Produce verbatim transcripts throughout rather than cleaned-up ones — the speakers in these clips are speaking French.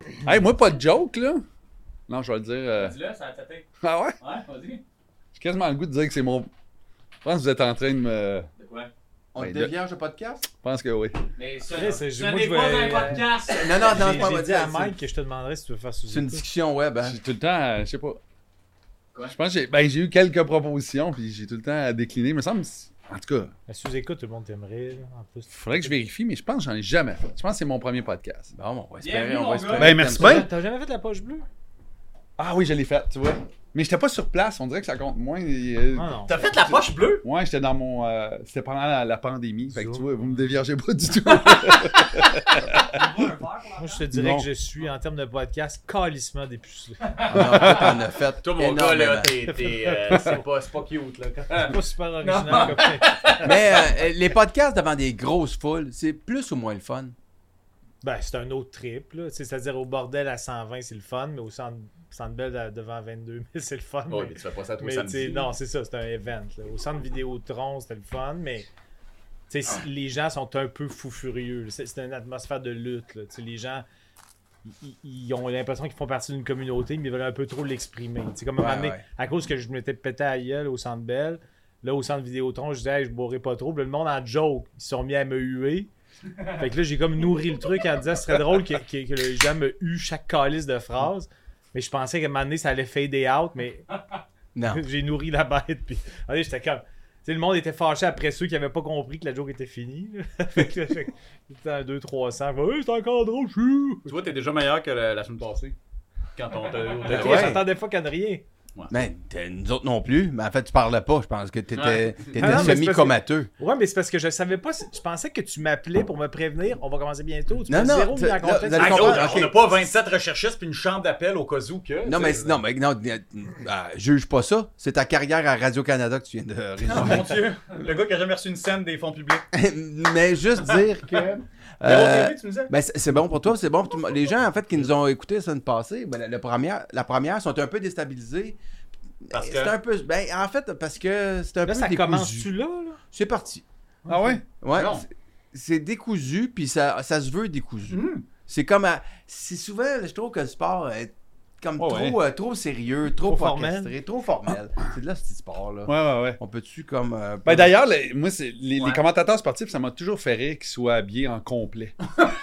Hey, moi, pas de joke, là. Non, je vais le dire. Euh... Dis-le, ça a tâté. Ah ouais? Ouais, vas-y. J'ai quasiment le goût de dire que c'est mon. Je pense que vous êtes en train de me. De quoi? On Ouais, te dévierge le podcast? Je pense que oui. Mais ça, Chris, c'est- ce moi, n'est je pas vais- un podcast. Non, non, non, J'ai c'est pas j'ai vrai. dit à c'est- Mike que je te demanderais si tu veux faire sous C'est une discussion web, hein? J'ai tout le temps. euh, je sais pas. Quoi? Je pense que j'ai ben, j'ai eu quelques propositions, puis j'ai tout le temps décliné. Il me semble. En tout cas, À sous-écoute, tout le monde t'aimerait. là, En plus. faudrait que je vérifie, mais je pense que j'en ai jamais fait. Je pense que c'est mon premier podcast. Bon, on va espérer, Bienvenue, on mon va espérer. gars. Ben, merci que t'aimes bien. T'as jamais fait la poche bleue? Ah oui, je l'ai fait, tu vois. Mais j'étais pas sur place, on dirait que ça compte moins. euh, Non, non. T'as fait la poche bleue? Ouais, j'étais dans mon. euh, C'était pendant la, la pandémie. Fait que Ça. tu vois, vous me déviergez pas du tout. Moi, je te dirais Non. que je suis, en termes de podcast, calissement dépucelé. ça. Non, toi, t'en as fait. Toi, mon gars, là, énormément. t'es. t'es, euh, c'est pas, c'est pas cute, là. C'est pas super original comme Mais euh, les podcasts devant des grosses foules, c'est plus ou moins le fun? Ben, c'est un autre trip, là. Tu sais, c'est-à-dire au bordel à cent vingt, c'est le fun, mais au centre, centre Bell à- devant vingt-deux mille, c'est le fun. Ouais, mais mais tu fais pas ça tous mais les tu sais, samedis. non, c'est ça, c'est un event. Là. Au centre Vidéotron, c'était le fun, mais tu sais, si- les gens sont un peu fous furieux. là. C'est c'est une atmosphère de lutte. Là. Tu sais, les gens, ils- ils ils ont l'impression qu'ils font partie d'une communauté, mais ils veulent un peu trop l'exprimer. Tu sais, comme à un Ouais, moment donné, ouais. à cause que je m'étais pété à la gueule au centre Bell, là, au centre Vidéotron, je disais, hey, je boirai pas trop. Puis là, le monde en joke, ils se sont mis à me huer. Fait que là, j'ai comme nourri le truc en disant, ce serait drôle que, que, que les gens me huent chaque calice de phrase. Mais je pensais qu'à un moment donné, ça allait fader out, mais Non. j'ai nourri la bête. Puis, allez, j'étais comme. Tu sais, le monde était fâché après ceux qui n'avaient pas compris que la joke était finie. là. Fait que là, j'ai- C'était un deux trois cents. Hey, c'est encore drôle, je suis. Tu vois, t'es déjà meilleur que la, la semaine passée. Quand on t'a. Ben Ok, ouais. j'entendais pas qu'à rien. Mais t'es- nous autres non plus. Mais en fait, tu parlais pas. Je pense que t'étais Ouais. t'étais Ah non, mais c'est parce que- semi-comateux. Ouais, mais c'est parce que je savais pas. si- Je pensais que tu m'appelais pour me prévenir. On va commencer bientôt. Tu Non, m'as non, zéro mis t'as- en là, contexte. vous allez Ah, comprendre, gros, ok. on n'a pas vingt-sept recherchistes puis une chambre d'appel au cas où que. Non, mais tu sais. non, mais non, euh, euh, juge pas ça. C'est ta carrière à Radio-Canada que tu viens de Oh résumer. mon dieu, le gars qui a jamais reçu une scène des fonds publics. Mais juste dire que. Mais euh, au T V, tu nous disais? ben, c'est c'est bon pour toi, c'est bon pour tout le monde. Les gens, en fait, qui nous ont écoutés la semaine passée, ben, la, la première, la première sont un peu déstabilisés. Parce que- C'est un peu. Ben, en fait, parce que c'est un Là, peu ça décousu. commence-tu là, là? C'est parti. Ah ouais? Ouais. Non. c'est- C'est décousu, puis ça, ça se veut décousu. Mhm. C'est comme. à- C'est souvent, je trouve que le sport est comme Ouais, trop, ouais. euh, trop sérieux, trop, Trop formel. orchestré, trop formel. C'est de là, ce sport, là. Ouais, ouais, ouais. On peut-tu comme. euh, Ben d'ailleurs, les- moi, c'est, les, Ouais. les commentateurs sportifs, ça m'a toujours fait rire qu'ils soient habillés en complet.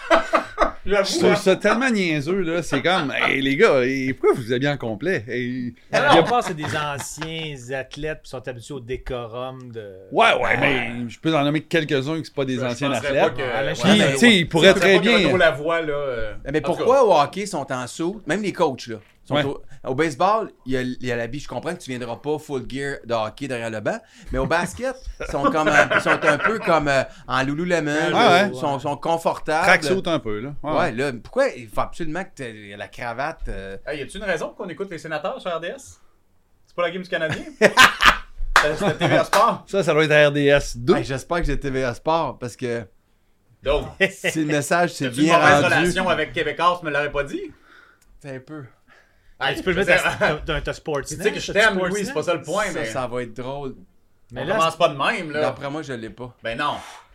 Je J'avoue, trouve hein. ça tellement niaiseux, là. C'est comme, hey, les gars, et pourquoi vous vous habillez en complet? Hey, La plupart, c'est des anciens athlètes qui sont habitués au décorum de. Ouais, ouais, mais je peux en nommer quelques-uns qui sont pas des Je anciens penserais athlètes. pas que- Alain ouais, Puis, mais- tu sais, ils pourraient Je penserais très pas que bien- Renaud Lavoie, là. euh, Mais en tout pourquoi au hockey sont en saut? Même les coachs, là. Sont Ouais. au... au baseball, il y a, il y a l'habit. Je comprends que tu viendras pas full gear de hockey derrière le banc. Mais au basket, ils sont, comme un, ils sont un peu comme euh, en Lululemon. Ouais, là, ouais. Ils sont, sont confortables. Tracksuit un peu, là. Ouais, Ouais, là. Pourquoi il faut absolument que tu la cravate. euh, cas. Hey, y a-tu une raison pour qu'on écoute les sénateurs sur R D S? C'est pas la game du Canadien? C'est la T V A Sport. Ça, ça doit être R D S deux. hey, J'espère que j'ai T V A Sport parce que Donc, si le message c'est t'as-tu une bien mauvaise rendu. relation avec Québécois, tu me l'aurais pas dit? C'est un peu. Hey, tu peux le je mettre veux à- dire, t'as- t'as Sportsnet. Tu sais que je t'as t'aime, Sportsnet? Louis, c'est pas ça le point, ça, mais. ça va être drôle. Mais On là, commence pas de même, là. D'après moi, je l'ai pas. Ben non.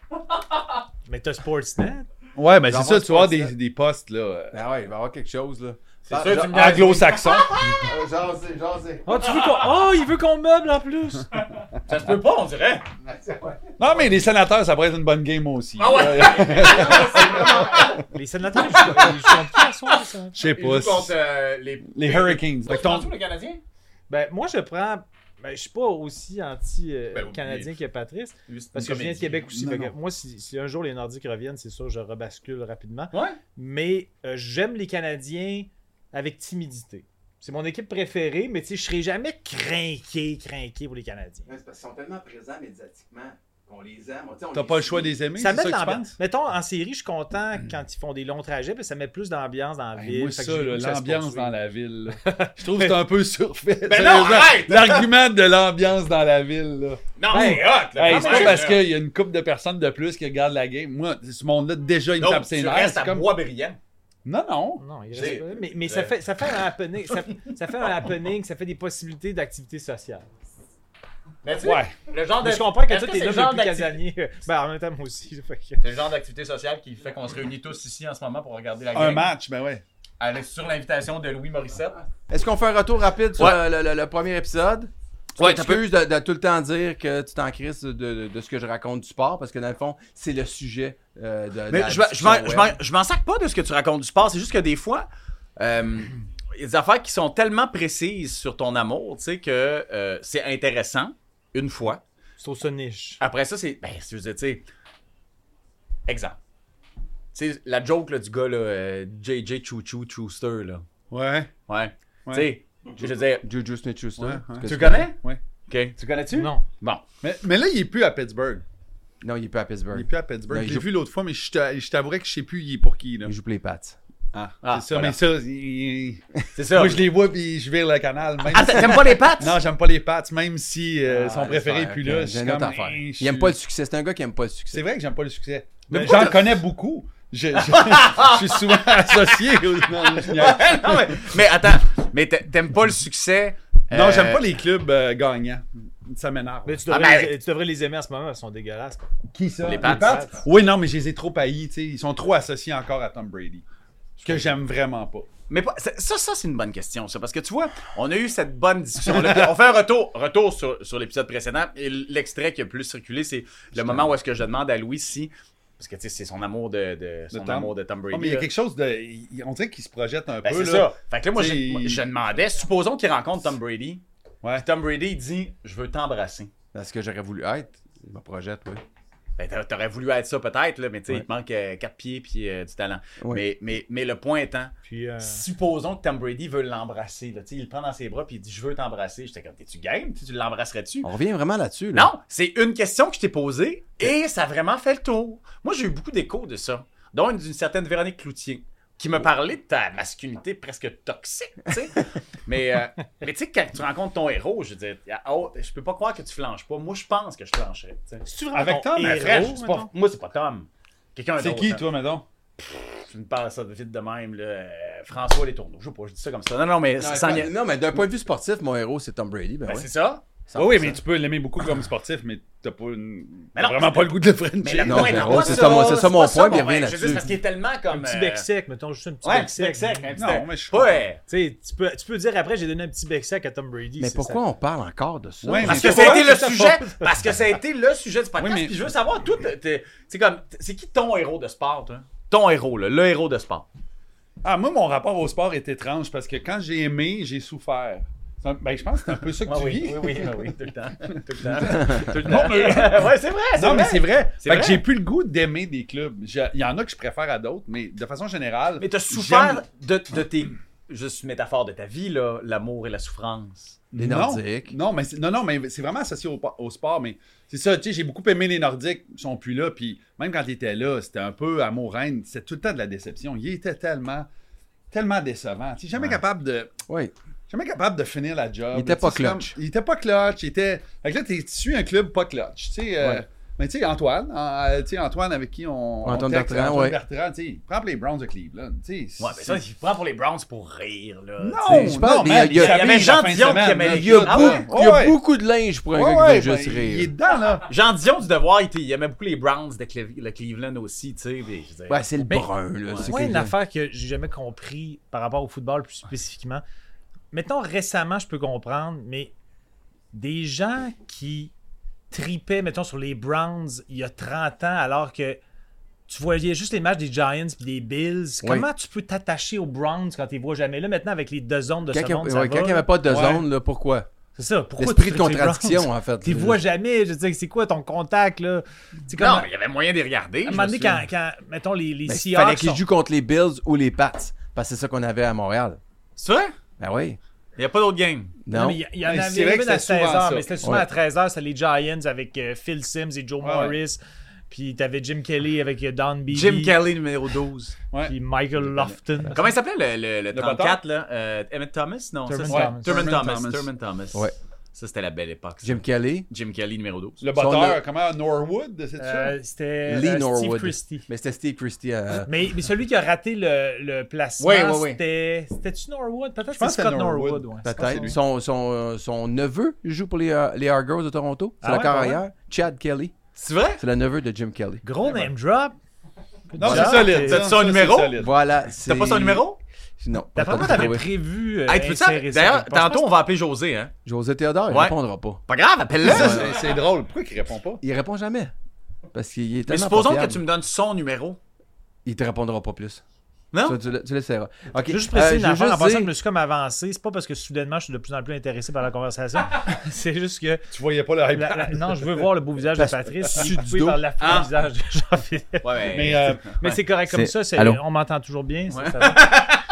mais t'as Sportsnet. Ouais, ben J'en c'est ça, vois tu vois pas des, ça. des postes, là. euh, Ben ouais, il va y avoir quelque chose, là. C'est Ah, sûr, genre- tu me niaises. Anglo-saxon. Euh, Jasez, jasez. Oh, tu veux qu'on. Oh, il veut qu'on meuble en plus. Ça se peut pas, on dirait. Non, mais les sénateurs, ça pourrait être une bonne game aussi. Ah ouais? Euh, Les sénateurs, ils jouent ils jouent contre qui à soir, les sénateurs? Je sais Ils pas. jouent contre euh, les... Les Hurricanes. Fait Fait que ton- le Canadien? Ben, moi, je prends. Ben, je suis pas aussi Ben, anti-canadien oui. que Patrice. Lui, c'est Parce une que je viens de comédie. Québec aussi. Non, Fait que non. moi, si, si un jour les Nordiques reviennent, c'est sûr, je rebascule rapidement. Ouais. Mais euh, j'aime les Canadiens avec timidité. C'est mon équipe préférée, mais tu sais, je serai jamais craqué, craqué pour les Canadiens. C'est parce qu'ils sont tellement présents médiatiquement qu'on les aime. Tu sais, on T'as les pas le suit. choix des aimer, Ça c'est met ça de que tu l'ambiance. penses? Mettons, en série, je suis content quand ils font des longs trajets, parce que ça met plus d'ambiance dans la Ben, ville. moi, Fait que ça, j'ai là, goût que ça se l'ambiance poursuive. dans la ville, là. Je trouve que c'est un peu surfait. Ben non, Sérieusement, arrête! l'argument de l'ambiance dans la ville, là. Non, Hey, c'est hot, là. Hey, quand c'est même, pas parce là. qu'il y a une couple de personnes de plus qui regardent la game. Moi, ce monde-là, déjà, il me Donc, tape ses tu nerfs. restes C'est à comme... Boisbriand. Non, non. Non, il J'ai- reste pas. Mais, mais ça, fait, ça fait un happening. Ça, ça fait un happening, ça fait des possibilités d'activité sociale. Mais tu sais, Ouais. le genre de... Mais je comprends que Est-ce toi, t'es c'est là le genre depuis d'acti- casanier. Ben, en même temps, moi aussi. Fait que- C'est le genre d'activité sociale qui fait qu'on se réunit tous ici en ce moment pour regarder la game. Un match, ben ouais. elle est sur l'invitation de Louis Morissette. Est-ce qu'on fait un retour rapide sur Ouais. le, le- le premier épisode? Tu Ouais, t'as t'excuses de, de tout le temps dire que tu t'en crisses de, de, de ce que je raconte du sport, parce que dans le fond, c'est le sujet euh, de, de Mais la je m'en- je discussion m'en- je web. m'en- je m'en sac pas de ce que tu racontes du sport. C'est juste que des fois, euh, il y a des affaires qui sont tellement précises sur ton amour, tu sais, que euh, c'est intéressant une fois. C'est au niche. Après ça, c'est. Ben, si je veux dire, tu sais. Exemple. Tu sais, la joke là, du gars, là, euh, J J Choo Choo Chooster, là. Ouais. Ouais. Ouais. Tu sais, je veux dire. Juju Smith-Schuster. Ouais, Est-ce ouais. que Tu le connais? Ouais. Ok. Tu connais-tu? Non. Bon. Mais, mais là, il est plus à Pittsburgh. Non, il est pas à Il Pittsburgh. est plus à Pittsburgh. Non, il Je l'ai joue- vu l'autre fois, mais je t'a- je t'avouerais que je sais plus il est pour qui. Là. Il joue pour les Pats. Ah, Ah, c'est ça, voilà. mais ça, il- C'est ça. moi je les vois puis je vire le canal. Même Ah, si- t'aimes pas les pattes? Non, j'aime pas les Pats, même si euh, Ah, son laisse préféré est faire, plus ok. là. je J'ai suis une autre comme, affaire. eh, je Il aime suis- pas le succès. C'est un gars qui aime pas le succès. C'est vrai que j'aime pas le succès. Mais Mais pourquoi j'en connais beaucoup. Je, je- je suis souvent associé. au- Non, je niaise. non, mais, mais attends, mais t'a- t'aimes pas le succès? Non, euh, j'aime pas les clubs euh, gagnants. Ça m'énerve. Mais tu Ah, devrais, ben- les, tu devrais les aimer en ce moment, ils sont dégueulasses. Qui ça? Les Pats. Oui, non, mais je les ai trop haïs. tu sais. Ils sont trop associés encore à Tom Brady. Ce que j'aime vraiment pas. Mais pas- ça, ça, ça, c'est une bonne question, ça. Parce que tu vois, on a eu cette bonne discussion-là. On fait un retour, retour sur, sur l'épisode précédent. Et l'extrait qui a plus circulé, c'est le moment où est-ce que je demande à Louis si. Parce que tu sais, c'est son amour de, de, son Tom. amour de Tom Brady. Oh, mais il y a là. quelque chose de. il- On dirait qu'il se projette un Ben, peu. c'est là. ça. Fait que là, moi, je, T'sais, moi, il- je demandais, supposons qu'il rencontre Tom Brady. Ouais. Puis Tom Brady, il dit, je veux t'embrasser. C'est ce que j'aurais voulu être. Je me projette, oui. Ben, t'a- t'aurais voulu être ça peut-être, là, mais tu sais, Ouais. il te manque euh, quatre pieds puis euh, du talent. Ouais. Mais, mais, mais le point étant, Puis, euh, supposons que Tom Brady veut l'embrasser. Là, tu sais, il le prend dans ses bras puis il dit, je veux t'embrasser. J'étais comme, t'es-tu game? Tu sais, tu l'embrasserais-tu? On revient vraiment là-dessus. Là. Non, c'est une question que je t'ai posée et ça a vraiment fait le tour. Moi, j'ai eu beaucoup d'échos de ça, dont une- d'une certaine Véronique Cloutier, qui me parlait de ta masculinité presque toxique, tu sais. mais euh, mais tu sais, quand tu rencontres ton héros, je veux dire, oh, je peux pas croire que tu flanches pas. Moi, je pense que je flancherais, tu sais. c'est-tu vraiment Avec ton Tom, Mais héros, frère, c'est pas- mettons? moi, c'est pas Tom. Quelqu'un C'est d'autre, qui, hein. toi, mettons? Tu me parles ça de vite de même, là. euh, François Les Tourneaux. Je sais pas, je dis ça comme ça. Non, non, mais Non, sans mais, nia- non, mais d'un point de vue sportif, mon héros, c'est Tom Brady. Ben, Ben, ouais. c'est ça. cent Oui, pour mais cent. tu peux l'aimer beaucoup comme sportif, mais t'as pas une... Mais t'as non, vraiment mais- pas le goût de le Mais Frencher. le Non, point c'est n'est drôle, pas c'est ça, ça, moi, c'est ça mon pas point, puis mon il revient point. Je veux dire, là-dessus. parce qu'il est tellement comme... Un petit euh, bec sec, mettons, juste un petit Ouais, bec sec. bec sec. un petit- Non, mais je Pas, euh, Tu sais, tu peux, tu peux dire après, j'ai donné un petit bec sec à Tom Brady. Mais c'est pourquoi ça. on parle encore de ça? Ouais, Parce mais que ça a pourquoi été le c'est sa sujet. faute? Parce que ça a été le sujet du podcast. Oui, mais- Puis je veux savoir, tout. C'est comme. C'est qui ton héros de sport, toi? Ton héros, là. Le héros de sport. Ah, moi, mon rapport au sport est étrange parce que quand j'ai aimé, j'ai souffert. C'est un- Ben, je pense que c'est un peu ça que Ah tu oui, vis. oui, oui, oui, oui, tout le temps. Tout le temps. Tout le temps. ouais, c'est vrai, c'est Non, vrai. mais c'est vrai. C'est Fait que vrai. j'ai plus le goût d'aimer des clubs. Je- Il y en a que je préfère à d'autres, mais de façon générale. Mais t'as souffert j'aime- de, de tes. Juste une métaphore de ta vie, là. L'amour et la souffrance. Les Non. Nordiques. Non, mais c'est- non, non, mais c'est vraiment associé au, au sport. Mais c'est ça, tu sais, j'ai beaucoup aimé les Nordiques. Ils sont plus là. Puis même quand ils étaient là, c'était un peu amour-reine. C'était tout le temps de la déception. Il était tellement, tellement décevant. Tu sais, jamais Ouais. capable de. Oui. Jamais capable de finir la job. Il était Tu sais, pas c'est comme- clutch. Il était pas clutch. Il était. Fait que là, t'es- tu suis un club pas clutch. Tu sais, euh, Ouais. mais tu sais, Antoine, euh, tu sais, Antoine avec qui on. Antoine on texte, Bertrand, Antoine ouais. Bertrand, tu sais, il prend pour les Browns de Cleveland. Tu sais, Ouais, mais ça, il prend pour les Browns pour rire, là. Non, tu sais. je pense- non, mais man, il y a- il il y avait Jean Dion qui aimait les Il y a, Ah beaucoup, ouais? il y a Ouais. beaucoup de linge pour un Ouais, gars ouais, qui veut ben, juste il est rire. dedans, là. Jean Dion du Devoir, il, était- il aimait beaucoup les Browns de Cle- le Cleveland aussi, tu sais. mais je veux dire- Ouais, c'est le Mais- brun, là. c'est Moi, que- une affaire que j'ai jamais compris par rapport au football plus spécifiquement. Mettons, récemment, je peux comprendre, mais des gens qui tripaient, mettons, sur les Browns il y a trente ans, alors que tu voyais juste les matchs des Giants et des Bills. Oui. Comment tu peux t'attacher aux Browns quand tu les vois jamais là? Maintenant, avec les deux zones de Quand il secondes, n'y ça va. avait pas de Ouais. zone, là, pourquoi? C'est ça. Pourquoi L'esprit tu de trippes sur les contradiction, Browns? en fait. Tu les vois jamais. Je veux dire, c'est quoi ton contact, là? C'est comme Non, à mais il y avait moyen de les regarder. un je moment me donné, souviens. quand, quand, mettons, les, les Mais il Seahawks fallait qu'ils sont- jouent contre les Bills ou les Pats. Parce que c'est ça qu'on avait à Montréal. C'est vrai? Ben oui. Il n'y a pas d'autre game. Non, Non. mais il y, il y en Mais avait c'est vrai que une à c'était seize souvent heures, ça. mais c'était souvent Ouais. à treize heures, c'est les Giants avec euh, Phil Simms et Joe Ouais, ouais. Morris. Puis t'avais Jim Kelly avec euh, Don Beebe. Jim Kelly, numéro douze. Ouais. Puis Michael Lofton. Comment il s'appelait le, le, le Le trente-quatre, là? Euh, Emmett Thomas? Non, Thurman ça, c'est- Thomas. Thurman Thurman Thomas. Thomas. Thurman Thomas. Ouais. Ça, c'était la belle époque. ça. Jim Kelly. Jim Kelly, numéro douze. Le Son batteur, le- comment, Norwood, c'est ça? Euh, c'était Lee euh, Steve Norwood. Christie. Mais c'était Steve Christie. euh, Mais, mais celui qui a raté le, le placement, Ouais, ouais, ouais. c'était... C'était-tu Norwood? Peut-être que pense c'est que Scott c'est Norwood. Norwood. ouais. Peut-être. Son, son, euh, son neveu joue pour les, euh, les Argos de Toronto. C'est Ah le ouais, pas carrière. Chad Kelly. C'est vrai? C'est le neveu de Jim Kelly. Gros name drop. Non, Good c'est job. solide. T'as ça, son ça, numéro? c'est solide. Voilà. T'as c'est- pas son numéro? Sinon, D'après moi, t'avais prévu. Euh, Hey, tu peux ça? insérer ça D'ailleurs, quelque part. Je tantôt, pense on va appeler José, hein. José Théodore, il Ouais. répondra pas. Pas grave, appelle-le. Ça, c'est- c'est drôle. Pourquoi il répond pas? Il répond jamais. Parce qu'il est Mais tellement supposons pas que fiable. tu me donnes son numéro. Il te répondra pas plus. Non? Ça, tu, le- tu l'essaieras. Ok. Je veux juste préciser euh, une je veux affaire. En juste passant, dire- je me suis comme avancé. C'est pas parce que soudainement, je suis de plus en plus intéressé par la conversation. C'est juste que. Tu voyais pas le hype. la- la- non, je veux voir le beau visage de Parce- Patrice. Su Si du vous pouvez dos. par l'affreux Ah. visage de Jean-Philippe. Ouais, mais. Mais euh, Mais c'est correct comme C'est- ça. c'est- Allô? On m'entend toujours bien. ça, Ouais. ça va.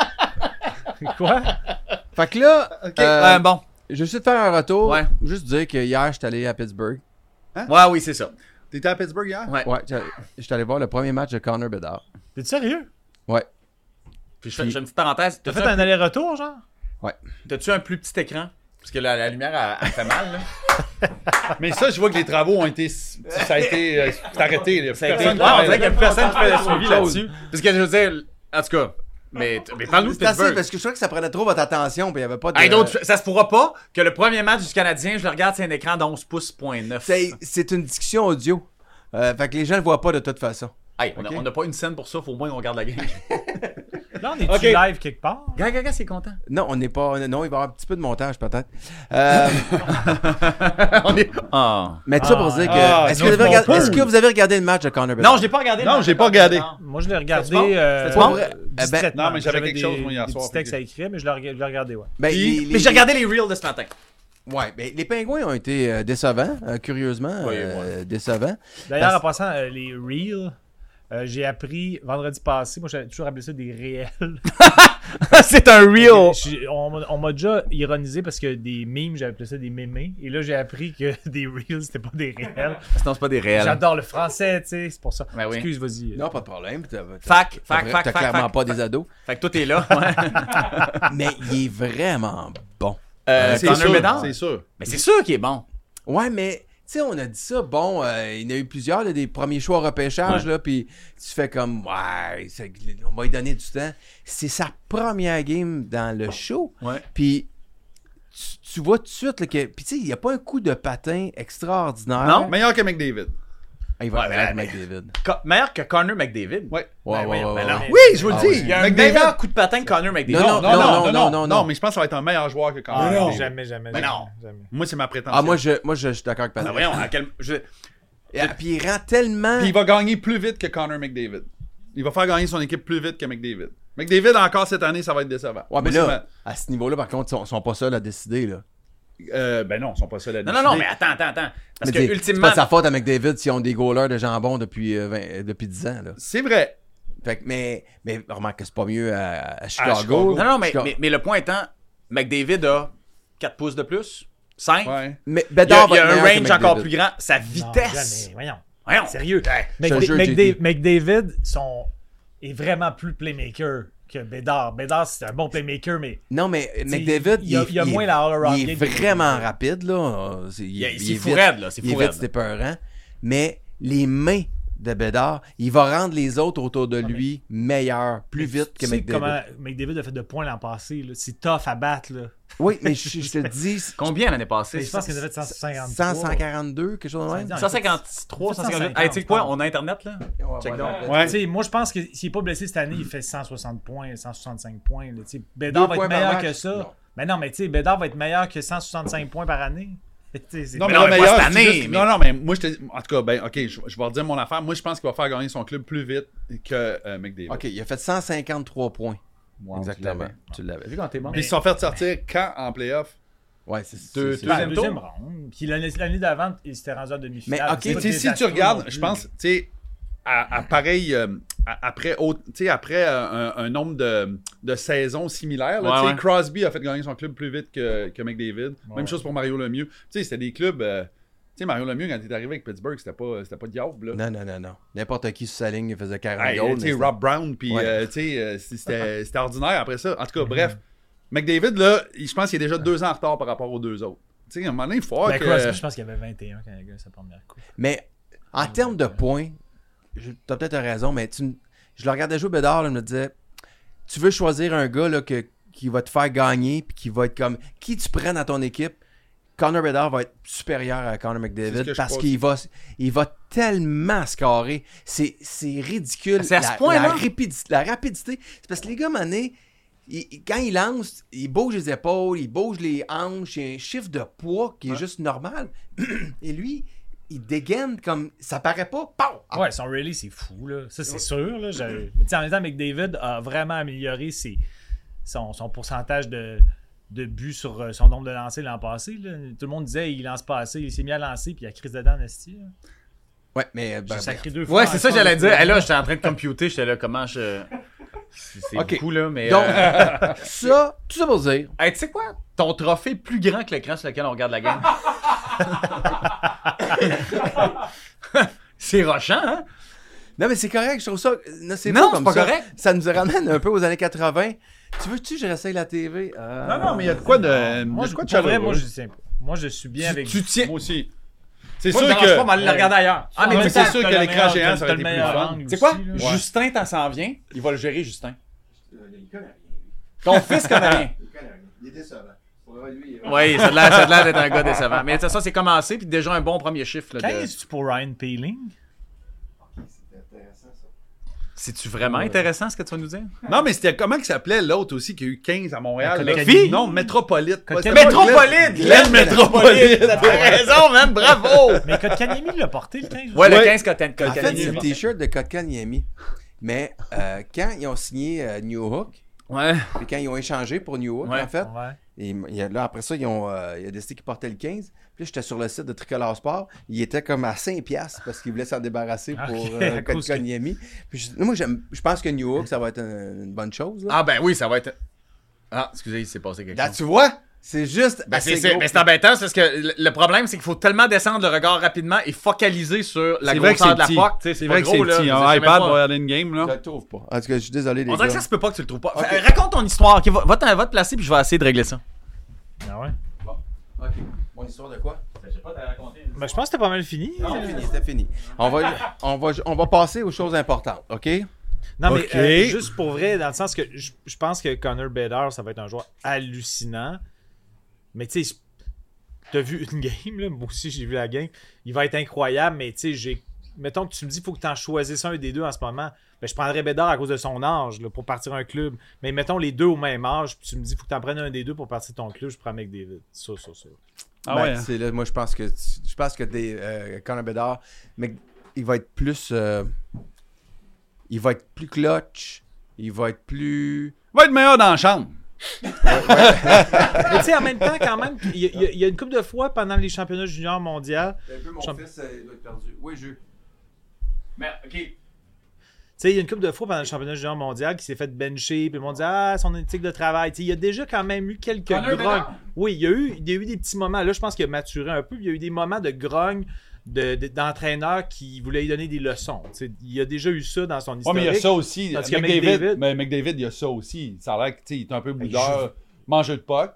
Quoi? Fait que là, Ok, euh, euh, bon. je vais juste te faire un retour. Ouais. Juste dire que hier, j'étais allé à Pittsburgh. Ouais, oui, c'est ça. t'étais à Pittsburgh hier? Ouais. Ouais, j'étais j'étais allé voir le premier match de Connor Bedard. T'es sérieux? Ouais. Puis je fais j'ai une petite parenthèse. T'as T'as-tu fait un, un aller-retour, genre? t'as-tu un plus petit écran? Parce que la, la lumière, elle, elle fait mal, là. Mais ça, je vois que les travaux ont été. Ça a été. euh, c'est arrêté. là. Ça a été... Personne Non, on travaille. dirait qu'il y a plus personne qui fait le suivi Autre chose. là-dessus. Parce que je veux dire, en tout cas, mais, mais parle-nous de C'est assez Pittsburgh. parce que je trouvais que ça prenait trop votre attention, puis il y avait pas de. Hey, d'autres, ça se pourra pas que le premier match du Canadien, je le regarde, c'est un écran d'onze pouces, point neuf. C'est c'est une discussion audio. Euh, fait que les gens le voient pas de toute façon. Hey, on a- Ok. on n'a pas une scène pour ça, faut au moins qu'on regarde la game. Là, on est-tu Ok. live quelque part? Gars, gars, gars, c'est content. Non, on n'est pas. on- Non, il va y avoir un petit peu de montage peut-être. Euh, on est. Ah. mais tout ça pour dire que. Ah, Est-ce que, non, vous avez mon regardé- peu. est-ce que vous avez regardé le match de Connor Bedard? Non, je l'ai pas regardé. Non, le j'ai match pas de regardé. Bedard. Moi, je l'ai regardé. C'était bon? euh, C'était bon? vrai? distraitement. Non, mais j'avais J'avais quelque chose, des- moi, hier des soir, petits textes fait à écrire, mais je l'ai reg- je l'ai regardé, ouais. Ben, Puis- les- les- Mais j'ai regardé les reels de ce matin. Ouais, ben, les Pingouins ont été euh, décevants, euh, curieusement. Oui, euh, décevants. D'ailleurs, Parce- en passant, euh, les Reels, euh, j'ai appris vendredi passé, moi j'avais toujours appelé ça des réels. c'est un reel. J'ai- on m'a- on m'a déjà ironisé parce que des memes, j'avais appelé ça des mémés. Et là, j'ai appris que des Reels, c'était pas des réels. Sinon, c'est pas des réels. J'adore le français, tu sais, c'est pour ça. Ben oui. Excuse, vas-y. Non, pas de problème. T'as, Fac, t'as, fac, fac, t'as fac, clairement fac. pas des ados. Fait que toi, t'es là. Ouais. Mais il est vraiment bon. Euh, C'est Connor sûr. Bedard? C'est sûr. Mais c'est sûr qu'il est bon. Ouais, mais tu sais, on a dit ça. Bon, euh, il y en a eu plusieurs, là, des premiers choix au repêchage, là, puis tu fais comme, ouais, c'est- on va lui donner du temps. C'est sa première game dans le show. Ouais. Puis tu, tu vois tout de suite là, que. Puis tu sais, il n'y a pas un coup de patin extraordinaire. Non. Meilleur que McDavid. Ah, il va Ouais, ouais, mais- avec McDavid. Co- meilleur que Connor McDavid. Ouais. Ouais, Ben ouais, voyons, ouais, ben ouais. non. Oui, je vous le Ah dis. oui. Il y a un McDavid. meilleur coup de patin que Connor McDavid. Non, Non, non, non, non, non, non, non, non. mais je pense que ça va être un meilleur joueur que Connor Ah, non, McDavid. jamais, jamais. Mais jamais, non. jamais. Moi, c'est ma prétention. Ah, moi, je, moi, je, je suis d'accord avec Ben Patrick. voyons, à quel... je- Et- Puis il rend tellement. Puis il va gagner plus vite que Connor McDavid. Il va faire gagner son équipe plus vite que McDavid. McDavid, encore cette année, ça va être décevant. Ouais, mais Moi, là, à ce niveau-là, par contre, ils sont, sont pas seuls à décider, là. c'est ma- Euh, ben non, ils sont pas seuls à Non, décider. non, non, mais attends, attends, attends. Parce Mais que dis, C'est ultimement... pas de sa faute à McDavid s'ils ont des goalers de jambon depuis, euh, vingt euh, depuis dix ans, là. C'est vrai. Fait que, mais, mais remarque que c'est pas mieux à, à Chicago. Chicago. Non, non, mais, Chicago. mais, mais le point étant, McDavid a quatre pouces de plus, cinq. Ouais. Mais Il y a, Bedard il y a va être un meilleur que range encore McDavid. plus grand. Sa Non, vitesse. jamais, voyons. Voyons. Sérieux. Je te McDa- jure, McDa- J T. McDavid son... est vraiment plus playmaker que Bédard. Bédard, c'est un bon playmaker, mais Non, mais T'sais, McDavid, il y a- il y a est- moins la all-around il est game que vraiment McDavid. rapide, là. C'est, il, Il, il c'est est fou vite. raide, là. C'est Il est fou vite, raide. c'est peurant. Mais les mains de Bédard, il va rendre les autres autour de lui meilleurs, plus vite que tu sais McDavid. comment McDavid a fait de points l'an passé. Là. C'est tough à battre. Là. Oui, mais je, je te le dis, Combien l'année passée? Je pense qu'il a fait cent cinquante. cent, cent quarante-deux, quelque chose de même. Ça cent cinquante-trois, cent cinquante-huit. Hey, tu sais quoi? On a Internet, là? Check donc. Ouais. Tu sais, moi, je pense que s'il n'est pas blessé cette année, il fait cent soixante points, cent soixante-cinq points. Là, tu sais. Bédard Deux va points être par meilleur match? que ça. Non. Mais non, mais tu sais, Bédard va être meilleur que cent soixante-cinq points par année. Tu sais, c'est- Non, Mais mais, non, le mais pas meilleur, cette c'est année, juste- mais- Non, non, mais moi, je te... En tout cas, ben, OK, je, je vais redire mon affaire. Moi, je pense qu'il va faire gagner son club plus vite que euh, McDavid. OK, il a fait cent cinquante-trois points. Wow, Exactement. tu l'avais. Tu l'avais. Vu quand t'es bon? Puis ils se sont fait sortir quand en playoff? Ouais, c'est Deux- c'est- c'est- Ben, deuxième deuxième tour. round. Puis l'année, l'année d'avant, il s'était rendu en demi-finale. Mais, ok, C'est pas Tu sais, si tu désastreux regardes, non je plus. pense, tu sais, à, à pareil, euh, à- après, au- tu sais, après un, un nombre de, de saisons similaires, là, Ouais, tu sais, ouais. Crosby a fait gagner son club plus vite que, que McDavid. Ouais. Même chose pour Mario Lemieux. Tu sais, c'était des clubs. euh, tu sais, Mario Lemieux, quand il est arrivé avec Pittsburgh, c'était pas, c'était pas diable. Là. Non, non, non, non. N'importe qui sur sa ligne, il faisait quarante Hey, goals. tu sais, mais Rob Brown, puis Ouais. euh, tu sais, euh, c'était c'était ordinaire après ça. En tout cas, bref, McDavid, là, il- je pense qu'il est déjà deux ans en retard par rapport aux deux autres. Tu sais, à un moment donné, il faut voir Ben, que... Crosby, je pense qu'il avait vingt et un quand il a gagné sa première coupe. Mais en termes de points, je- t'as peut-être raison, mais tu, je le regardais jouer Bédard, là, je me disais, tu veux choisir un gars là, que, qui va te faire gagner, puis qui va être comme, qui tu prends dans ton équipe, Connor Bedard va être supérieur à Connor C'est ce McDavid que je parce pense. qu'il va, il va tellement scorer. C'est, c'est ridicule. C'est à la, ce point-là? la, rapidi- la rapidité. C'est parce que les gars, mané, il- il- quand il lance, il bouge les épaules, il bouge les hanches, il y a un chiffre de poids qui est Ouais. juste normal. Et lui, il dégaine comme ça paraît pas. Pow! Ah, Ouais, son release, c'est fou, là. Ça, c'est sûr, là. J'ai- Mais tu sais, en même temps, McDavid a vraiment amélioré ses... son, son pourcentage de... de buts sur euh, son nombre de lancers l'an passé, là. Tout le monde disait il lance pas assez, il s'est mis à lancer, puis il a crise dedans, Nasty. Ouais, mais ben, J'ai ben, sacré deux fois. Ouais, c'est ça que j'allais dire. Et là, j'étais en train de computer. J'étais là, comment je. C'est c'est Ok. beaucoup, là, mais. donc, euh, ça, tout ça pour dire. Hey, tu sais quoi? Ton trophée est plus grand que l'écran sur lequel on regarde la game. C'est rochant, hein? Non, mais c'est correct, je trouve ça. Non, c'est Non, pas c'est comme pas ça. correct. Ça nous ramène un peu aux années quatre-vingts. Tu veux-tu que je réessaye la T V? Euh, Non, non, mais il y a de quoi de. Moi, il y a je, de quoi de pour vrai, chaleureux. moi, je sais pas. Moi, je suis bien avec... Tu tiens. Moi aussi. C'est Moi, sûr je me dérange pas, que. mais aller le regarder ailleurs. Ah, mais mais tu c'est sais, sûr t'as que le l'écran meilleur- géant, t'as- ça t'as aurait le été plus meilleur fun. angle tu sais quoi? aussi, là. Justin, t'en s'en vient. Il va le gérer, Justin. Ton fils connaît rien. Il est décevant. Oui, ça a l'air ça a l'air d'être un gars décevant. Mais de toute façon, c'est commencé, puis déjà un bon premier chiffre. Là, de... quinze pour Ryan Peeling? C'est-tu vraiment intéressant ce que tu vas nous dire? Non, mais c'était comment qu'il s'appelait l'autre aussi qui a eu quinze à Montréal? là? Kotkaniemi? Non, Métropolite. Kotkaniemi. Ouais, c'était pas Métropolite! Glenn- Glenn Métropolite. T'as raison, man, bravo! Mais Kotkaniemi l'a porté, le quinze? Ouais, le Ouais. quinze Kotkaniemi. En fait, c'est le t-shirt de Kotkaniemi. Mais euh, quand ils ont signé euh, New Hook, Ouais. puis quand ils ont échangé pour New Hook, Ouais. en fait, Ouais. et, il y a- là, après ça, ils ont, euh, il y a décidé qu'ils portaient le quinze. Puis là, j'étais sur le site de Tricolore Sport. Il était comme à cinq piastres parce qu'ils voulaient s'en débarrasser Ah, pour ok, euh, à cause que- Kotkaniemi. Puis je- moi, j'aime- je pense que New Hook, ça va être une, une bonne chose. Là. Ah, ben oui, ça va être. Ah, excusez, il s'est passé quelque Là, chose. tu vois, c'est juste. Ben, assez c'est, c'est, gros. mais c'est embêtant, c'est parce que le, le problème, c'est qu'il faut tellement descendre le regard rapidement et focaliser sur la C'est vrai que grosseur c'est de la petit. fuck. Tu sais, C'est pas vrai que gros, c'est là. petit. Je Un sais même iPad pas. pour regarder une game, Je là. le trouve pas. En tout cas, je suis désolé, les On dirait gars. que ça se peut pas que tu le trouves pas. Ok. Euh, Raconte ton histoire. Ok, va, va, te, va te placer puis je vais essayer de régler ça. Ah ouais? OK. Mon histoire de quoi? Je sais pas, t'as raconté. Ben, je pense que c'était pas mal fini. C'était fini, c'était fini. On va, on, va, on va passer aux choses importantes, OK? Non, mais Ok. euh, juste pour vrai, dans le sens que je, je pense que Connor Bedard, ça va être un joueur hallucinant. Mais tu sais, t'as vu une game, là, moi aussi j'ai vu la game. Il va être incroyable, mais tu sais, j'ai. Mettons que tu me dis qu'il faut que tu en choisisses un des deux en ce moment. Ben, je prendrais Bedard à cause de son âge là, pour partir un club. Mais mettons les deux au même âge, puis tu me dis qu'il faut que tu en prennes un des deux pour partir ton club, je prends McDavid. Ça, ça, ça. Ah Ben, ouais. hein. c'est là, moi, je pense que je pense que des euh, Connor Bedard, mais il va être plus. euh, il va être plus clutch. Il va être plus. Il va être meilleur dans la chambre. Mais tu sais, en même temps, quand même, il y, a- il y a- il y a une couple de fois pendant les championnats juniors mondiaux, Mon Champ- fils euh, doit être perdu. Oui, je. Mais, ok. tu sais, il y a une couple de fois pendant le championnat junior mondial qui s'est fait bencher, puis le monde dit ah, son éthique de travail. Tu sais, il y a déjà quand même eu quelques Connor grognes. Bedard? Oui, il y, a eu, il y a eu des petits moments. Là, je pense qu'il a maturé un peu. Il y a eu des moments de grogne de, de- d'entraîneurs qui voulaient lui donner des leçons. Tu sais, il y a déjà eu ça dans son Ouais, historique. mais il y a ça aussi. Parce que McDavid, McDavid- mais McDavid, il y a ça aussi. Ça a l'air que, tu sais, il est un peu je- boudeur, mangeur de puck.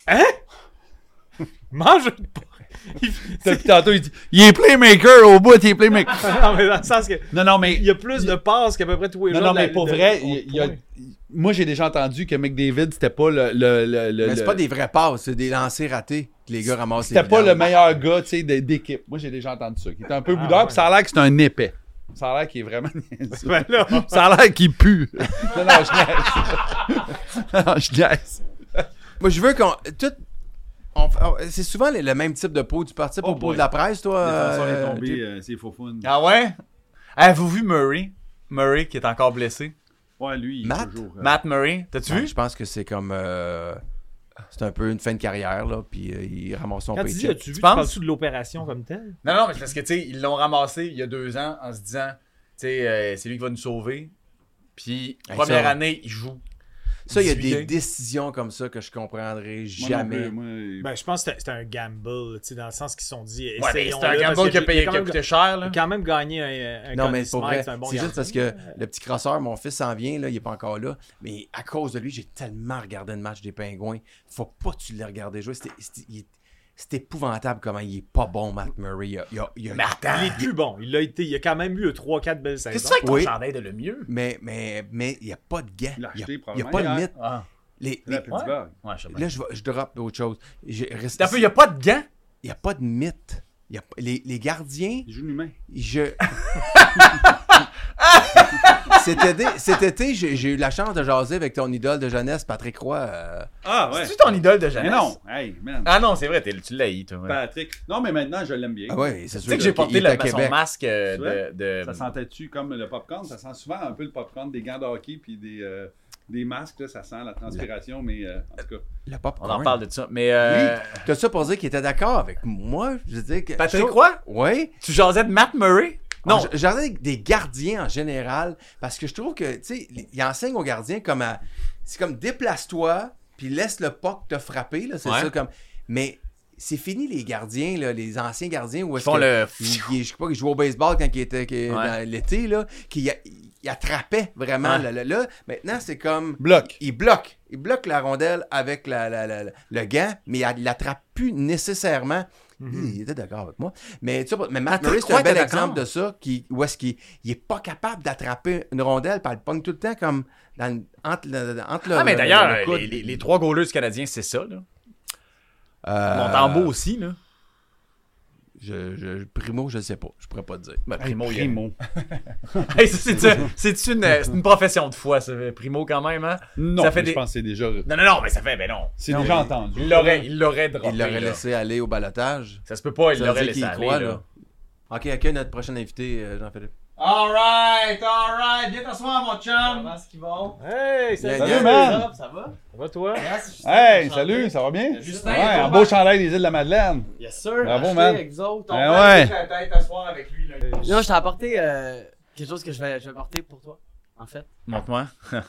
Mange pas. Depuis tantôt, il dit il est playmaker au bout, il est playmaker. Non, mais dans le sens que Non, non, mais. il y a plus de passes qu'à peu près tous les Non, joueurs non, de mais la- pour de- vrai, de- il, il y a- point. moi j'ai déjà entendu que McDavid, c'était pas le. le, le, le- Mais c'est le- pas des vrais passes, c'est des lancers ratés que les gars ramassent. C'était les pas le vidanges. meilleur gars, tu sais, de- d'équipe. Moi j'ai déjà entendu ça. Qui était un peu Ah, boudeur, ouais. puis ça a l'air que c'est un épais. Ça a l'air qu'il est vraiment niaiseux. Ben là, Ça a l'air qu'il pue. Non, non, je niaise. Non, je niaise. Moi, je veux qu'on. Tout. on- on- c'est souvent le, le même type de pot. Tu participes Oh au pot boy. de la presse, toi? euh, Jay? euh, c'est faux fun. Ah ouais? Avez-vous vu Murray? Murray qui est encore blessé. Ouais, lui, il est Matt? toujours. euh, Matt Murray, t'as-tu Ouais, vu? je pense que c'est comme. euh, c'est un peu une fin de carrière, là. Puis euh, il ramasse son quand tu dis paycheck. as-tu vu, tu penses? parles-tu de l'opération comme telle? Non, non, mais c'est parce que, tu sais, ils l'ont ramassé il y a deux ans en se disant, tu sais, euh, c'est lui qui va nous sauver. Puis, Hey, première ça- année, il joue. Ça, il y a dix-huit des ans. décisions comme ça que je comprendrais jamais. Ben, je pense que c'était- c'était un gamble, tu sais, dans le sens qu'ils se sont dit. Ouais, mais c'est essayons-le, un parce gamble que qui a, j'ai- payé, il a qui a quand coûté même- cher, il là. a quand même gagné un, un Non, mais Conn pour Smythe, vrai, c'est un bon c'est juste parce gardien. que le petit crosseur, mon fils s'en vient, là, il est pas encore là. Mais à cause de lui, j'ai tellement regardé le match des Pingouins. Faut pas que tu l'aies regardé jouer. C'était, c'était- il est- c'est épouvantable comment il est pas bon, Matt Murray. Il a- il a- il a- Mais attends! Il est plus bon. Il a été, il a quand même eu trois quatre belles Qu'est-ce que saisons. tu fais avec ton Oui. chandail de le mieux? mais, mais, mais il n'y a pas de gants. Il l'a Il n'y acheté a, il y a probablement pas de hier. mythe. Ah. Les- La les- Pittsburgh. Ouais, je sais pas. là, je, vais- je drop autre chose. J'ai- reste- T'as peu, il n'y a pas de gants? Il n'y a pas de mythe. Il y a pas- les, les gardiens, Il joue lui-même. je. cet été, cet été j'ai, j'ai eu la chance de jaser avec ton idole de jeunesse, Patrick Roy. Euh... Ah, ouais. C'est-tu ton idole de Mais jeunesse? non, hey, man. Ah non, c'est vrai, t'es- tu l'as eu, toi. ouais. Patrick. Non, mais maintenant, je l'aime bien. Ah ouais, c'est Tu sûr. sais que j'ai là, porté il est à le, son Québec. masque euh, C'est vrai? de... de... Ça sentait-tu comme le popcorn? Ça sent souvent un peu le popcorn des gants de hockey puis des, euh, des masques, là, ça sent la transpiration, mais euh, en tout cas. Le On popcorn. en parle de ça. Mais... Euh... T'as ça pour dire qu'il était d'accord avec moi? Je veux dire que... Patrick je- Roy? Oui. Tu jasais de Matt Murray? Non. Non. J'ai regardé des gardiens en général parce que je trouve que, tu sais, ils enseignent aux gardiens comme à. C'est comme déplace-toi puis laisse le puck te frapper, là. C'est Ouais. ça comme. Mais c'est fini les gardiens, là, les anciens gardiens où Ils est-ce font que- le... ils- ils- je sais pas, ils jouaient au baseball quand ils étaient qu'ils- Ouais. dans l'été, là, qui ils attrapaient vraiment. Ouais. Là, là, là. Maintenant, c'est comme. Bloc. Il bloque. Il bloque la rondelle avec la, la- la- la- le gant, mais il l'attrape plus nécessairement. Il était d'accord avec moi. Mais, tu sais, mais Matt Patrick Murray, c'est Roy un bel était exemple d'accord. de ça, qui, où est-ce qu'il il est pas capable d'attraper une rondelle, puis elle pogne tout le temps comme dans, entre le, entre le Ah, mais le- d'ailleurs, le coude. les, les, les trois goalers canadiens, c'est ça, là. Euh, Montembeau aussi, là. je, je, Primo, je sais pas. Je pourrais pas te dire. Ben, Hey, Primo, il y a- Primo. Hey, ça, c'est, c'est une, c'est une profession de foi, ça, Primo, quand même, hein? Non, Ça fait mais des- je pense que c'est déjà, Non, non, non, mais ça fait, ben non. c'est Non, déjà mais entendu. Il l'aurait, il l'aurait droppé, Il l'aurait là. laissé aller au balotage. Ça se peut pas, il Ça veut l'aurait dire laissé qu'il y aller, croit, là. là. Ok, accueille notre prochain invité, euh, Jean-Philippe. Alright, alright, viens t'asseoir, mon chum. Comment est-ce qu'ils vont? Hey, salut! Salut, Salut, man! Ça va? Ça va, toi? Yes, Hey, Justin, salut, enchanté. ça va bien? Justin, Ouais, un comment? beau chandail des îles de la Madeleine. Yes, sir. Bravo, Acheté man. avec vous autres. Ah ouais. la tête t'asseoir avec lui, là. Non, je t'ai apporté euh, quelque chose que je vais, je vais porter pour toi, en fait, Montre-moi.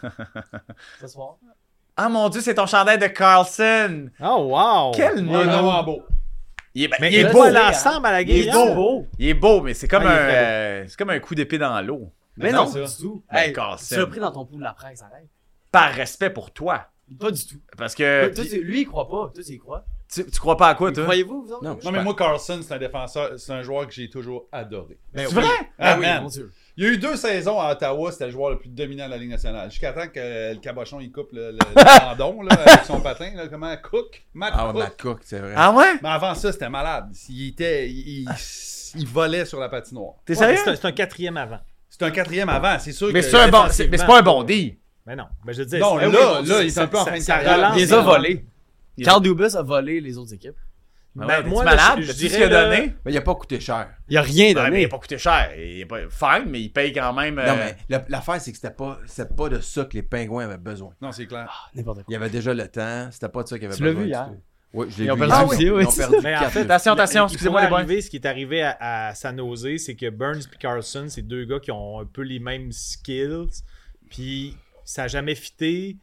ce soir. Ah, mon Dieu, c'est ton chandail de Carlson. Oh, wow! Quel Ouais, nono. vraiment beau. Il est, ben, Mais il est il beau. est l'ensemble à la Il est guérison. beau. Il est beau, mais c'est comme Ah, il est un, très euh, c'est comme un coup d'épée dans l'eau. Mais Non, non, ça. pas du tout. Ben, Hey, Carlson. tu l'as pris dans ton pot de la presse, arrête. Par respect pour toi. Pas du tout. Parce que Toi, tu- lui, il croit pas. Toi, tu y crois. tu, tu crois pas à quoi, toi? Croyez-vous, vous autres? Non. Non, mais moi, Carlson, c'est un défenseur, c'est un joueur que j'ai toujours adoré. Ben C'est oui. vrai? Ah, Ah oui, man. mon Dieu. Il y a eu deux saisons à Ottawa, c'était le joueur le plus dominant de la Ligue nationale. Jusqu'à temps que euh, le cabochon, il coupe le, le, le tendon là, avec son patin. Là, comment? Cook? Matt Ah ouais, Cook. Matt Cook, c'est vrai. Ah ouais? Mais avant ça, c'était malade. Il était... Il, il, il volait sur la patinoire. T'es Ouais, sérieux? c'est un- c'est un quatrième avant. C'est un quatrième avant, c'est sûr Mais que... c'est un bon, c'est- mais c'est pas un bon D. Mais non, mais je veux dire... Non, c'est- là, ah oui, là, ça- il est un peu en ça- fin de ça carrière. relance Il les a vraiment. volés. Carl Dubas a volé les autres équipes. Ben Ben, ouais, moi, t'es-tu là, malade? je- je T'as-tu ce dirais, qu'il a là- donné? Mais il a pas coûté cher. Il a rien Ouais, mais il donné. a pas coûté cher. Il est pas fine, mais il paye quand même. euh, Non, mais la- l'affaire, c'est que c'était pas, c'était pas de ça que les Pingouins avaient besoin. Non, c'est clair. Ah, n'importe quoi. Il y avait déjà le temps, c'était pas de ça qu'ils avaient Tu l'as besoin. vu du hier? tout. Oui, je l'ai Ils ont vu. perdu hier. aussi, oui. Ils ont perdu Mais en quatre, fait, là. Attention, attention, Il excusez-moi les pourrait boys. arriver, ce qui est arrivé à, à San Jose, c'est que Burns et Carlson, c'est deux gars qui ont un peu les mêmes skills. Puis ça n'a jamais fité.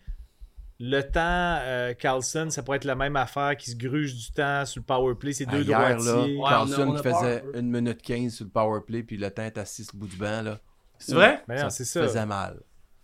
Le temps, euh, Carlson, ça pourrait être la même affaire qui se gruge du temps sur le power play. C'est Ah, deux hier, là, droitiers. Ouais, Carlson on a- on a qui peur faisait un peu. une minute quinze sur le power play, puis le temps est assis au bout du banc, là. C'est vrai? Mais non, c'est ça. faisait mal.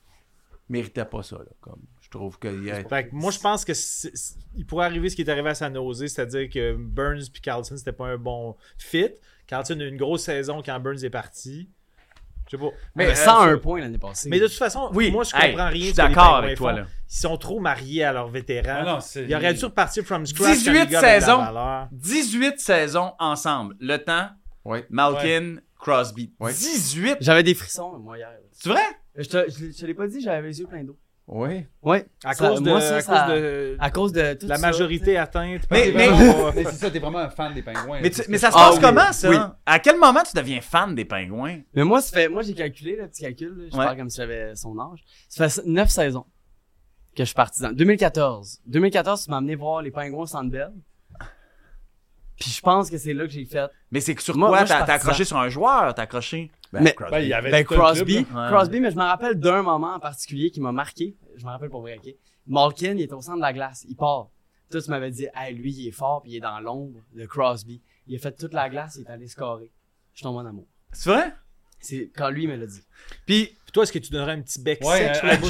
Méritait pas ça, là. Comme, je trouve que hier- Fait que moi, je pense que c'est- c'est- il pourrait arriver ce qui est arrivé à San Jose, c'est-à-dire que Burns et Carlson, c'était pas un bon fit. Carlson a eu une grosse saison quand Burns est parti. Je sais pas. Mais, Mais euh, cent un ça- points l'année passée. Mais de toute façon, Oui, moi, je hey, comprends rien. je suis de ce que les d'accord Penguins avec toi, font. là. Ils sont trop mariés à leurs vétérans. Ah non, c'est- Ils auraient dû repartir from scratch. dix-huit quand les gars avaient de la saisons. valeur. dix-huit saisons ensemble. Le temps, Ouais. Malkin, Crosby. Ouais. dix-huit. J'avais des frissons, moi, hier. C'est vrai? Je te, je, je te l'ai pas dit, j'avais les yeux pleins d'eau. Oui. Ouais. À Ça- cause de, moi, ça, à ça- cause de À cause de tout la ça, majorité atteinte. Mais- par- mais- par- Mais c'est ça, t'es vraiment un fan des Pingouins. Mais, tu- mais ça se Ah passe oui, comment, ça? oui. À quel moment tu deviens fan des Pingouins? Mais moi, ça fait, moi, j'ai calculé, le petit calcul, là, je Ouais. parle comme si j'avais son âge. Ça fait neuf saisons que je suis parti dans. deux mille quatorze. deux mille quatorze, tu m'as amené voir les Pingouins au Centre Bell. Puis je pense que c'est là que j'ai fait. Mais c'est que sur Moi- quoi? moi, je t'as suis t'as accroché partisan. sur un joueur? T'as accroché? Ben, Mais- Crosby. Ben, il y avait Ben, tout un Crosby, club, là. là. Crosby, mais je me rappelle d'un moment en particulier qui m'a marqué. Je me rappelle pour vrai, ok. Malkin, il est au centre de la glace. Il part. Toi, tu m'avais dit, hey, lui, il est fort, puis il est dans l'ombre de Crosby. Il a fait toute la glace, il est allé scorer. Je tombe en amour. C'est vrai? C'est quand lui me l'a dit. Puis, Puis toi, est-ce que tu donnerais un petit bec Ouais, sec euh, sur la à bouche?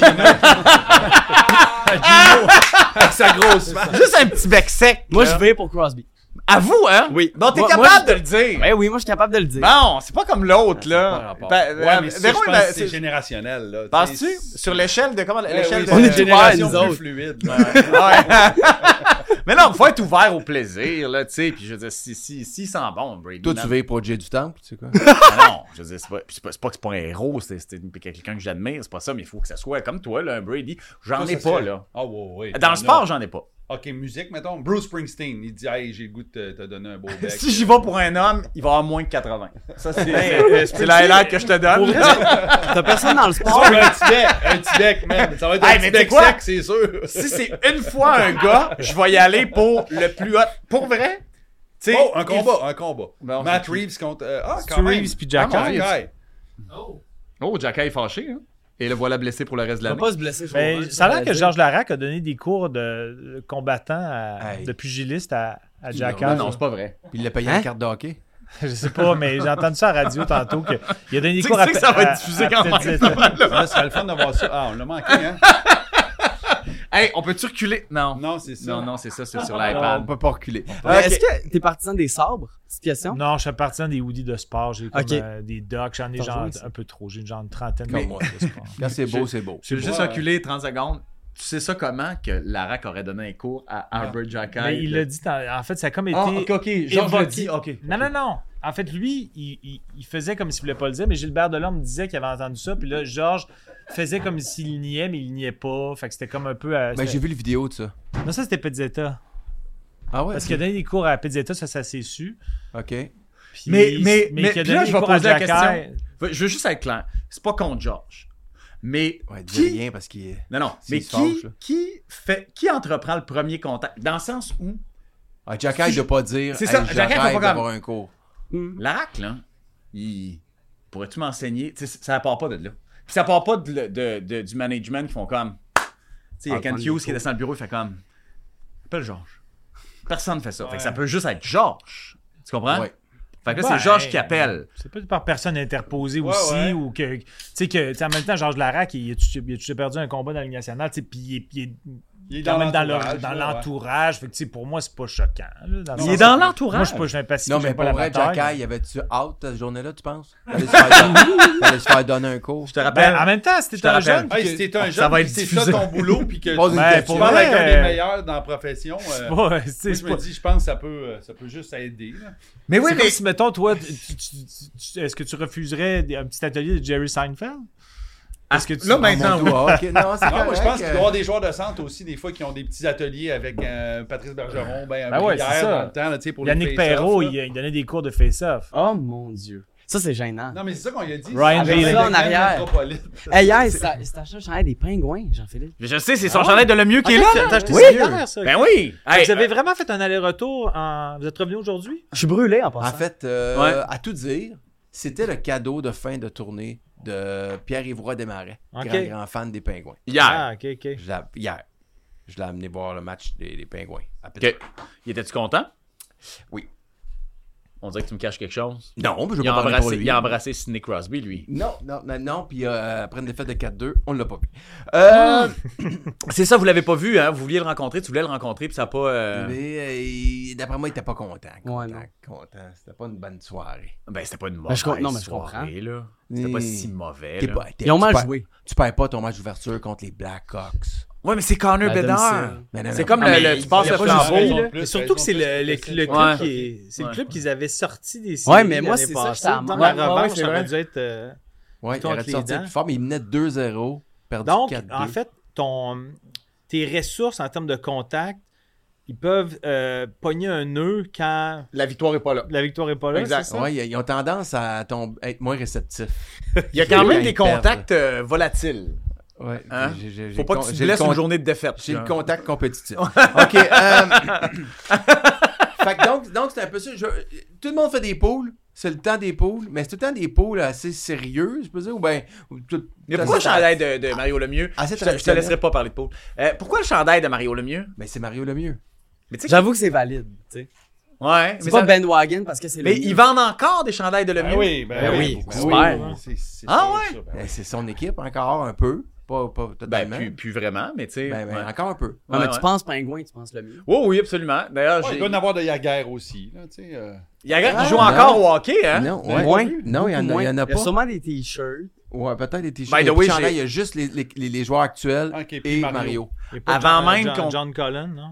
Avec sa grosse face. juste un petit bec sec. Moi, là. je vais pour Crosby. Avoue, hein? Oui. Donc, t'es Moi- capable moi, je- de le dire. Ouais, oui, moi, je suis capable de le dire. Bon, c'est pas comme l'autre, Ça n'a pas là. rapport. Ben, Ouais, euh, mais ça, Véro, je il pense m'a- que c'est c'est- générationnel, là. Penses-tu? Tu sais, Sur l'échelle de comment? Ouais, L'échelle oui, de... c'est On est une génération ouverts, nous plus autres. fluide. là. Ouais. Mais non, faut être ouvert au plaisir, là, tu sais. Puis je veux dire, si, si, si sent bon, Brady. Toi, man. tu veux pour Jay du Temple, tu sais quoi? Ah non, je veux dire, c'est pas, c'est pas, c'est pas que c'est pas un héros, c'est, c'est quelqu'un que j'admire, c'est pas ça, mais il faut que ça soit comme toi, là, un Brady. J'en Toi, ai ça pas, serait- là. Ah, ouais, ouais. Dans le sport, j'en ai pas. Ok, musique, mettons. Bruce Springsteen, il dit, hey, j'ai le goût de te, te donner un beau bec. Si j'y vais pour un homme, il va avoir moins que quatre-vingts. Ça, c'est, Ben, c'est, c'est la highlight que je te donne. T'as personne dans le Ça sport. va être un petit bec, un petit bec, man. Ça va être Hey, un mais petit bec tu sais quoi? sec, c'est sûr. Si c'est une fois un gars, je vais y aller pour le plus hot. Pour vrai? Tu sais, Oh, un il- combat, un combat. Bon, Matt c'est- Reeves contre... euh, ah, Stu quand même. Reeves puis Jack Ah, mon Hyde. gars. Oh, Jack est fâché, hein? Et le voilà blessé pour le reste de Il va l'année. pas se blesser. je Ben, comprends, ça a l'air veut que dire. Georges Larac a donné des cours de, de combattant, à- Hey. de pugiliste à, à Jack Non, Hyde. non, c'est pas vrai. Puis il l'a payé Hein? en carte de hockey. Je sais pas, mais j'ai entendu ça à la radio tantôt que il a donné des Tu cours sais à que ça va être à- diffusé à quand Petite même. Zeta. Là, ce serait le fun de voir ça. Ah, on l'a manqué, hein? Hey, on peut-tu reculer? Non. Non, c'est ça. Non, non, c'est ça, c'est sur On l'iPad. peut pas reculer. Mais Est-ce que t'es partisan des sabres? Petite question. Non, je suis partisan des hoodies de sport. J'ai comme Ok. euh, des docks. J'en ai T'en genre joues aussi? un peu trop. J'ai genre une trentaine Comme de moi. de sport. Quand c'est beau, c'est beau. Je vais juste Ouais. reculer trente secondes. Tu sais ça comment que Larac aurait donné un cours à Albert Jacquet? Mais il l'a dit, en en fait, ça a comme été. Ah, ok, ok. Georges l'a évoqué. dit, ok. Non, non, non. En fait, lui, il, il- il faisait comme s'il voulait pas le dire, mais Gilbert Delorme disait qu'il avait entendu ça. Puis là, Georges faisait comme s'il niait, mais il niait pas. Fait que c'était comme un peu. euh, Ben, c'était- j'ai vu les vidéos de ça. Non, ça, c'était Pizzetta. Ah ouais? Parce qu'il a donné des cours à Pizzetta, ça, ça s'est su. Ok. Puis- Mais- mais- mais- qu'il a puis là, donné je des vais cours à poser la Jacquet. Je veux juste être clair. C'est pas contre Georges. Mais Ouais, dis qui... rien parce qu'il est. Non, non. S'il Mais se qui, fâche, là. qui, fait... qui entreprend le premier contact? Dans le sens où Ah, Jack Hyde doit pas dire. C'est ça, hey, Jack Hyde je fait rêve pas d'avoir un cours. Larac, là, il... pourrais-tu m'enseigner? Tu sais, ça part pas de là. Puis ça part pas de, de- de- du management qui font comme... Tu sais, il y a Ah, Ken prendre Hughes des qui est cours. dans le bureau, il fait comme... Appelle Georges. Personne fait ça. Fait Ouais. que ça peut juste être Georges. Tu comprends? Ouais. Fait que là, Ben, c'est Georges qui appelle. C'est pas par personne interposée Ouais, aussi, ouais. ou que. Tu sais, que, tu sais, en même temps, Georges Larac, il, il, a-tu- il a-tu perdu un combat dans la Ligue nationale, tu sais, puis il est, il est Il est quand même dans l'entourage, leur- dans là, ouais. l'entourage. Fait que, tu sais, pour moi, c'est pas choquant. là, dans le Il sens est dans que- l'entourage. Moi, je suis pas, je suis impassible, Non, mais j'aime pas pour la vrai, bataille. Jack Hyde, y avait-tu out cette journée-là, tu penses? Allez se faire donner, allait se faire donner un cours. Je te rappelle. Ben, en même temps, si Je te t'es un rappelle. jeune. Hey, que- si t'es un Ça jeune, va puis être c'est diffusé. ça ton boulot, puis que Pose tu une Ben, tu question. pour parles avec un vrai, des euh, meilleurs dans la profession, euh, Ouais, moi, tu sais, je c'est me pas- dis, je pense que ça peut, ça peut juste aider. Là. Mais oui, c'est mais... comme si, mettons, toi, tu- tu- tu- tu- est-ce que tu refuserais des- un petit atelier de Jerry Seinfeld? Est-ce que tu... Là, maintenant, oui. Ah, ok, non, c'est Non, moi, je correct, pense qu'il doit y euh, avoir des joueurs de centre aussi, des fois, qui ont des petits ateliers avec euh, Patrice Bergeron, ben, un Ben ouais, Brière c'est ça. dans le temps, là, tu sais, pour les Yannick face-offs, Perrault, là. il, il donnait des cours de face-off. Oh mon dieu. Ça, c'est gênant. Non, mais c'est ça qu'on lui a dit. Ryan c'est Bailey. avec Ça, en le arrière. Métropolite. Hey, hier, c'est c'est acheté un chandail des pingouins, Jean-Philippe. Je sais, c'est son chandail de le mieux qui est Ok, là. tu- là. t'as acheté Oui. ça hier, ça. Ben oui. Hey, Vous avez euh, vraiment fait un aller-retour en... Vous êtes revenu aujourd'hui? Je suis brûlé en passant. En fait, euh, Ouais. à tout dire, c'était le cadeau de fin de tournée de Pierre-Yves Roy Desmarais, Ok. grand, grand fan des Pingouins. Hier. Ah, ok, ok. Je l'ai- hier, je l'ai amené voir le match des, des Pingouins. à OK. Pittsburgh. Il était-tu content? Oui. On dirait que tu me caches quelque chose. Non, mais je veux Il a, pas parler pour embrassé, lui. il a embrassé Sidney Crosby, lui. Non, non, non, non. Puis euh, après une défaite de quatre deux, on l'a pas vu. Euh, C'est ça, vous l'avez pas vu, hein? Vous vouliez le rencontrer, tu voulais le rencontrer, puis ça n'a pas... euh, Mais euh, d'après moi, il était pas content. Content, Ouais, non. content. C'était pas une bonne soirée. Ben, c'était pas une Ben, mauvaise je com- non, mais je soirée, là. C'était pas Mais- si mauvais, T'es là. pas- t'es- Ils ont tu mal perds- joué. Tu perds pas ton match d'ouverture contre les Blackhawks. Ouais, mais c'est Connor À Bedard. domicile. Mais non, C'est non. comme Ah, le, mais le- tu il passes y a le pas flambeau. juste raison. là. Plus, Et surtout que c'est le, le, raison, le club Ouais. qui est. C'est Ouais. le club qu'ils avaient sorti des séries. Ouais, mais moi, l'année c'est ça, passée. j'étais à Dans moi. la Ouais, ouais, revanche, c'est ça aurait vrai. dû être. euh, Ouais, il contre aurait les sorti dents. plus fort, mais il menait deux zéro, perdu Donc, quatre deux. en fait, ton, tes ressources en termes de contact, ils peuvent euh, pogner un nœud quand La victoire est pas là. la victoire n'est pas là. Exact. c'est ça? Ouais, ils ils ont tendance à tomber, être moins réceptifs. Il y a quand même Quand des ils perdent. contacts euh, volatiles. Ouais, Hein? j'ai- j'ai- Faut j'ai pas le que tu con- te j'ai le blesses con- une journée de défaite. J'ai le là. contact compétitif. OK. euh, fait que donc, donc c'est un peu ça. Je- Tout le monde fait des poules. C'est le temps des poules. Mais c'est tout le temps des poules assez sérieuses, je peux dire. Ou bien. Mais pourquoi le chandail de, de Mario Lemieux? Assez Je te, je te traditionnel. laisserai pas parler de Paul. Euh, pourquoi le chandail de Mario Lemieux? Mais c'est Mario Lemieux. Mais tu sais, J'avoue que c'est valide. tu sais. ouais. C'est Mais, pas ça- Ben Wagon parce que c'est le. mais ils vendent encore des chandails de Lemieux. Ben oui, ben, Ben oui. oui, Ben j'espère. oui, c'est- c'est Ah sûr, ouais? ça, ben Ben, oui. c'est son équipe encore un peu. Pas, pas Ben, totalement. plus, plus vraiment, mais tu sais. Ben, ben, ouais. encore un peu. Ouais, Ouais, mais tu ouais. penses pingouin, tu penses le mieux. Oh, oui, absolument. D'ailleurs, Ouais, j'ai... il doit y en avoir de Yaguerre aussi. Là, tu sais, euh. il y a un gars qui Ah, joue non. encore au hockey, hein? Non, Ben, ouais. Moins. Non, il y en a, il y en a Il y a pas. sûrement des t-shirts. Ouais, peut-être des t-shirts. By the Il y a way, plus de chandail, j'ai- il y a juste les, les, les, les joueurs actuels Ok, puis et Mario. Mario. Il y a pas Avant John- même John, qu'on- John Cullen, non?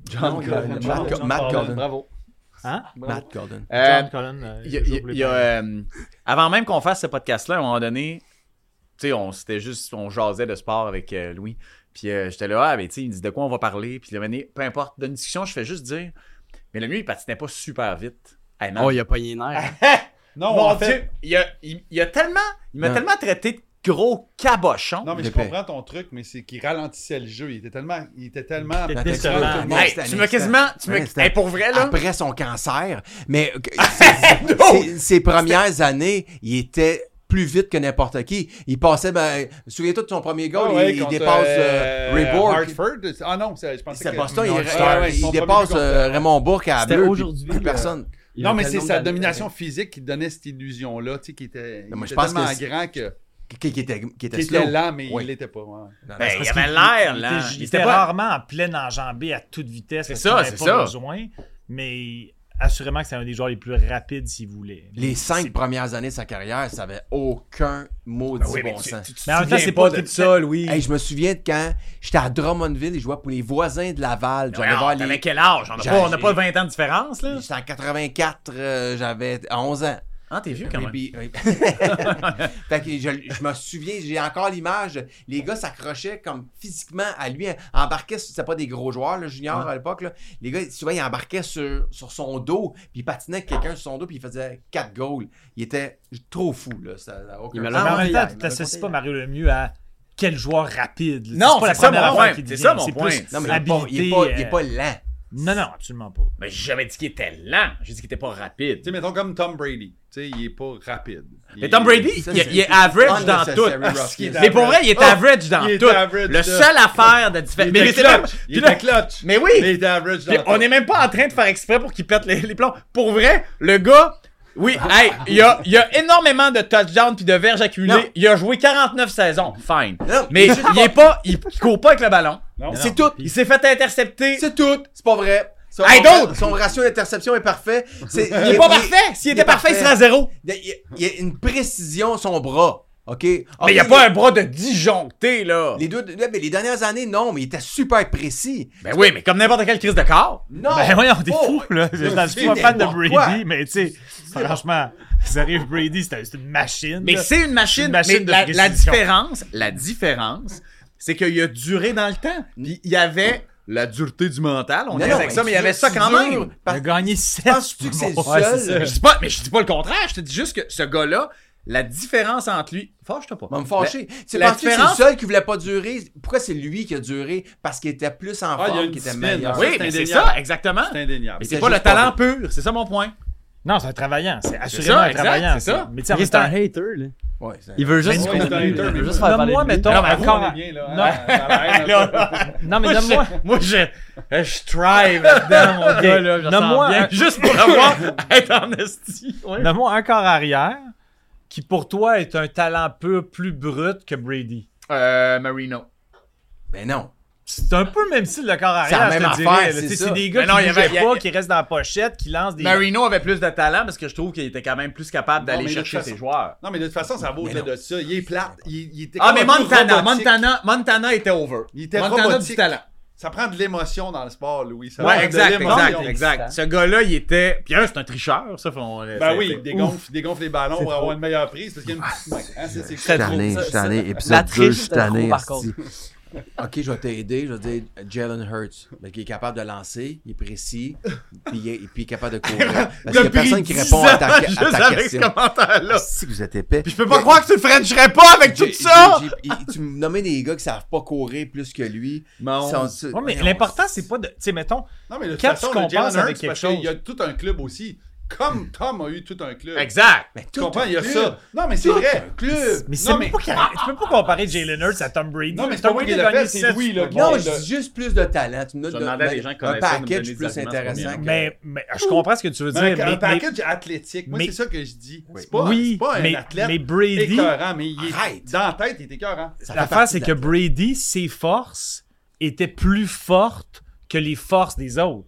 John Cullen. Matt, Go- Matt Golden. Bravo. Hein? Matt Golden. Euh, John Cullen. euh, Il y a- joue il y a- pour les il y a, Penguins. euh, avant même qu'on fasse ce podcast-là, à un moment donné, tu sais, on c'était juste, on jasait de sport avec euh, Louis. Puis euh, j'étais là, ah, mais tu sais, il me dit de quoi on va parler. Puis le moment, peu importe, dans une discussion, je fais juste dire, mais le mieux, il patinait pas super vite. Hey, man. Oh, il a pas les nerfs. Non, Mon en Dieu, fait. il a, il, il a tellement, il m'a Non. tellement traité de gros cabochon. Non, mais je L'épée. comprends ton truc, mais c'est qu'il ralentissait le jeu. Il était tellement. Il était tellement. Il était Attends, décevant. tout le monde, Hey, c'était un tu m'as instant. quasiment, tu Un m'as, instant. hey, pour vrai là. Après son cancer, mais euh, ses, ses- ses premières années, il était plus vite que n'importe qui. Il passait, ben, souviens-toi de son premier goal, Ah ouais, il, il contre, dépasse euh, euh, Ray Bourque. Hartford. Ah non, c'est- je pensais C'est que. Boston, il, Non, il- Star, il son premier dépasse but contre- euh, Raymond Bourque à C'était bleu. puis aujourd'hui, plus euh, personne. Il Non, a mais fait c'est le nombre sa d'années. domination physique qui donnait cette illusion-là, tu sais, qui était, Non, moi, il je était pense tellement que c'est- grand que. Qui, qui était, qui était Qui slow. était lent, mais Oui. il l'était pas. Ouais. Non, non, Ben, c'est il parce avait qu'il- l'air Il là. était, il Il était était pas. rarement en pleine enjambée à toute vitesse. C'est parce ça, qu'il avait c'est pas ça. besoin, mais assurément que c'est un des joueurs les plus rapides s'il voulait. Les cinq C'est- premières années de sa carrière, ça avait aucun maudit Oui, mais bon tu, sens. tu, tu Mais en te même temps, souviens c'est pas pas de ça, Louis. Hey, je me souviens de quand j'étais à Drummondville et je jouais pour les voisins de Laval. J'allais voir les... T'avais quel âge? On n'a J'ai- pas, on n'a pas vingt ans de différence, là. J'étais en quatre-vingt-quatre, euh, j'avais onze ans. Ah, t'es vieux quand Et même. puis, oui. Fait que je, je me souviens, j'ai encore l'image. Les gars s'accrochaient comme physiquement à lui, embarquaient, c'était pas des gros joueurs, le junior à l'époque. Là. Les gars, souvent, ils embarquaient sur, sur son dos, puis ils patinaient avec quelqu'un sur son dos, puis il faisait quatre goals. Il était trop fou, là. Ça, ça a aucun Il me sens. l'a Mais en même hier, temps, il tu me t'associes l'a pas compté Mario Lemieux à quel joueur rapide. Non, pas la c'est ça première mon affaire point. qui C'est devient, ça mon c'est point. plus Non, mais il est pas, il est habilité, pas, il est euh, pas lent. Non, non, absolument pas. Mais j'ai jamais dit qu'il était lent. J'ai dit qu'il était pas rapide. Tu sais, mettons comme Tom Brady. Tu sais, il est pas rapide. Il Mais est- Tom Brady, Ça, il, c'est- il est average dans unnecessary tout. roughness. Il est Mais pour vrai, il est Oh, average dans il tout. était average Le là. seul affaire de Il différence. était Mais c'est là. clutch. Il puis là- était clutch. Mais oui. Mais il était average Puis dans on tout. n'est même pas en train de faire exprès pour qu'il pète les, les plombs. Pour vrai, le gars, oui, hey, il y a, il y a énormément de touchdowns puis de verges accumulées. Non. Il a joué quarante-neuf saisons, fine. Non, Mais il est pas, il, il court pas avec le ballon. Non. C'est tout. Il s'est fait intercepter. C'est tout. C'est pas vrai. Son, Hey, d'autres! son ratio d'interception est parfait. C'est, Il est pas parfait. S'il était parfait, il serait à zéro. Il y, a, il y a une précision, son bras. OK? Mais il n'y a pas un bras de disjoncté, là. Les, deux, là, mais les dernières années, non, mais il était super précis. Ben oui, mais comme n'importe quelle crise de corps. Non! Ben voyons, t'es Oh, fou, là. Je je suis pas c'est fan de n'importe Brady, quoi. mais tu sais, franchement, sérieux, Brady, c'est c'est une machine. Mais là. c'est une machine. C'est une machine mais de la, la précision. différence, la différence, c'est qu'il a duré dans le temps. Puis il y avait la dureté du mental. On Non, est non, avec ça, mais il y avait tu- ça tu quand dures même. Il parce- a gagné sept. Penses-tu que c'est le Ouais, seul? c'est ça. Je dis pas, mais je dis pas le contraire. Je te dis juste que ce gars-là, la différence entre lui. Fâche-toi pas. Va me fâcher. C'est la parce que c'est le différence- seul qui voulait pas durer. Pourquoi c'est lui qui a duré? Parce qu'il était plus en Ah, il y a forme, une qu'il était discipline, meilleur. ça, Oui, c'est mais c'est indéniable. ça, exactement. C'est indéniable. Mais C'est c'est pas le juste pas talent pur. C'est ça mon point. Non, c'est un travaillant. C'est assurément ça, un exact, travaillant. c'est ça. Mais tu sais, en Il même est un temps, hater, là. Ouais, c'est- Il veut juste, Ouais, c'est un hater, il mais veut juste moi- faire parler Donne-moi, de lui. mettons, Non, mais encore. on est bien, là. Non. hein, ça a l'air, là. Non, mais Moi, donne-moi. je, moi, je, je thrive là-dedans, mon gars, là. Je Donne-moi sens bien. un- Juste pour avoir être en esti. Ouais. Donne-moi un corps arrière qui, pour toi, est un talent peu plus brut que Brady. Euh, Marino. Ben non. C'est un peu le même style de corps C'est la arrière, je même te dirais, affaire, là. c'est Tu sais, ça. C'est des gars Mais qui non, ne il y avait- il y a- pas, qui restent dans la pochette, qui lancent des... Marino avait plus de talent parce que je trouve qu'il était quand même plus capable Non, d'aller mais de chercher toute ses façon- joueurs. Non, mais de toute façon, ça va au-delà de ça. Il est plate. Il, il était Ah, comme mais un peu Montana, robotique. Montana, Montana était over. Il était Montana robotique. du talent. Ça prend de l'émotion dans le sport, Louis. Ça Ouais, prend de exact, l'émotion. exact, exact. Ce gars-là, il était. Puis un, c'est un tricheur, ça. Faut... Ben oui, il dégonfle, il dégonfle les ballons pour avoir une meilleure prise parce qu'il y a une petite main. Hein, c'est- c'est- Je suis tanné, je suis tanné. La Épisode deux, triche, je suis c'était tanné. trop, par esti. Ok, je vais t'aider. Je vais dire Jalen Hurts. Ben, qui est capable de lancer, il est précis, puis il est, puis il est capable de courir. Parce qu'il n'y a personne qui répond à ta, à juste ta avec question. ce commentaire-là. Si vous êtes épais. Puis je peux pas croire que tu le frencherais pas avec tout J'ai- ça! j'ai- j'ai- Tu me nommais des gars qui savent pas courir plus que lui. Non. Ils sont- Ouais, mais non, l'important, c'est pas de... Tu sais, mettons, Non, mais de toute Quand façon, tu le compenses Jalen avec Hurts, quelque parce chose- qu'il y a tout un club aussi. Comme Tom a eu tout un club. Exact. Mais Tu tout comprends, un il y a club. ça. Non, mais c'est Tout vrai. un club. mais c'est Non, même mais- pas qu'il y a- tu peux pas comparer Jalen Hurts à Tom Brady. Non, mais c'est Tom pas moi Brady qui a l'a gagné fait, c'est sept Louis, là, Super qui Non, Bon, je le- dis juste plus de talent. Tu me donnes Je de- demandais à de- des gens qui un connaissent ça de me package donner plus des arguments, intéressant. c'est que- Mais, mais je comprends ce que tu veux dire. Mais mais, un, un mais- package athlétique. Moi, mais- c'est ça que je dis. Oui. C'est pas, oui, c'est pas un mais, athlète mais Brady, écœurant, mais il est Arrête. dans la tête, il est écœurant. Ça fait l'affaire, partie c'est de que la- Brady, ses forces étaient plus fortes que les forces des autres.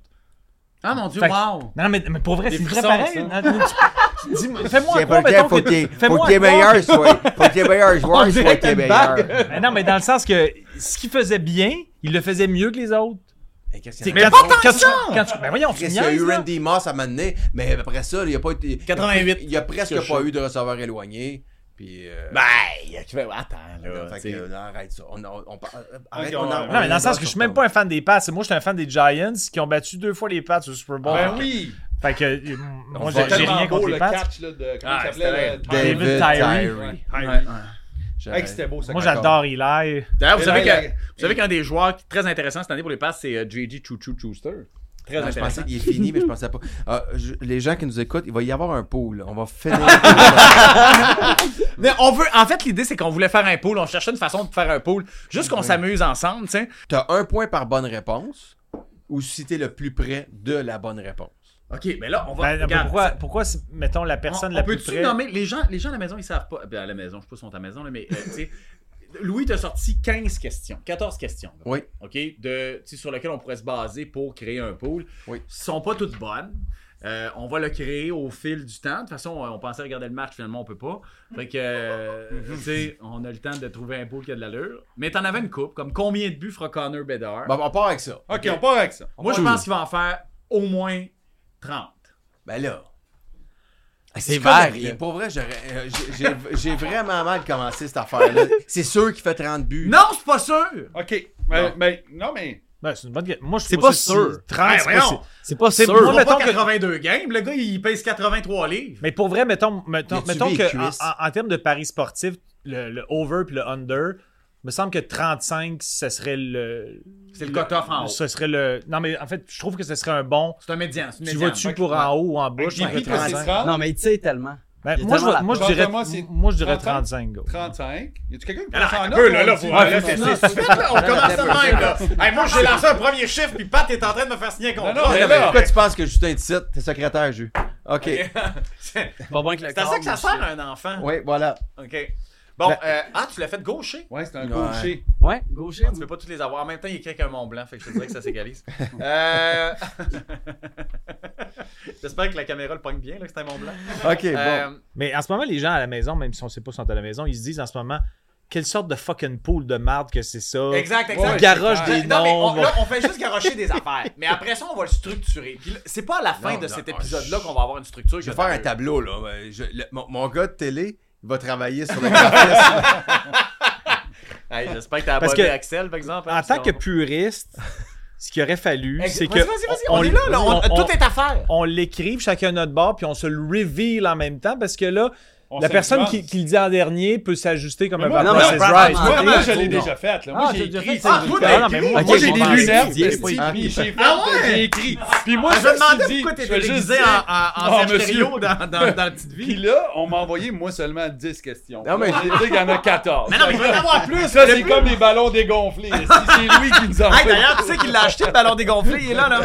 Ah mon dieu, Fait que- wow! Non, mais, mais pour vrai, Des c'est vrai frissons, pareil. ça. Non, tu- dis-moi- Fais-moi Tiens, croire, faut qu'il- mettons, faut que qu'il y ait- t'es- faut fais-moi qu'il y ait croire meilleur, que- soit. Faut qu'il y ait meilleur joueur, dirait soit que qu'il y ait t'as une bague. meilleur. Mais non, mais dans le sens que ce qu'il faisait bien, il le faisait mieux que les autres. Hey, qu'est-ce T'sais, qu'il y a- quand, pas tant quand que tu- ça! quand tu- ben voyons, tu Qu'est-ce qu'il y a eu niaises, là. Randy Moss à un moment donné, mais après ça, il n'y a pas été. quatre-vingt-huit. Il y a presque Que pas je- eu de receveur éloigné. Puis. euh, Ben, tu fais, attends, là. fait tu sais. que, non, arrête ça. On, on, on, parle- arrête, Ok, on, ouais. en- Non, on Non, mais dans le sens reviendra que je suis sur même ton- pas un fan des Pats. Moi, j'étais un fan des Giants qui ont battu deux fois les Pats au Super Bowl. Ben oui! Fait que, euh, moi, On j'ai va j'ai Tellement rien beau, contre les le Pats. catch là, de. Comment Ah, il s'appelait? c'était- là? David Tyree. Tyree. Ouais. Ouais. J'avais- Hey, que c'était beau, ça. Moi, quand- j'adore Eli. D'ailleurs, vous Et savez là, que- il a- vous savez qu'un des joueurs qui est très intéressant cette année pour les passes, c'est euh, J J Choo-Choo Schuster. Très Non, je intéressant. pensais qu'il est fini, mais je pensais pas. Ah, je- les gens qui nous écoutent, il va y avoir un pool. On va finir. Mais on veut, en fait, l'idée, c'est qu'on voulait faire un pool. On cherchait une façon de faire un pool. Juste qu'on s'amuse ensemble, tu sais. T'as un point par bonne réponse ou si t'es le plus près de la bonne réponse. OK, mais là, on va. Ben, regarde, pourquoi, ça- pourquoi, c'est- mettons, la personne on, la on plus peut-tu près... nommer les gens, les gens à la maison, ils savent pas. Ben, à la maison, je sais pas si ils sont à la maison, là, mais euh, tu sais. Louis t'a sorti quinze questions, quatorze questions. là. Oui. OK? De, tu sais, sur lesquelles on pourrait se baser pour créer un pool. Oui. Ils sont pas toutes bonnes. Euh, on va le créer au fil du temps. De toute façon, on pensait regarder le match, finalement, on peut pas. Fait que, euh, tu sais, on a le temps de trouver un pool qui a de l'allure. Mais t'en avais une coupe, comme combien de buts fera Connor Bedard? Bon, on part avec ça. Ok, on part avec ça. Moi, je pense qu'il va en faire au moins trente. Ben là. C'est correct, vague, là. Pour vrai, j'aurais- euh, j'ai- j'ai j'ai vraiment mal commencé cette affaire-là. C'est sûr qu'il fait trente buts. Non, c'est pas sûr! Ok. Mais, Non. mais- non, mais. Ben, c'est une bonne... Moi, je C'est trouve pas ça sûr. si- trente, Ben, c'est pas voyons. si- C'est pas C'est sûr. moi, On va mettons pas que- quatre-vingt-deux games, le gars, il pèse quatre-vingt-trois livres. Mais pour vrai, mettons, mettons, Y a-tu mettons vu que les en, cuisses? en- en termes de paris sportifs, le, le over puis le under, me semble que trente-cinq, ce serait le... C'est le cut-off en haut. Ce serait le... Non, mais en fait, je trouve que ce serait un bon... C'est un médian. C'est une Tu médiane. vas-tu Fait que- pour en haut ou en bas? Je J'ai trouve pris que que c'est trente-cinq. trente. Non, mais il tire tellement. Ben, Il y a moi, je, tellement moi, je la- dirais, Moi, c'est moi, je dirais trente-cinq. trente-cinq, gars. trente-cinq. Y a-tu quelqu'un qui Alors, prend ça en un note? peu, là, ou là, on faut dit- arrêter, Ouais, c'est- faut- c'est- c'est- là, on commence de même, là. Hey, moi, j'ai lancé un premier chiffre, puis Pat est en train de me faire signer un contrat. Non, non, mais Mais là- pourquoi tu penses que Justin Tissot, t'es secrétaire, Jus? OK. C'est Pas bon que le à ça que ça sert un enfant. Oui, voilà. OK. Bon, Ben- euh, ah, tu l'as fait gaucher? Ouais, c'est un Ouais. gaucher. Ouais, gaucher. Ah, tu peux pas tous les avoir. En même temps, il écrit avec un Mont Blanc, fait que je te dirais que ça s'égalise. euh... J'espère que la caméra le pogne bien, là, que c'est un Mont Blanc. OK, Euh, bon. Mais en ce moment, les gens à la maison, même si on sait pas si sont à la maison, ils se disent en ce moment, quelle sorte de fucking pool de marde que c'est ça. Exact, exact. Ouais, Garoche c'est des Non, mais on, noms. là, on fait juste garocher des affaires. Mais après ça, on va le structurer. Puis là, c'est pas à la fin Non, de non, cet non, épisode-là qu'on va avoir une structure. Je vais faire un tableau, là. Ouais, je- le- mon, mon gars de télé, il va travailler sur le graphisme. Hey, j'espère que t'as Parce abonné que- Axel, par exemple. En hein, tant parce que qu'on- puriste, ce qu'il aurait fallu, Ex- c'est que. Vas-y, vas-y, vas-y. On, est là, là. On- on- tout est à faire. on l'écrive chacun à notre bord, puis on se le reveal en même temps, parce que là, On la personne s'influence. qui, qui le dit en dernier peut s'ajuster comme Mais un moi, non, Price mais is Brad- Right. Moi, Moi, comment moi, il je faut, l'ai non? déjà fait. Là. Moi, Ah, j'ai t'as déjà écrit. fait Ah, ça. toi, Ah, t'as non, mais écrit. moi, Moi, j'ai j'ai pas des pensé. lunettes, J'ai esti, pas écrit. puis j'ai fait, Ah ouais? j'ai écrit. Puis moi, Ah, je me ceci demandais dit, pourquoi je t'étais vais juste déguisé dire- en, en, en Non, Serge monsieur. Thériault dans, dans, dans la petite Puis vie. là, on m'a envoyé, moi, seulement dix questions. Non, mais- J'ai dit qu'il y en a quatorze. Mais non, mais il va y en avoir plus. Ça, Le c'est plus- comme des ballons dégonflés. esti. C'est lui qui nous a Hey, envoyé. d'ailleurs, tu sais qu'il l'a acheté le ballon dégonflé, il est là, là.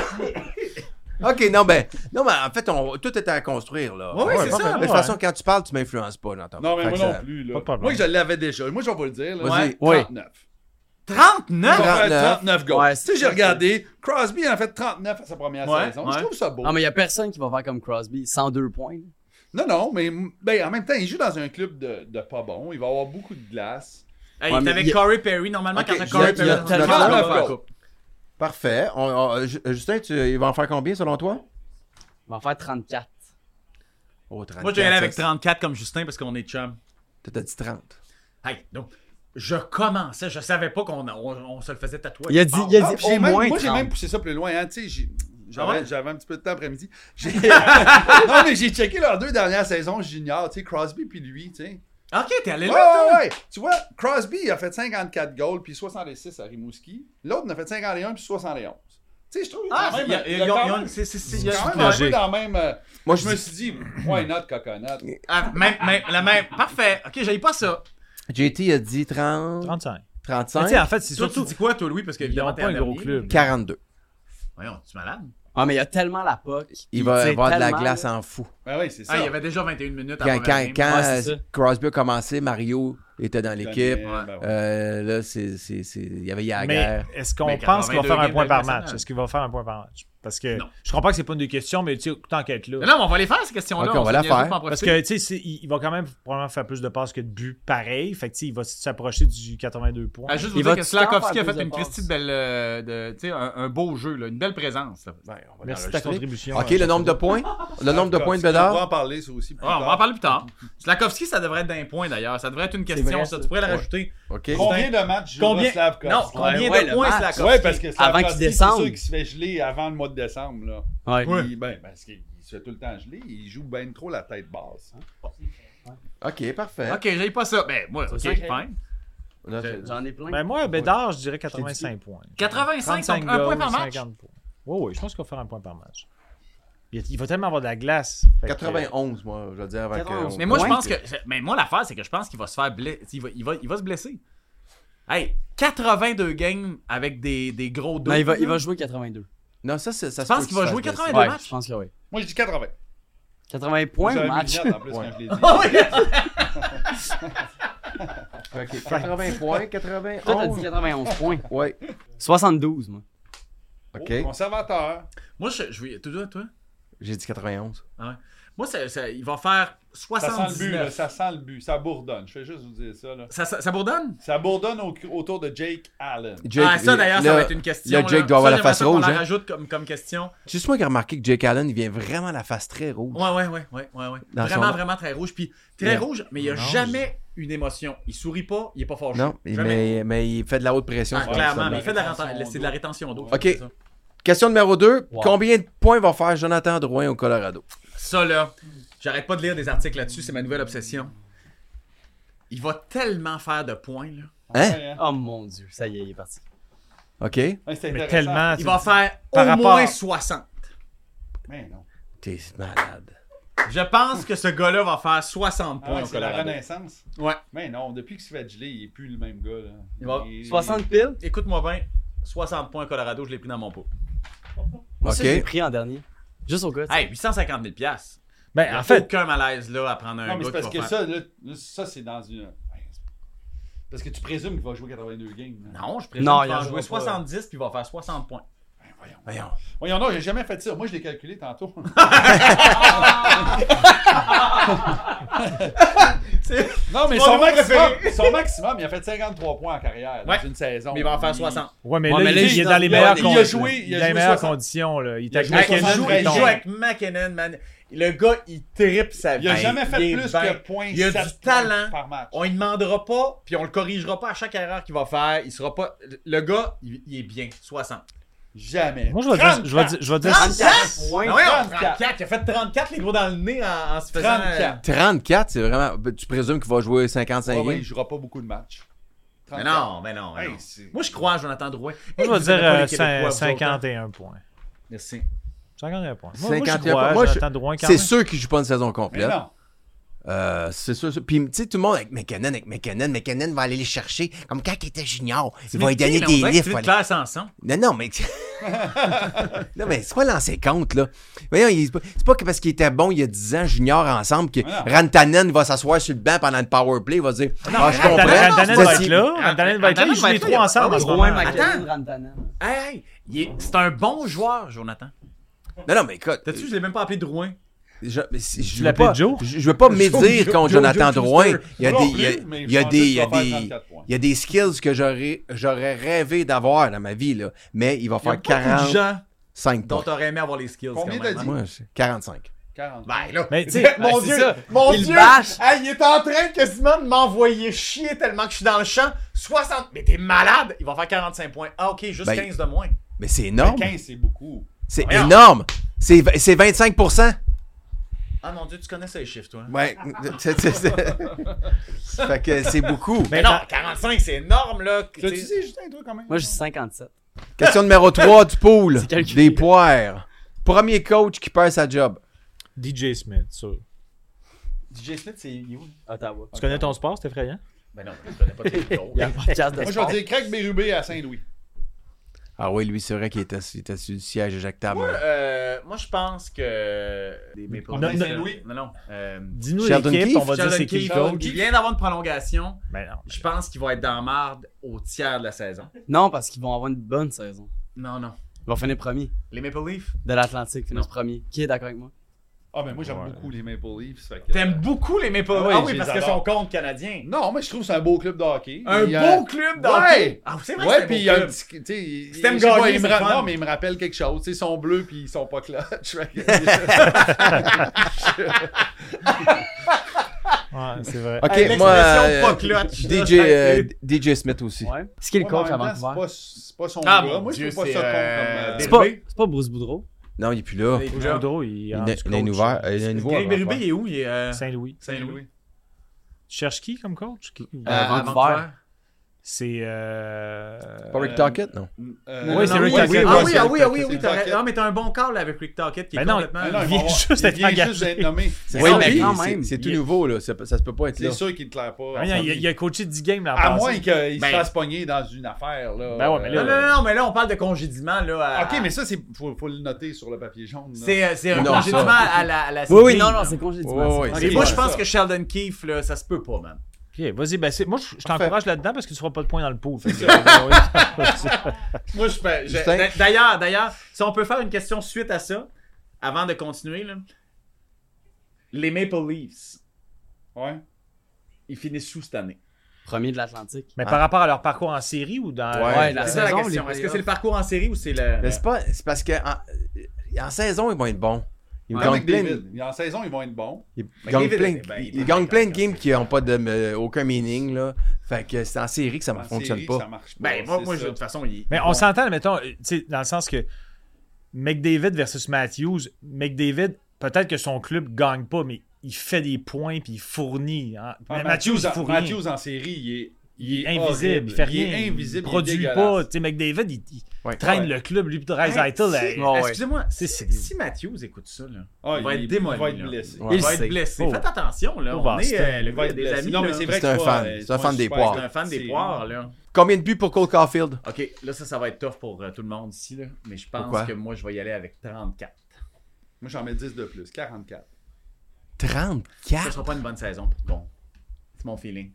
OK, non, ben, non, mais en fait, on, tout est à construire, là. Oui, oui, c'est parfait. ça. De toute Ouais. façon, quand tu parles, tu m'influences pas, j'entends. Non, mais Fait moi que non ça- plus. Là. Pas de problème. Moi, je l'avais déjà. Moi, je vais pas le dire. Là. Vas-y. Ouais, Oui. trente-neuf. trente-neuf? On va faire trente-neuf. trente-neuf goals. Ouais, tu sais, j'ai c'est regardé. Crosby en a fait trente-neuf à sa première Ouais, saison. ouais. Je trouve ça beau. Non, mais il y a personne qui va faire comme Crosby. cent deux points. là. Non, non, mais ben, en même temps, il joue dans un club de, de pas bon. Il va avoir beaucoup de glace. Hey, Ouais, il est mais avec il y a- Corey Perry. Normalement, Ok, quand t'as il y a- Corey il y Perry, a tu tellement vas de faire la goals. coupe. Parfait. On- on- Ju- Justin, tu, il va en faire combien, selon toi? Il va en faire trente-quatre. Oh, trente-quatre. Moi, je vais y aller avec ça, trente-quatre comme Justin parce qu'on est chum. Toi, t'as dit trente. Hey, donc, je commençais, je savais pas qu'on on, on se le faisait tatouer. Il a dit, il a Ah, dit puis j'ai au même- moins moi, j'ai trente. même poussé ça plus loin. Hein. Tu sais, j'ai- j'avais, Ah ouais? j'avais un petit peu de temps après-midi. J'ai- non, mais j'ai checké leurs deux dernières saisons juniors. Tu sais, Crosby puis lui. Tu sais. Ok, t'es allé Ouais, là, toi? ouais, ouais. Tu vois, Crosby il a fait cinquante-quatre goals puis soixante-six à Rimouski. L'autre en a fait cinquante et un puis soixante et onze. Tu sais, je trouve Ah, quand même, il y a- il il y a y a- quand il y a- même- c'est- c'est- c'est- c'est il y a- quand même un peu logique. dans le même. euh, Moi, je me suis dit, why not coconut? Ah, même, même, la même. Parfait. Ok, j'avais pas ça. J T a dit trente, trente-cinq. Mais trente-cinq, tu sais, en fait, c'est Toi, tu surtout. dis quoi, toi, Louis? Parce Ils qu'évidemment, n'ont t'es pas un un gros dernier. club. quarante-deux. Voyons, tu es malade? Ah, mais il y a tellement la puck. Il va y tire avoir de la tellement, glace là. en fou. Ben oui, c'est ça. Ah, il y avait déjà vingt et une minutes à Quand, la quand, première game. quand Ouais, c'est ça. Crosby a commencé, Mario était dans l'équipe. Ben, ben ouais. Euh, là, c'est, c'est, c'est... il y avait Mais Yaguer. est-ce qu'on Mais pense qu'il va quatre-vingt-deux faire un games point de par nationale. match? Est-ce qu'il va faire un point par match? Parce que Non. je comprends que c'est pas une des questions, mais tu sais, tant qu'être là. Mais non, mais on va les faire, ces questions-là. Ok, on va la se niaise faire. pas en Parce profiter. que, tu sais, c'est- il, il va quand même probablement faire plus de passes que de buts pareil. Fait que, tu sais, il va s'approcher du quatre-vingt-deux points. Ah, juste Il vous dire va que tout Slakowski le a temps fait faire une plus de Christie de belle. euh, de, tu sais, un, un beau jeu, là, une belle présence. Là. Ben, on va Merci de ta l'enregistrer. contribution. Ok, le nombre de points. Le nombre de points de On va en Bédard. parler, ça aussi. plus Ah, on tard. va en parler plus tard. Slakowski, ça devrait être d'un point d'ailleurs. Ça devrait être une question. vrai, ça. ça. Tu pourrais la Ouais. rajouter. Ok. Combien de matchs joue Combien- Slavkovski? Non, combien ouais, de le points match. Slakowski? Ouais, parce que Avant Slavkovski, qu'il c'est descende. sûr qu'il se fait geler avant le mois de décembre. Là. Ouais. Ouais. Il- ben, parce qu'il il se fait tout le temps geler. Il joue bien trop la tête basse. hein. Ok, parfait. Ok, j'ai pas ça. Ben, moi, ok, C'est ça, fine. Là, c'est- J'en ai plein. Ben, moi, Bédard, je dirais quatre-vingt-cinq points. quatre-vingt-cinq, trente-cinq donc un point goals, par match. cinquante points. Oui, oui, je pense qu'il va faire un point par match. Il, il va tellement avoir de la glace. Fait que- quatre-vingt-onze, moi, je veux dire, avec. quatre-vingt-onze. euh, Mais moi, je Ouais. pense que. Mais moi, l'affaire, c'est que je pense qu'il va se faire blesser. Il va, il, va, il va se blesser. Hey, quatre-vingt-deux games avec des, des gros dos. Non, il va, il va jouer quatre-vingt-deux. Non, ça, c'est. Ça Tu se penses peut qu'il va se jouer fasse quatre-vingt-deux Ouais, matchs? je pense que oui. Moi, je dis quatre-vingts. quatre-vingts points J'avais au mis match. une note, en plus, Ouais. quand je l'ai dit. Ah oui! Ok, quatre-vingts points, quatre-vingt-onze. Toi, t'as dit quatre-vingt-onze points. Ouais. soixante-douze, moi. Ok. Oh, conservateur. Moi, je, je vais. Toi, toi? J'ai dit quatre-vingt-onze. Moi, ça, ça- il va faire Ça sent le but, là, soixante-dix-neuf. ça sent le but. Ça bourdonne. Je fais juste vous dire ça. Là. Ça, ça, ça bourdonne? Ça bourdonne au- autour de Jake Allen. Jake, ah, ça d'ailleurs, ça là, va être une question. là, Jake là. doit avoir Ça, la j'aimerais face ça qu'on rouge, la hein. rajoute comme, comme question. Juste moi qui ai remarqué que Jake Allen, il vient vraiment la face très rouge. Ouais, ouais, ouais, ouais, ouais, ouais. Dans Vraiment, son- vraiment très rouge. Puis très Yeah. rouge, mais il n'y a Non, jamais une émotion. Il sourit pas, il est pas fâché. Non, Jamais. mais, mais il fait de la haute pression. Ah, sur clairement, ça. mais il fait de la, rétention rétention- c'est de la rétention d'eau. Ok. c'est ça. Question numéro deux. Wow. Combien de points va faire Jonathan Drouin au Colorado? Ça, là, j'arrête pas de lire des articles là-dessus, c'est ma nouvelle obsession. Il va tellement faire de points, là. Hein? Ouais, hein. Oh mon dieu, ça y est, il est parti. Ok. Ouais, c'est Mais intéressant. tellement. Il va faire Par au rapport- moins soixante. Mais non. T'es malade. Je pense que ce gars-là va faire soixante Ah points ouais, au c'est la Colorado. renaissance. Ouais. Mais non, depuis qu'il se fait geler, il est plus le même gars. Là. Il va- Il- soixante piles? Écoute-moi bien, soixante points au Colorado, je l'ai pris dans mon pot. Moi aussi, Ok. je l'ai pris en dernier. Juste au cas. tu sais. Hey, huit cent cinquante mille dollars. Ben, Il n'y a en fait, aucun malaise là à prendre un Non, mais gars c'est parce qui que va faire... ça, là, là, ça, c'est dans une. Parce que tu présumes qu'il va jouer quatre-vingt-deux games. là. Non, je présume Non, qu'il il en va en jouera jouer pas. soixante-dix puis il va faire soixante points. Ben, voyons. Voyons. Voyons, non, j'ai jamais fait ça. Moi, je l'ai calculé tantôt. non, mais mon son nouveau maximum, préféré. son maximum, il a fait cinquante-trois points en carrière dans Ouais. une saison. Mais il va en faire soixante. ouais, mais Ouais, là, mais il, là, il il est est dans dans- les il a- meilleures il a conditions. joué- il a Il est dans les joué meilleures soixante. conditions. Là. Il est a avec joué Hey, il, soixante, joue, McKinnon, il mettons. joue avec McKinnon, man. Le gars, il trippe sa vie. Il a jamais fait est plus bien. que point Il a sept du talent. par match. On ne demandera pas, puis on le corrigera pas à chaque erreur qu'il va faire. Il sera pas. Le gars, il, il est bien. soixante. Jamais. Moi, je vais dire. Je vais dire, je vais dire trente-quatre points. Ah ouais, trente-quatre. trente-quatre. Il a fait trente-quatre les gros dans le nez en, en se faisant. trente-quatre. trente-quatre, c'est vraiment. Tu présumes qu'il va jouer cinquante-cinq Ouais, ouais, games? il jouera pas beaucoup de matchs. Mais non, mais non. mais Hey, non. c'est- Moi, je crois à Jonathan Drouin. Moi, je Vous vais dire aimez pas les euh, Québécois, vous autres, hein? cinquante et un points. Merci. cinquante et un points. Moi, moi, je cinquante et un crois points. à Moi, je- Jonathan Drouin quand C'est même. sûr qu'il joue pas une saison Mais complète. non. Euh, c'est sûr. sûr. Puis, tu sais, tout le monde avec McKinnon, avec McKinnon, McKinnon va aller les chercher. Comme quand il était junior. Il va lui donner des livres. Tu voilà. Claire Sanson. Non, non, mais. non, mais c'est pas lancer compte, là. Voyons, il- c'est pas- c'est pas que parce qu'il était bon il y a dix ans, junior ensemble, que Ouais, non. Rantanen va s'asseoir sur le banc pendant le power play, il va dire Ah, je Rantanen comprends. Rantanen Ça, va c'est- être là. Rantanen va être là. Ils jouent les trois ensemble Ah en ce oui, moment. Drouin, McKinnon, Attends. Rantanen. Hey, hey, il est- c'est un bon joueur, Jonathan. Non, non, mais écoute. T'as-tu, je l'ai même pas appelé Drouin. Je, mais si- je Tu veux l'appelles pas, Joe? Je, je veux pas médire Joe- contre Joe- Jonathan Joe Drouin. Schuster. Il y a Moi des, non il y a, plus, mais il y a je des, il y a pensais qu'il va des, faire trente-quatre points. il y a des skills que j'aurais, j'aurais rêvé d'avoir dans ma vie, là. Mais il va Il y a faire beaucoup de quarante-cinq gens dont points. t'aurais aimé avoir les skills. Combien quand t'as même, dit? hein. Moi, c'est quarante-cinq. quarante. Ben là. Mais tu sais, mon c'est Dieu, ça. mon Il Dieu, bâche. hey, il est en train quasiment de m'envoyer chier tellement que je suis dans le champ. soixante, mais t'es malade. Il va faire quarante-cinq points. Ah ok, juste Ben, quinze de moins. Mais c'est énorme. quinze, c'est beaucoup. C'est Voyons. énorme. C'est, v- c'est vingt-cinq pour cent. Ah mon Dieu, tu connais ces chiffres toi. Ouais. C'est, c'est, c'est- fait que c'est beaucoup. Mais non, quarante-cinq c'est énorme là. Tu l'as T'sais- dit, Justin, toi, quand même? Moi, je dis cinquante-sept. Question numéro trois du pool. C'est calculé. Des poires. Premier coach qui perd sa job. D J Smith, sûr. D J Smith, c'est il est où? Ottawa. Tu connais ton sport, c'est effrayant? Ben non, je connais pas tes coachs. Il y a un podcast de Moi, je sport. vais dire Craig Bérubé à Saint-Louis. Ah oui, lui, c'est vrai qu'il était, il était sur le siège éjectable. Moi, euh, moi, je pense que. Les Maple Non, Leafs, non. Saint-Louis. Non, non. Euh, Dis-nous Sheldon l'équipe, Keefe? on va dire Sheldon c'est qui le Keefe, coach. il vient d'avoir une prolongation. Ben non. Je pense qu'il va être dans marde au tiers de la saison. Non, parce qu'ils vont avoir une bonne saison. Non, non. vont finir premier. Les Maple Leafs? De l'Atlantique, finissent Non. premier. Qui est d'accord avec moi? Ah, ben moi, j'aime Ouais. beaucoup les Maple Leafs. fait que- T'aimes beaucoup les Maple Leafs? Ah oui, Ah oui, je parce les que adore. son compte canadien. Non, mais je trouve que c'est un beau club de hockey. Un Il y beau a- club de Ouais. hockey. Ah, c'est vrai que Ouais, c'est puis un il beau y a un club. petit. Tu sais, Si t'aimes je sais pas, gagner, il me c'est ra- fun. Non, mais il me rappelle quelque chose. Tu sais, ils sont bleus puis ils sont pas clutch. Fait que- Ouais, c'est vrai. Ok, Hey, moi, l'expression euh, pas clutch, D là, J, ça a euh, été- D J Smith aussi. Ouais. C'est qui le Ouais, coach mais en à même temps, Vancouver? C'est pas, c'est pas son Ah, gars. mon Moi, Dieu, je trouve pas c'est, ça con euh, comme. des- C'est pas, Berube? c'est pas Bruce Boudreau. Non, il est plus là. Il est plus Jean là. Boudreau, il est Il en est il est ouvert. Il est nouveau. Greg à Berube, Vancouver. il est où? Il est euh, Saint-Louis. Saint-Louis. Tu cherches qui comme coach? Qui- Euh, À Vancouver. C'est. Euh... Pas Rick Tocchet, non? Euh, Oui, c'est non, Rick oui, Tocchet. oui, Ah Ouais, oui, c'est ah Rick oui, ah oui, Tocchet. oui, C'est t'as Tocchet. raison. Non, mais t'as un bon call avec Rick Tocchet qui est Ben non, complètement... Mais non, Il ils vient vont avoir- juste d'être il vient engagé. juste d'être nommé. Oui, ça, mais mais quand c'est- même, c'est tout il- nouveau, là. Ça, ça se peut pas être là. C'est sûr qu'il ne claire pas. Ah, il, a, il a coaché dix games là À moins qu'il se Ben- fasse pogner dans une affaire. Là. Ben ouais, mais là- Non, non, non, non, mais là, on parle de congédiement, là. à- Ok, mais ça, il faut, faut le noter sur le papier jaune. là. C'est euh, c'est un Non, congédiement ça. à la, à la Oui, oui, Céline, non, non, là. c'est congédiement. Ouais, ouais, c'est c'est Et moi, je Ouais, pense ça. que Sheldon Keefe, là, ça se peut pas, man. Ok, vas-y, ben c'est- moi je, je Parfait. t'encourage là-dedans parce que tu feras pas de points dans le pool. Fait que- Moi, je fais. je- Justin? d'a- D'ailleurs, d'ailleurs, si on peut faire une question suite à ça, avant de continuer, là. Les Maple Leafs, Ouais. ils finissent sous cette année. Premier de l'Atlantique. Mais par rapport à leur parcours en série ou dans. Ouais, Ouais, la C'est ça la saison, question. les Est-ce que playoffs. c'est le parcours en série ou c'est le. Mais c'est pas. C'est parce que en, en saison, ils vont être bons. Ils Comme gagnent avec plein, David. En saison, ils vont être bons. ils Mais gagnent David, plein, ben, il ils est gagnent bon plein de quand games même. qui n'ont pas de, euh, aucun meaning, là. Fait que c'est en série que ça ne En fonctionne série, pas. Ça marche pas. Ben, moi, c'est moi je- ça. de toute façon, il. Mais on s'entend, mettons, tu sais, dans le sens que McDavid versus Matthews, McDavid, peut-être que son club gagne pas, mais il fait des points puis il fournit. hein. Ah, Mais Matthews, Matthews, il en- fournit. rien. Matthews en série, il est. Il est horrible. invisible, il fait rien. Il est invisible, il produit il est pas. dégueulasse. Tu sais, McDavid, il, il Ouais. traîne Ouais. le club, lui, puis Hey, Draisaitl. si- hey, Ouais, ouais. Excusez-moi, C'est si, sérieux. si Matthews écoute ça, là, Ah, il va être démoli. Il va être là. blessé. Ouais. Il Il va être sait. blessé. Oh. Faites attention, là. Oh, On Boston. est euh, le Il va gars être des blessé. amis. Non, mais là. c'est vrai C'est que un toi, fan. euh, C'est un toi, fan des super, poires. C'est un fan des C'est- poires, là. Combien de buts pour Cole Caulfield? Ok, là, ça, ça va être tough pour euh, tout le monde ici, là. Mais je pense Pourquoi? que moi, je vais y aller avec trente-quatre. Moi, j'en mets dix de plus. quarante-quatre. Ça trente-quatre? sera pas une bonne saison. Bon, c'est mon feeling.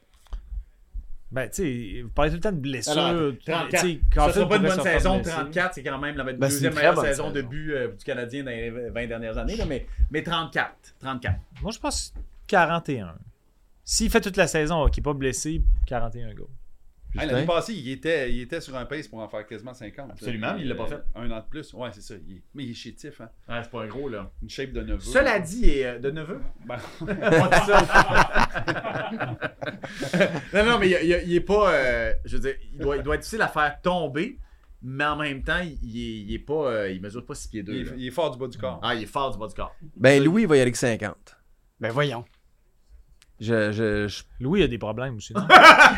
Ben, tu sais, vous parlez tout le temps de blessures. Alors, tu trente-quatre. sais, Ça Caulfield sera pas une pourrait bonne se faire saison. blesser. trente-quatre, c'est quand même la Ben, c'est deuxième une très meilleure bonne saison, saison. de but euh, du Canadien dans les vingt dernières années. Là, mais, mais trente-quatre. trente-quatre. Moi, je pense quarante et un. S'il fait toute la saison, qu'il n'est pas blessé, quarante et un goals. Hey, L'année passée, il était, il était sur un pace pour en faire quasiment cinquante. Absolument, mais il l'a pas fait. Un an de plus. Ouais, c'est ça. Il est- Mais il est chétif, hein. Ouais, c'est pas un gros, là. Une shape de neveu. Cela dit, et, euh, de neveu. Ben, On dit ça. non, non, mais il, il- il est pas. euh, je veux dire, il doit, il doit être difficile à faire tomber, mais en même temps, il, il est, il est pas. euh, il mesure pas six pieds deux. il, est, il est fort du bas du corps. Ah, il est fort du bas du corps. Ben, Louis, il va y aller avec cinquante. Ben voyons. Je, je, je- Louis a des problèmes aussi, non?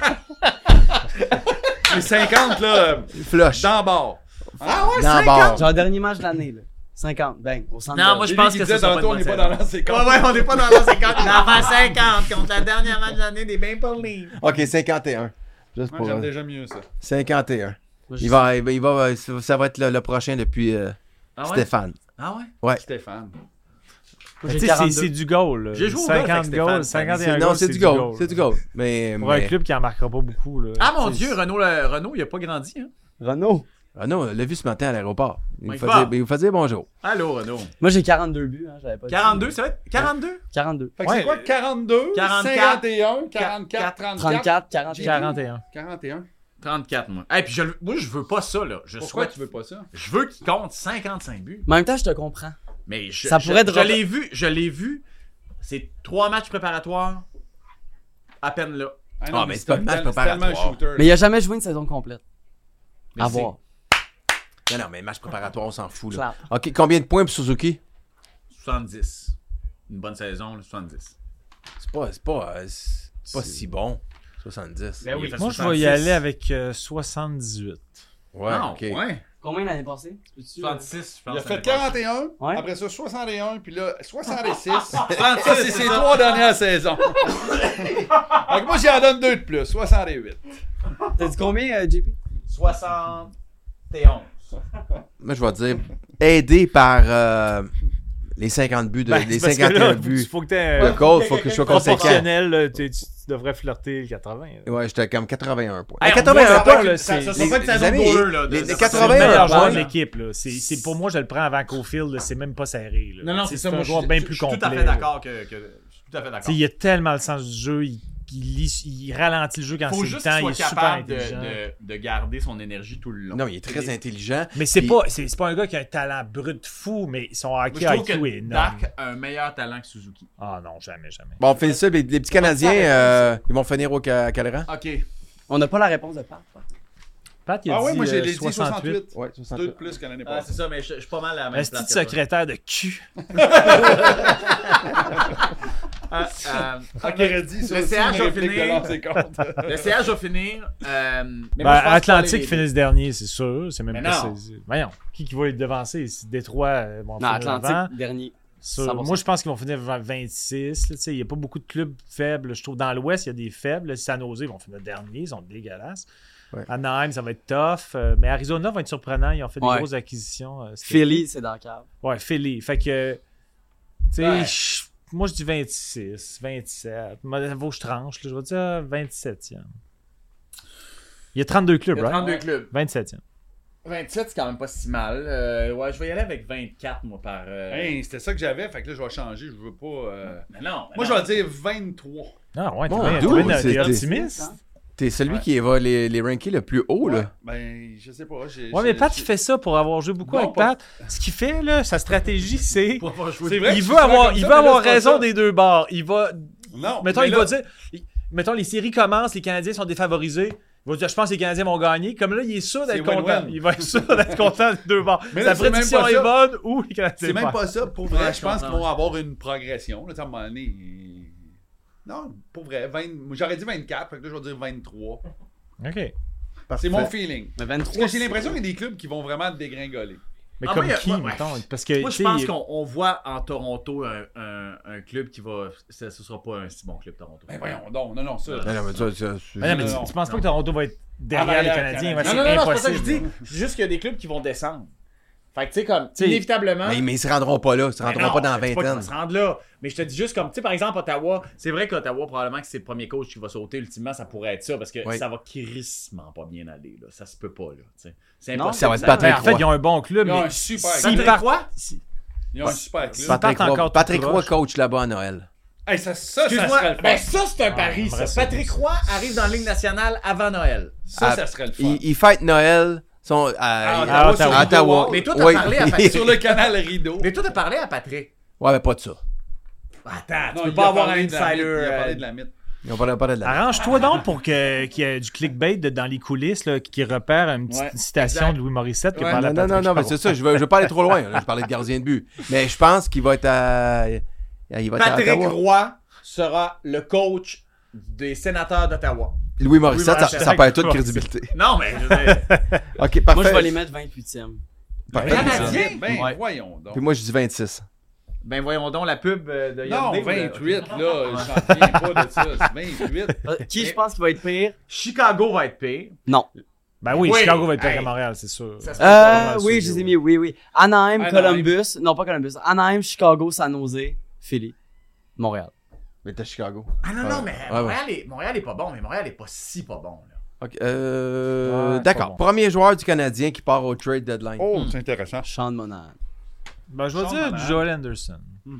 Les cinquante, là, Flush. dans bord. Ah ouais, Dans cinquante! barre. Genre, dernier match de l'année, là. cinquante, bang, au centre. Non, de- moi, je C'est pense lui qui que disait ça sera pas tantôt, une on n'est bonne pas dans saison. l'an cinquante. Ouais, ouais, on n'est pas dans l'an cinquante. Il va faire cinquante contre la dernière match de l'année des Maple Leafs. Ok, cinquante et un. Juste Moi, pour. j'aime euh, déjà mieux ça. cinquante et un. Moi, je- Il va, il va, il va- ça va être le, le prochain depuis euh, Ah ouais? Stéphane. Ah ouais? Stéphane. moi, Tu j'ai sais, c'est- quarante-deux. c'est du goal. là. J'ai joué au golf avec cinquante Stéphane, goals, Stéphane. cinquante et C'est- un non, goals, c'est du goal. C'est du goal. Mais, Pour mais- un club qui en marquera pas beaucoup. Là. Ah mon Tu sais, Dieu, Renaud, le- Renaud, il a pas grandi. Hein? Renaud. Ah non, on l'a vu ce matin à l'aéroport. Il Ouais, nous fort. faisait, il nous faisait bonjour. Allô, Renaud. Moi, j'ai quarante-deux buts, hein, j'avais pas dit. quarante-deux, ça va être quarante-deux? quarante-deux. Fait que Ouais. c'est quoi, quarante-deux, quarante-quatre, cinquante et un, quarante-quatre, trente-quatre? trente-quatre, quarante et un. quarante et un. quarante et un. trente-quatre, moi. Et puis, je, moi, je veux pas ça, là. Je Pourquoi souhaite. tu veux pas ça? Je veux qu'il compte cinquante-cinq buts. Mais en même temps, je te comprends. Mais je, Ça je- pourrait je, drop- l'ai vu, je l'ai vu. C'est trois matchs préparatoires. À peine là. Ah, mais c'est pas le match tel- c'est tellement un préparatoire. shooter. Mais il a jamais joué une saison complète. À Merci. voir. Non, non, mais match préparatoire, on s'en fout. Là. Clap. Ok, combien de points pour Suzuki? soixante-dix. Une bonne saison, là, soixante-dix. C'est pas, c'est pas, euh, c'est pas C'est- si bon. soixante-dix. Ben oui, Moi, je vais soixante-six. y aller avec euh, soixante-dix-huit. Ouais, Non, ok. ouais. Combien l'année passée? Peux-tu- soixante-six, je pense. Il a fait l'année passée. quarante et un, Ouais. après ça soixante et un, puis là soixante-six. soixante-six, Ça, c'est ses trois dernières saisons. Donc moi, j'y en donne deux de plus, soixante-huit. T'as dit combien, euh, J P? soixante et onze. Moi, je vais dire, aidé par euh, les cinquante buts, de, Ben, les c'est parce que cinquante et un là, buts Il faut que tu aies de Cole, faut que je sois conséquent. proportionnel. là, tu, tu, tu devrais flirter le quatre-vingts. là. Ouais, j'étais comme quatre-vingt-un points. Hey, Mais on voit quatre-vingt-un ça points, va, là, Ça, c'est- ça sera les- pas que ça les amis, donne là. les- de- les de- quatre-vingts, C'est le meilleur un joueur point. de l'équipe. là. C'est, c'est, pour moi, je le prends avant Cofield. là, C'est même pas serré. Là. Non, non, C'est, c'est ça. un Moi, joueur je bien je- plus je suis complet. tout à fait là. d'accord que. que- Je suis tout à fait Tu sais, d'accord. il a tellement le sens du jeu. Il, il, lit- il ralentit le jeu quand Faut c'est le juste temps. qu'il Il est soit super capable de, intelligent. de, de garder son énergie tout le long. Non, il est très intelligent. Mais c'est Puis- pas, c'est, c'est pas un gars qui a un talent brut fou, mais son Moi, hockey je trouve I Q est que énorme. Dak a un meilleur talent que Suzuki. Ah non, jamais, jamais. Bon, on finit ça. Les, les petits Canadiens, euh, ils vont finir au ca- Calera. Ok. On n'a pas la réponse de Pat. Pat. Pat, il a Ah dit ouais, moi j'ai euh, les dit soixante-huit. soixante-huit. Ouais, Deux de soixante-huit. plus que l'année Ah, c'est passée. ça, mais je je suis pas mal à la même Un petit place que toi. secrétaire de cul. Ah, euh, Ok, Reddy, ça Le aussi, C H une va réplique finir. de lancer compte. Le C H va finir. euh, mais Ben, moi, je pense qu'il faut Atlantique aller les finissent dernier, c'est sûr. C'est même Mais pas. non. c'est- c'est- Voyons, qui qui va les devancer? Si Détroit euh, vont Non, finir Atlantique, avant. dernier. Sûr. cent pour cent. Moi, je pense qu'ils vont finir vers vingt-six. là, tu sais, il n'y a pas beaucoup de clubs faibles. Je trouve dans l'Ouest, il y a des faibles. San Jose, ils vont finir dernier. Ils sont dégueulasses. Ouais. Anaheim, ça va être tough. Euh, mais Arizona va être surprenant. Ils ont fait des Ouais. grosses acquisitions. euh, cet Philly, c'est dans le cave. été. Ouais, Philly. Fait que. Tu sais, Ouais. je- moi, je dis vingt-six, vingt-sept. Moi, faut que je tranche. là. Je vais dire vingt-septième. Il y a trente-deux clubs, Il y a right? trente-deux clubs. vingt-septième. vingt-sept, c'est quand même pas si mal. Euh, ouais, je vais y aller avec vingt-quatre, moi, par. euh, Hey, c'était ça que j'avais, fait que là je vais changer, je veux pas. euh, Mais non. mais Moi non. je vais dire vingt-trois. Ah ouais, t'es Bon, bien- t'es dude, bien- c'est- t'es optimiste. T'es celui Ouais. qui va les, les ranker le plus haut, Ouais, là. ben je sais pas. j'ai- Ouais, mais j'ai- Pat, il j'ai- fait ça pour avoir joué beaucoup Non, avec pas- Pat. Ce qu'il fait, là, sa stratégie, c'est. Pour avoir joué C'est vrai. Il que veut je suis avoir, comme il ça, veut mais là, avoir c'est pas raison ça. des deux bords. Il va. Non, Mettons, mais il là- va dire. il- Mettons, les séries commencent, les Canadiens sont défavorisés. Il va dire, je pense que les Canadiens vont gagner. Comme là, il est sûr d'être C'est content. win-win. Il va être sûr d'être content des deux bords. Mais Sa là, c'est même prédiction pas est ça. bonne ou les Canadiens C'est même perdent. pas ça. Pour Ouais, vrai, je je pense comprends. qu'ils vont avoir une progression. Là, à un moment donné. ils- Non, pour vrai. vingt... J'aurais dit vingt-quatre, fait que là je vais dire vingt-trois. OK. C'est mon feeling. Mais Parce vingt-trois. que j'ai l'impression qu'il y a des clubs qui vont vraiment dégringoler. Mais Ah, comme moi, qui, ouais, ouais. mettons? Parce que, Moi, tu je sais, pense il- qu'on on voit en Toronto un, un, un club qui va. Ce ne sera pas un si bon club, Toronto. Ben voyons donc, non, non, ça. Non, non, mais ça, ça, c'est- Mais non, mais Non, tu, non, tu penses pas non. que Toronto va être derrière Ah, les ben, Canadiens? non, Ouais, Non, c'est non, non, c'est pas ça que impossible. je dis. C'est juste qu'il y a des clubs qui vont descendre. Fait que, tu sais, comme, T'sais, inévitablement. Mais, mais ils se rendront pas là. Ils se Mais rendront non, pas dans la je dis pas qu'ils vingtaine. vont se rendre là. Mais je te dis juste comme, tu sais, par exemple, Ottawa, c'est vrai qu'Ottawa, probablement que c'est le premier coach qui va sauter. Ultimement, ça pourrait être ça parce que Oui. ça va crissement pas bien aller. Là. Ça se peut pas. Là, tu sais. C'est Non, impossible. ça va être ça- Patrick Ben, en fait, Roy. ils ont un bon club. Ils ont mais un super s'ils Patrick partent- Roy? si- Ils ont un super club. Patrick partent Roy, encore tout Patrick Roy proche. coach là-bas à Noël. Hey, ça, ça, ça Excuse-moi, serait le fun. ben ça, c'est un Ah, pari, vrai, ça. ça, Patrick ça. Roy arrive dans la Ligue nationale avant Noël. Ça, Ah, ça serait le fun. Ils, ils fêtent Noël. Sont Ah, à, Ottawa, à sur Ottawa. le Ottawa. Rideau. Mais toi, t'as Oui. parlé à Patrick. Sur le canal Rideau. Mais toi, t'as parlé à Patrick. Ouais, mais pas de ça. Attends, Non, tu peux il pas a avoir un parlé de la mythe, insider. Il a parlé euh, de la mythe. Ils ont pas, pas de la. Arrange-toi donc pour que- qu'il y ait du clickbait de- dans les coulisses là, qui repère une petite Ouais, citation exact. de Louis Morissette qui Ouais. parle à Non, non, non, Patrick non, mais Roy. c'est ça. Je veux, je veux pas aller trop loin. Là. Je parlais de gardien de but. Mais je pense qu'il va être à. Il va être à Patrick Ottawa. Roy sera le coach des sénateurs d'Ottawa. Louis Morissette, Louis ça, Morissette. ça perd toute Ouais, crédibilité. Non, mais je veux dire, Ok, parfait. Moi, je vais les mettre vingt-huitième. Parfait. Canadien? Ben, Ouais. voyons donc. Puis moi, je dis vingt-six. ben voyons donc la pub euh, de Non, Hyundai, là. vingt-huit, là, je m'en souviens pas de ça. C'est vingt-huit. Euh, Qui je pense qui va être pire? Chicago va être pire. Non. Ben oui, Oui. Chicago va être pire Hey. qu'à Montréal, c'est sûr. Ça se peut pas. Euh, mal oui, sûr, je les ai oui. mis, oui, oui. Anaheim, Anaheim. Columbus. Non, pas Columbus. Anaheim, Chicago, San Jose, Philly, Montréal. Mais t'es Chicago. Ah non, Ouais. non, mais Ouais, Montréal, Est, Montréal est pas bon, mais Montréal est pas si pas bon. Là. Ok, euh, Ouais, c'est d'accord. pas bon. Premier joueur du Canadien qui part au trade deadline. Oh, c'est intéressant. Sean Monahan. Ben, je vais Sean dire Monahan. Joel Anderson.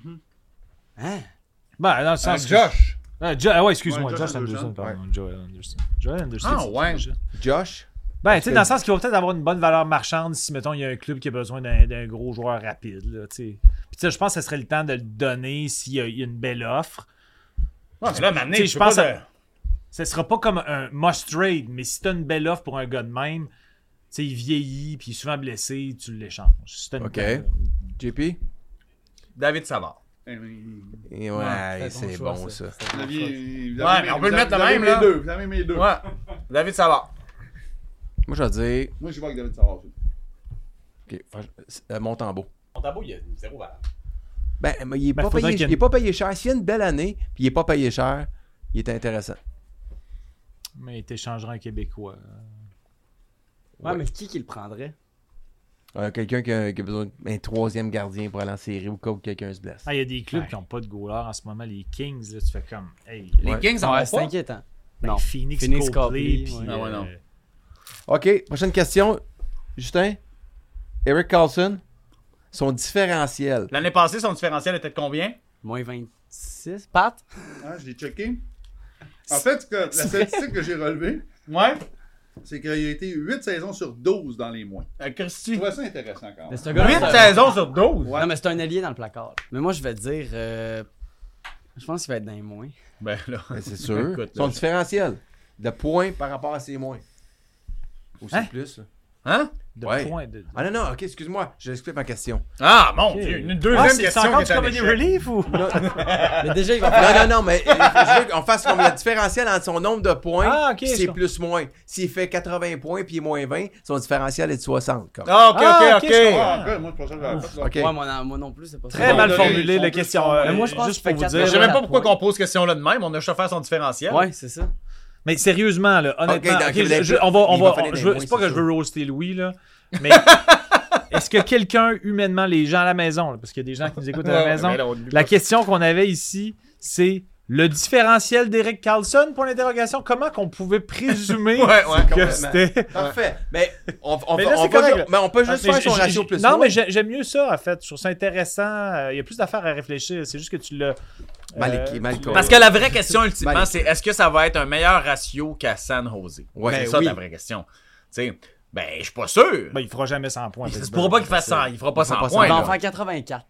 Hein? Ben, dans le Euh, sens que- Josh. Ah, Jo- ah ouais, excuse-moi, Ouais, Josh, Josh Anderson, Anderson, pardon. Joel Anderson. Joel Anderson. Ah, c'est qui, ouais. déjà? Josh. Ben, tu sais, dans le sens qu'il va peut-être avoir une bonne valeur marchande si, mettons, il y a un club qui a besoin d'un d'un gros joueur rapide, là, tu sais. Puis, tu sais, je pense que ce serait le temps de le donner s'il y a, il y a une belle offre. Ouais, mais là, maintenant, Tu sais, tu je peux pense pas à- Ce sera pas comme un must-trade, mais si tu as une belle offre pour un gars de même, tu sais, il vieillit, puis il est souvent blessé, tu l'échanges. Si t'as une Ok. belle- J P. David Savard. Et ouais, Ouais, c'est choix, bon ça. ça. Vous aviez- vous Ouais, avez mais on mes- peut le vous mettre de avez même, mes là. deux, Vous avez mes deux. Ouais. David Savard. Moi, je vais dire. Moi, je vais avec David Savard. Ok, enfin, euh, Montembeau. Montembeau, il y a zéro valeur. Ben, mais il est, Ben, pas faudrait payé, qu'il y ait il est pas payé cher. S'il y a une belle année, puis il est pas payé cher, il est intéressant. Mais il t'échangera un Québécois. Ouais, mais qui qui le prendrait? Euh, quelqu'un qui a, qui a besoin d'un troisième gardien pour aller en série au cas où quelqu'un se blesse. Ah, il y a des clubs Ouais. qui n'ont pas de goaler en ce moment. Les Kings, là, tu fais comme. Hey, Les Ouais. Kings en Ouais, ont c'est pas. inquiétant. ben, Non. Phoenix, Phoenix Copley, Copley, puis, ouais. Ah ouais, non. euh, OK, prochaine question. Justin, Eric Carlson, son différentiel. L'année passée, son différentiel était de combien? Moins vingt-six. Pat? Ah, je l'ai checké. En fait, ce que- la statistique que j'ai relevée, Ouais. c'est qu'il a été huit saisons sur douze dans les moins. Euh, Je Christy. trouvais ça intéressant quand Mais même. c'est un gars- huit c'est un- saisons sur douze. Ouais. Non, mais c'est un allié dans le placard. Mais moi, je vais te dire. euh, Je pense qu'il va être dans les moins. Ben là. Ben, c'est sûr. Écoute, son là, différentiel de points par rapport à ses moins. Ou c'est Hein? plus. là. Hein? de Ouais. points. De... Ah non, non, ok, excuse-moi. Je explique ma question. Ah, mon Ok. Dieu. Une deuxième Ah, c'est question c'est encore qui du est un comedy échec. relief ou? Mais déjà, il va faire. Non, non, non, mais euh, je veux qu'on fasse comme il y a différentiel entre son nombre de points Ah, ok, puis je c'est comprends. plus-moins. S'il fait quatre-vingts points puis il est moins vingt, son différentiel est de soixante. Comme. Ah, ok, Ah, ok, ok, ok. je comprends. Ah, encore, moi, je pensais que j'avais fait ça. Ok. Ouais, moi, non, moi non plus, c'est pas ça. Très Bon, mal donné, formulé ils la sont question. plus euh, Mais moi, je pense juste qu'il pour fait vous quatre- Je dire. sais même pas pourquoi Ouais. qu'on pose ce question-là de même. On a juste à faire son différentiel. Ouais, c'est ça. Mais sérieusement, là, honnêtement, Ok, donc, ok, il je- va- je- on va, on il va va, finir on- des je veux- moins, c'est pas c'est que je veux sûr. roaster Louis, là, mais est-ce que quelqu'un, humainement, les gens à la maison, là, parce qu'il y a des gens qui nous écoutent à la Ouais, maison, mais là, on oublie la pas. question qu'on avait ici, c'est le différentiel d'Eric Carlson, pour l'interrogation, comment qu'on pouvait présumer Ouais, ouais, que complètement. c'était... Parfait. Mais on, on, Mais va- là, on c'est va correct, ju- là. mais on peut juste Mais faire j'ai- son j'ai- ratio plus Non, loin. mais j'ai- j'aime mieux ça, en fait. Je trouve ça intéressant. Euh, Il y a plus d'affaires à réfléchir. C'est juste que tu l'as... Mal euh, écrit, mal tu collé. l'as- Parce que la vraie question, ultimement, Ben, c'est est-ce que ça va être un meilleur ratio qu'à San Jose? Ouais. c'est Ben ça oui. ta vraie question. Tu sais, ben, je suis pas sûr. Ben, il fera jamais cent points. Il se Pittsburgh. pourra pas qu'il fasse cent. Il fera pas Il fera cent pas points. Il va en là. faire quatre-vingt-quatre.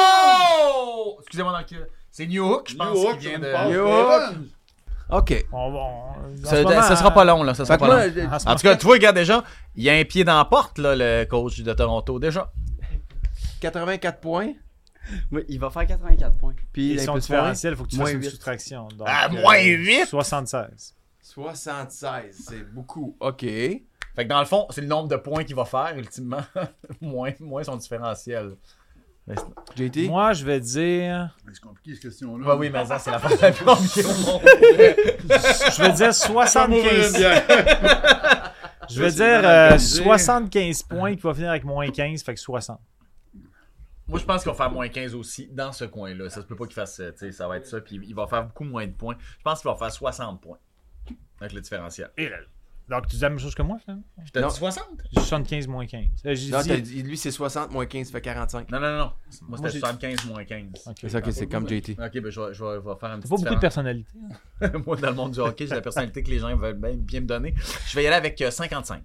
Oh! Excusez-moi, dans le... c'est New Hook, je pense, New Hook qui sur vient une de... passe New très bonne. OK. On va- on- en Ça, ce moment, ça sera pas long, là. Ça sera Fait que pas moi, long. je- en ce En tout cas, tu vois, regarde déjà, il y a un pied dans la porte, là, le coach de Toronto, déjà. quatre-vingt-quatre points. Oui, il va faire quatre-vingt-quatre points. Puis Et il a son un peu de points. différentiel, il faut que tu Moins fasses une huit. soustraction. Donc, Ah, euh, moins huit? soixante-seize. soixante-seize, c'est beaucoup. OK. Fait que dans le fond, c'est le nombre de points qu'il va faire, ultimement. moins, moins son différentiel. Mais c'est- J T? Moi, je vais dire... C'est compliqué, cette question-là. Ouais, oui, mais ça, c'est la fin la plus compliquée au monde. Je vais dire Ça m'ouvre une soixante-quinze. bière. Je vais c'est dire mal euh, organisé. soixante-quinze points qui va finir avec moins quinze, fait que soixante. Moi, je pense qu'il va faire moins quinze aussi dans ce coin-là. Ça se peut pas qu'il fasse, euh, tu sais, ça va être ça. Puis il va faire beaucoup moins de points. Je pense qu'il va faire soixante points avec le différentiel. Et là, donc, tu dis la même chose que moi, finalement? Je t'ai Non. dit soixante? J'ai soixante-quinze moins quinze. Euh, J'ai Non, dit... t'as dit- lui, c'est soixante moins quinze, ça fait quarante-cinq. Non, non, non. non. Moi, Moi, c'était j'ai- soixante-quinze moins quinze. Ok. C'est ça que c'est comme J T. Ok, ben je vais, je vais, je vais faire un T'as petit pas beaucoup de personnalité. hein? Moi, dans le monde du hockey, j'ai la personnalité que les gens veulent bien, bien me donner. Je vais y aller avec euh, cinquante-cinq.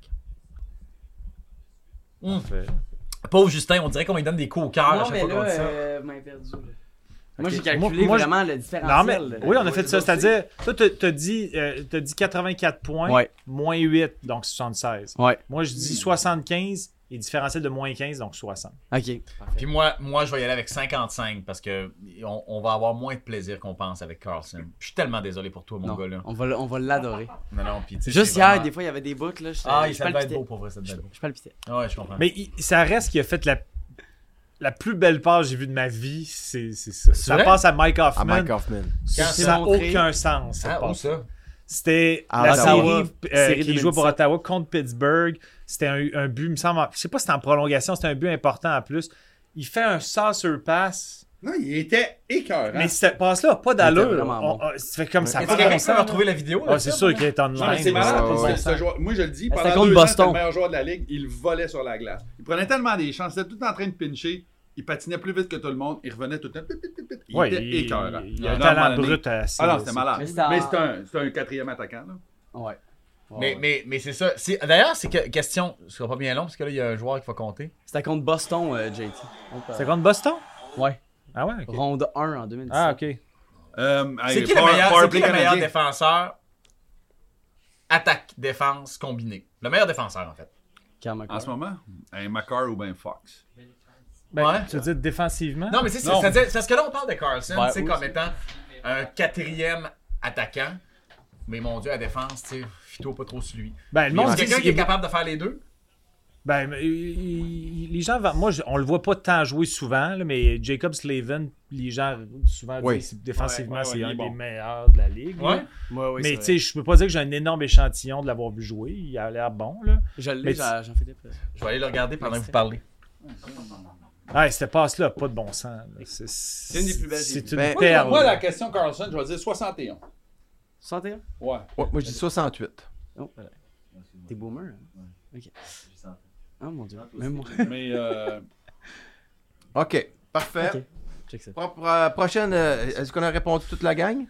Hum. Fait- Pauvre Justin, on dirait qu'on lui donne des coups au cœur à Non, chaque mais fois qu'on là, dit ça. euh, vous m'avez perdu. là. Moi, j'ai Moi- calculé moi, je- vraiment le Non, différentiel. mais là. oui, on a fait ça. C'est-à-dire, toi, t'as t'as dit, euh, t'as dit quatre-vingt-quatre points, Ouais. moins huit, donc soixante-seize. Ouais. Moi, je dis soixante-quinze et différentiel de moins quinze, donc soixante. Ok. Puis Parfait. moi, moi, je vais y aller avec cinquante-cinq parce que on, on va avoir moins de plaisir qu'on pense avec Carlson. Je suis tellement désolé pour toi, mon Non, gars là. on va, l- on va l'adorer. Non, non, puis tu sais, Juste c'est hier, vraiment- des fois, il y avait des bouts. Là, j'étais- Ah, je ça devait être palpitais. beau pour vrai, ça devait être beau. Je palpitais. Ah ouais, je comprends. Mais il- ça reste qu'il a fait la, la plus belle passe que j'ai vue de ma vie, c'est c'est ça. C'est Ça vrai? passe à Mike À Hoffman. Mike Hoffman. Ça C'est n'a montré. aucun sens, cette Ah, où passe. ça? C'était À la Ottawa. série, euh, Série qui deux mille jouait pour dix-sept. Ottawa contre Pittsburgh. C'était un, un but, il me semble. Je sais pas si c'était en prolongation, c'était un but important en plus. Il fait un saucer pass. Non, il était écœurant. Mais cette passe-là n'a pas d'allure. était vraiment On- bon. on- Ça fait comme ça. Est-ce pas que de bon quelqu'un sens. va retrouver la vidéo? Ah, là, c'est ça, sûr là? qu'il est online. Non, mais c'est là. malade ouais, parce que ouais. ce joueur- moi je le dis, C'était pendant contre deux ans, Boston. c'était le meilleur joueur de la ligue, il volait sur la glace. Il prenait tellement des chances, il était tout le temps en train de pincher, il patinait plus vite que tout le monde, il revenait tout le temps, pit, pit, pit, pit. il Ouais, était il, écœurant. il a un Non, à un talent moment donné- brut assez. Ah non, c'était malade. Mais Mais c'était en- c'est un, c'est un quatrième attaquant. Là. Ouais. Ouais, Mais, ouais. mais, mais c'est ça. C'est- D'ailleurs, c'est que question. Ce sera pas bien long parce que là, il y a un joueur qui va compter. C'était contre Boston, euh, J T. Donc, euh, C'est contre Boston? Ouais. Ah ouais, ok. Ronde un en deux mille dix-sept. Ah, ok. Euh, C'est hey, qui le power- meilleur, power c'est qui play le meilleur canadien. défenseur attaque-défense combiné? Le meilleur défenseur, en fait. Cam En McCarr. ce moment, un Makar ou ben Fox. Ben, Ouais. tu veux dire défensivement? Non, mais c'est Non. c'est- c'est parce que là, on parle de Carlson, Ouais, tu sais, oui, comme c'est- étant un quatrième attaquant. Mais mon Dieu, à défense, tu sais, fito pas trop sur lui. Ben, le Il y monde a dit quelqu'un qu'il qui est est- capable de faire les deux? Ben, mais, il- il- les gens, va- moi, je- on le voit pas tant jouer souvent, là, mais Jacob Slavin, les gens souvent Oui. disent que défensivement, Ouais, ouais, c'est ouais, un il est des bon. meilleurs de la ligue. là. Ouais. Ouais, ouais, mais c'est tu sais, vrai. je peux pas dire que j'ai un énorme échantillon de l'avoir vu jouer. Il a l'air bon, là. Je mais l'ai, tu- Jean- Jean-Philippe. Je vais aller le regarder pendant que vous Extrait. parlez. Ouais, cette passe-là, pas de bon sens. là. C'est C'est une des plus belles que j'ai C'est vues. une Ben, Moi, perle. moi, la question Carlson, je vais dire soixante et un. soixante et un? Ouais. Ouais, moi, je dis soixante-huit. Oh. T'es boomer, hein? Ok. Oh mon dieu. Même moi. Mais euh, OK, parfait. Ok. Check ça. Pro- pro- prochaine, euh, est-ce qu'on a répondu toute la gang?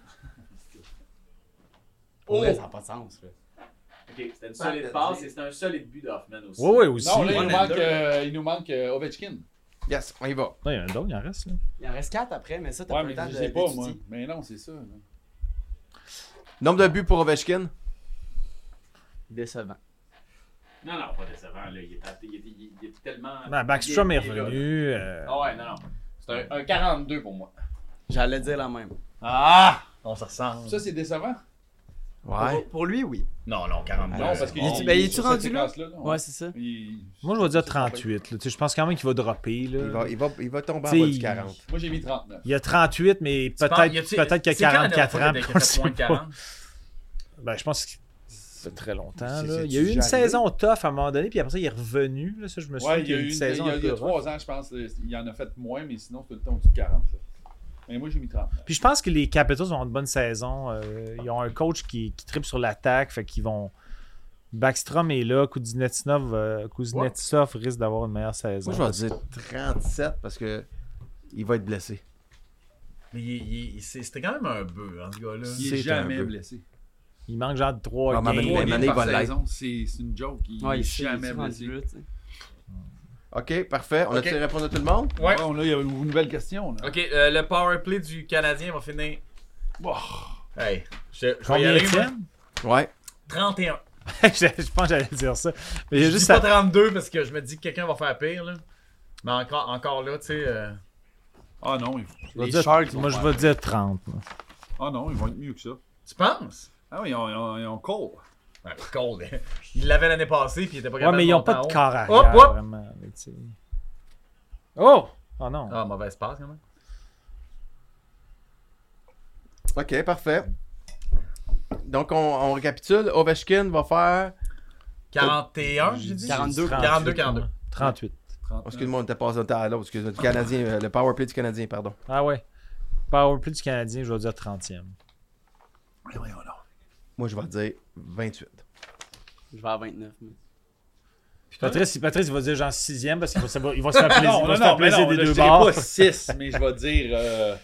Pour vrai, ça n'a pas de sens. Là. Ok, c'était une solide passe et c'était un solide but d'Hoffman aussi. Oui, oui, aussi. non, là, il One nous and manque, deux. euh, il nous manque euh, Ovechkin. Yes, on y va. Ouais, il y en a d'autres, il en reste. Là. Il en reste quatre après, mais ça, t'as Ouais, pas mais le temps je de sais pas, moi. d'étudier. Mais non, c'est ça. là. Nombre de buts pour Ovechkin? Décevant. Non, non, pas décevant. Là. Il, était, il, était, il, il était tellement. Ben, Backstrom est il- il là. revenu. euh, Ah ouais, non, non. C'est un, un quarante-deux pour moi. J'allais dire la même. Ah! On se ressemble. Ça, c'est décevant. Ouais. Pour, pour lui, oui. Non, non, quarante-deux. Non, parce qu'il Il est- il- ben, il est-tu sur cette rendu là? séquence-là, là, Ouais, c'est ça. Il- Moi, je vais dire trente-huit. Là. Tu sais, je pense quand même qu'il va dropper. Là. Il va, il va, il va tomber en T'sais, bas du il- quarante. Moi, j'ai mis trente-neuf. Il y a trente-huit, mais Tu penses- peut-être y a-tu- peut-être qu'il y a c'est quand la dernière quarante-quatre fois ans. qu'il a puis fait on sait moins de pas. quarante? Ben, je pense que ça fait très longtemps. C'est- Là. c'est- Il y a eu une c'est jamais saison tough à un moment donné, puis après ça, il est revenu. Là, ça, je me souviens Ouais, il qu'il y a eu une une saison il y a, un il y a peu rough. trois ans, je pense. Il en a fait moins, mais sinon, c'est tout le temps au-dessus de quarante. là. Mais moi, j'ai mis trente. Puis je pense que les Capitals ont une bonne saison. Euh, ils ont un coach qui, qui tripe sur l'attaque, fait qu'ils vont... Backstrom est là, Kuznetsov, euh, Kuznetsov risque d'avoir une meilleure saison. Moi, je vais dire trente-sept parce que il va être blessé. Mais il, il, c'est- c'était quand même un bœuf, hein, ce gars-là. Il C'est est jamais un peu. blessé. Il manque genre de trois Ah, mais games. mais- Trois mais- games il par va l'être. saison, c'est c'est une joke. Il Ouais, est il sait, jamais il est blessé. rendu là, tu sais. OK, parfait. On OK. a-tu répondu à tout le monde? Ouais. Bon, là, il y a une nouvelle question. Là. Ok, euh, le power play du Canadien va finir. Hey, je, je vais y Combien aller. moi. tiennent? Ouais. trente et un. je, je pense que j'allais dire ça. Mais il y a Je juste dis pas ça. trente-deux parce que je me dis que quelqu'un va faire pire. Là. Mais encore, encore là, tu sais. euh, Ah non, ils... Je vais Les dire- Sharks vont moi, je faire. vais dire trente. moi. ah non, ils vont être mieux que ça. Tu penses? Ah oui, ils ont, ils ont, ils ont Cole. Ouais, Cole, il l'avait l'année passée puis il était pas Ouais, capable mais de ils n'ont monter pas en de haut. corps arrière, Hop, hop. vraiment. là, tu sais. Oh! Oh non. Ah, mauvaise passe quand même. OK, parfait. Donc, on, on récapitule. Ovechkin va faire... quarante et un, j'ai dit? quarante-deux. quarante-deux, quarante-deux. trente-huit. Excuse-moi, on était passé un temps à l'autre. Excuse-moi, du Canadien, euh, le power play du Canadien, pardon. Ah ouais. Powerplay du Canadien, je vais dire trentième. Mais voyons donc. Moi, je vais dire vingt-huit. Je vais à vingt-neuf. mais- Patrice, Patrice, il va dire genre sixième parce qu'il va, savoir- il va se faire plaisir, Non, il va non, se faire non, mais plaisir non, des là, deux je dirais bords. pas six, mais je vais dire... euh,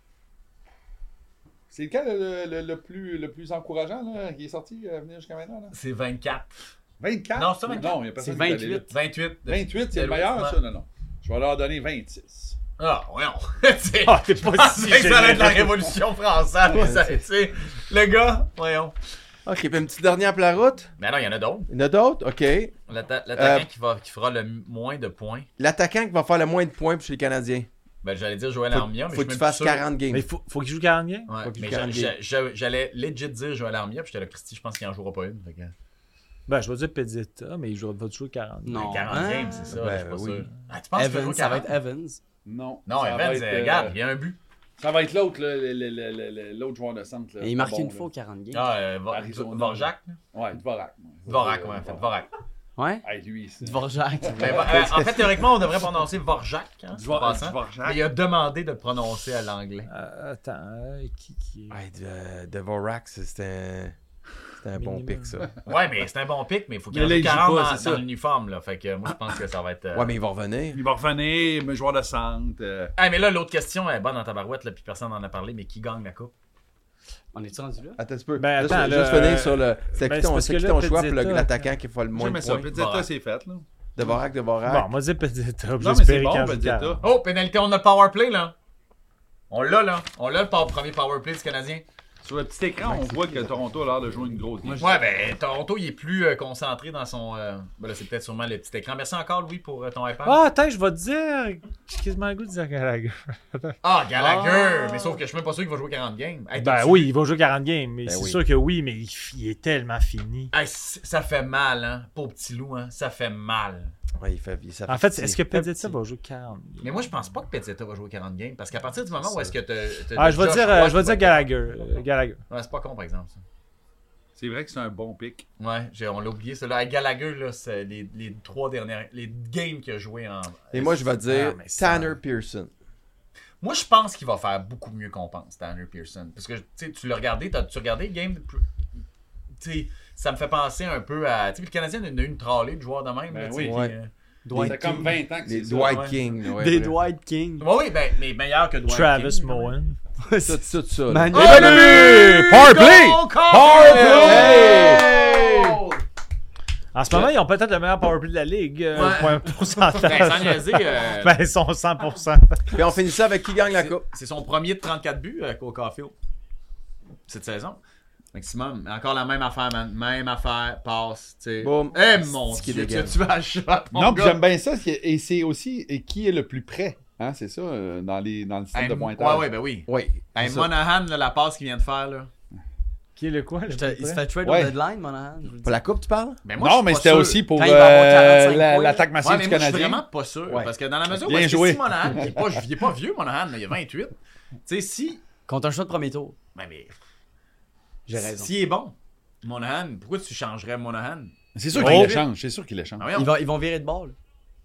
C'est lequel le, le, le plus, le plus encourageant là, qui est sorti à venir jusqu'à maintenant? Là? C'est vingt-quatre. vingt-quatre? Non, c'est ça, vingt-quatre? Non, il n'y a personne C'est qui est allé vingt-huit. vite. vingt-huit. vingt-huit, c'est le Ouais. meilleur, ça? Non, non. Je vais leur donner vingt-six. Ah, voyons. C'est Ah, t'es pas si c'est que ça allait être la généreux. Révolution française. ça, tu sais. Le gars, voyons. OK, puis une petite dernière pour la route. Mais non, il y en a d'autres. Il y en a d'autres? OK. L'atta- L'attaquant Euh, qui, va, qui fera le moins de points. L'attaquant qui va faire le moins de points chez les Canadiens. Ben, j'allais dire Joël Faut, Armia, mais faut je que suis tu même fasses plus sûr. quarante games. Mais il faut, faut qu'il joue quarante games? Ouais, Faut qu'il mais joue quarante j'a- games. j'a- j'a- j'allais legit dire Joël Armia, puis j'étais là, Christy, je pense qu'il en jouera pas une. Fait que... Ben, je vais dire Pedita, mais il jouera- va jouer quarante. Non. quarante Hein? games, c'est ça, Ben, je suis pas oui. sûr. Ah, tu penses qu'il va Evans, jouer ça va quarante? être Evans. Non. Non, ça Evans, va être, euh, euh, regarde, il y a un but. Ça va être l'autre, là, le- le- le- le- le- l'autre joueur de centre. Là, Et il marque Pas une bon, fois aux là. quarante games. Ah, euh, Va- Arizona. Dvorak. là. Ouais, Dvorak. Dvorak, ouais, en fait, Dvorak. Ouais? Hey, lui, c'est... Dvorak. Ben, euh, en fait, théoriquement, on devrait prononcer Vorjak, hein, en Dvorak. passant. Dvorak. Mais il a demandé de le prononcer à l'anglais. Euh, attends, euh, qui, qui est... Ouais, de, de Vorak, c'était un, c'était un bon Minimum. pic, ça. Ouais, mais c'est un bon pic, mais il faut qu'il Mais en là, joue il joue quarante pas, dans, c'est ça. dans l'uniforme. Là. Fait que moi, je pense que ça va être... euh, Ouais, mais il va revenir. Il va revenir, mais joueur de centre. euh, Ah, mais là, l'autre question est bonne dans ta barouette, là, puis personne n'en a parlé, mais qui gagne la coupe? On est-tu rendu là? Attends un petit peu. Ben, juste, attends, juste là, finir euh, sur le. C'est ben, qui c'est ton, parce c'est que qui là, ton choix pour le- Pedita- l'attaquant qui fait le moins de J'aimais ça. points? Pedita, Vorak. c'est fait, là. De Vorak, de Vorak. Bon, moi, je dis Pedita. Non, mais J'espère c'est qu'il bon, en joue Pedita. quarante. Oh, pénalité, on a le power play, là. On l'a, là. On l'a, le power- premier power play du Canadien. Sur le petit écran, on voit que Toronto a l'air de jouer une grosse game. Ouais, ben, Toronto, il est plus euh, concentré dans son... euh, Ben là, c'est peut-être sûrement le petit écran. Merci encore, Louis, pour euh, ton iPad. Ah, attends, je vais te dire... J'ai quasiment le goût de dire Gallagher. Ah, Gallagher! Ah. Mais sauf que je suis même pas sûr qu'il va jouer quarante games. Hey, Ben t'as-tu- oui, il va jouer quarante games, mais Ben c'est oui. sûr que oui, mais il, il est tellement fini. Hey, c- ça fait mal, hein. Pauvre petit loup, hein. Ça fait mal. Ouais, il fait, il, ça En fait, est-ce que Pezzetta va jouer quarante? Mais moi, je pense pas que Pezzetta va jouer quarante games. Parce qu'à partir du moment où est-ce que t'as. Ah, je vais dire, euh, je vais dire Gallagher. euh, Gallagher. Ouais, c'est pas con, par exemple. Ça. C'est vrai que c'est un bon pick. Ouais, j'ai- on l'a oublié. Ça. Là, avec Gallagher, là, c'est les, les trois dernières. Les games qu'il a joué en. Et moi, je vais dire Ah, mais ça- Tanner Pearson. Moi, je pense qu'il va faire beaucoup mieux qu'on pense, Tanner Pearson. Parce que, tu sais, tu l'as regardé, t'as-tu regardé le game? Tu sais, ça me fait penser un peu à. Tu sais, le Canadien a eu une tralée de joueurs de même. Ben là, tu oui. sais, Ouais. puis, euh, C'est comme vingt ans que Les c'est ça. Dwight ouais. King. ouais, Des ouais. Dwight King. Ouais, oui, ben, mais meilleur que Dwight Travis King. Moen. Tout, tout ça. là. Man- Oh, Et le le but! Power play! Goal, Power Caulfield! play! En ce moment, ils ont peut-être le meilleur powerplay de la ligue. euh, Ouais. point Ben, pourcentage. sans niaiser, euh, Ben, ils sont cent pour cent. Puis on finit ça avec qui gagne la c'est- coupe. c'est son premier de trente-quatre buts euh, au Caulfield cette saison. Maximum. Encore la même affaire, man. Même affaire, passe, tu sais. Boum. Eh mon C'est qui Dieu, tu, dégaine. tu vas à shot, mon Non, puis gars. j'aime bien ça. c'est- Et c'est aussi et qui est le plus près. Hein, c'est ça, euh, dans, les, dans le système Hey, de pointage. ouais, ouais, ben oui. Oui. Hey, c'est ça. Monahan, là, la passe qu'il vient de faire, là. Qui est le quoi? Le Je te- Il se fait trade Ouais. au deadline, Monahan. je vous le dis. Pour la coupe, tu parles? Ben, moi, je Non, suis mais pas c'était sûr. aussi pour Quand il va avoir euh, quarante-cinq la- points. l'attaque Ouais, massive mais du moi, je suis Canadien. vraiment pas sûr. Ouais. Parce que dans la mesure où Bien est-ce que joué. si Monahan, qui est pas, il est pas vieux, Monahan, là, il a vingt-huit. Tu sais, si. Contre un choix de premier tour. Ben, mais. J'ai raison. S'il est bon, Monahan, pourquoi tu changerais Monahan? C'est sûr Oh. qu'il l'échange. C'est sûr qu'il l'échange. Ah, voyons. Ils vont, ils vont virer de bord. là.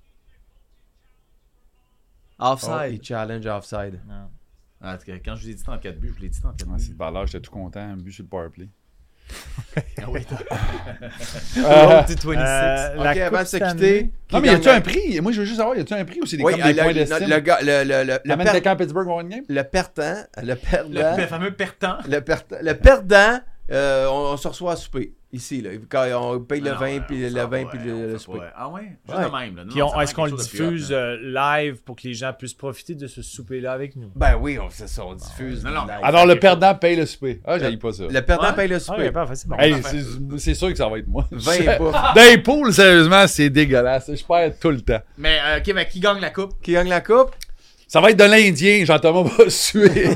Oh, Offside. il challenge offside. Ah, en tout cas, quand je vous ai dit trente-quatre buts, je vous l'ai dit trente-quatre Ah, c'est buts. de valeur, j'étais tout content. Un but sur le powerplay. Ah oui, Euh, Road to vingt-six. Euh, la Ok, avant Coupe de se Stanley. quitter. qui non, mais y gagne a-tu un la- prix? Moi, je veux juste savoir, y a-tu un prix ou c'est des, Oui, comme euh, des points le, d'estime? le, le gars, le, le, le, le, T'amènes per- quelqu'un à Pittsburgh pour une game? le perdant, le le, perdant, le fameux pertant. le, perdant, le perdant, euh, on, on se reçoit à souper. Ici, là. Quand on paye le Ah non, vin, ouais, puis on le fait vin, pas, puis ouais, le, on le fait souper. pas. Ah ouais? Juste Ouais. de même. Là. Non, Puis on- ça est-ce prend qu'on le quelque chose de plus hot, diffuse là. euh, live pour que les gens puissent profiter de ce souper-là avec nous? Ben oui, on fait ça, on diffuse. Non, non, live. Alors, le perdant paye le souper. Ah, j'aille pas ça. Le perdant Ouais. paye le Ah, souper. ouais, pas facile. Bon. Hey, c'est c'est sûr que ça va être moi. Vin et bouffe. Dans les poules, sérieusement, c'est dégueulasse. Je perds tout le temps. Mais, euh, ok, mais qui gagne la coupe? Qui gagne la coupe? Ça va être de l'Indien. Jean-Thomas va suer.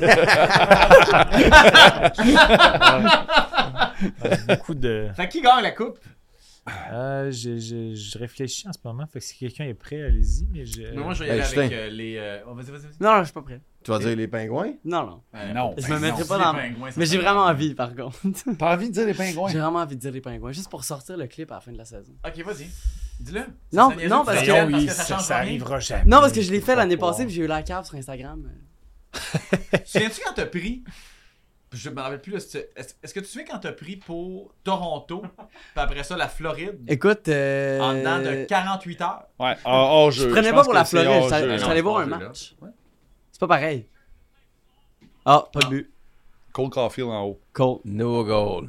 Beaucoup de. Fait qui gagne la coupe? Euh, je, je, je réfléchis en ce moment. Fait que si quelqu'un est prêt, allez-y. Mais je... Mais moi, je vais y Ben, aller Justin. avec euh, les. euh, oh, vas-y, vas-y, vas-y. Non, non, je suis pas prêt. Tu vas dire les pingouins? Non, non. Euh, non. Je ben me mettrai non. pas les dans. pingouins, ça Mais fait j'ai mal. vraiment envie, par contre. T'as envie de dire les pingouins? J'ai vraiment envie de dire les pingouins, juste pour sortir le clip à la fin de la saison. Ok, vas-y. Dis-le. Non, Ça, ça non, niaise, parce tu que- fais oui, parce que ça ça, change ça rien. arrivera jamais. Non, parce que je l'ai fait Faut l'année pas passée, croire. puis j'ai eu la cave sur Instagram. Tu te souviens-tu quand t'as pris. Je me rappelle plus, là, si tu- est-ce est-ce que tu te souviens quand t'as pris pour Toronto, puis après ça, la Floride, Écoute, euh... en dedans de quarante-huit heures? Ouais, hors je jeu. prenais pas pense pour que la c'est Floride, hors-jeu. j'étais Non, allé c'est voir pas un hors-jeu, là. match. C'est pas pareil. Ah, pas de Non. but. Cole Caulfield en haut. Cole. No goal.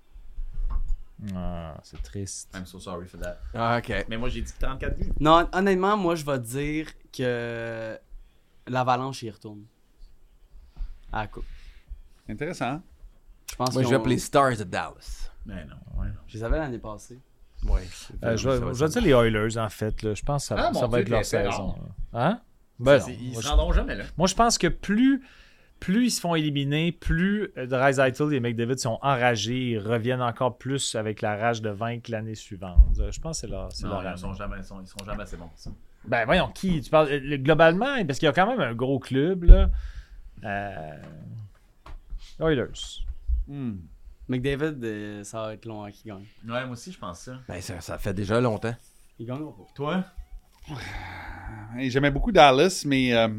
Ah, c'est triste. I'm so sorry for that. Ah, ok. Mais moi, j'ai dit trente-quatre buts. Non, honnêtement, moi, je vais dire que l'Avalanche y retourne. À la coupe. Intéressant. Je pense Moi, je qu'ils vais ont- appeler Stars de Dallas. Mais non, ouais. Je les avais l'année passée. Ouais. Euh, je vais, je vais dire les Oilers, en fait. Là. Je pense que ça, Ah, mon ça va Dieu, être leur t'es- t'es saison. rare. là. Hein? Ben Ça, non. c'est- ils Moi, se je- rendront jamais, là. Moi, je pense que plus, plus ils se font éliminer, plus euh, Draisaitl et McDavid sont enragés et reviennent encore plus avec la rage de vaincre l'année suivante. Euh, Je pense que c'est leur, c'est leur Non, année. ils sont jamais, ils sont, ils seront jamais assez bons pour ça. Ben voyons, qui? Tu parles euh, globalement, parce qu'il y a quand même un gros club, là. Euh... Oilers. Hmm. McDavid, euh, ça va être long à qui gagne. Ouais, moi aussi, je pense ça. Ben, ça, ça fait déjà longtemps. Il gagnera pas. Toi? Hey, J'aimais beaucoup Dallas, mais euh,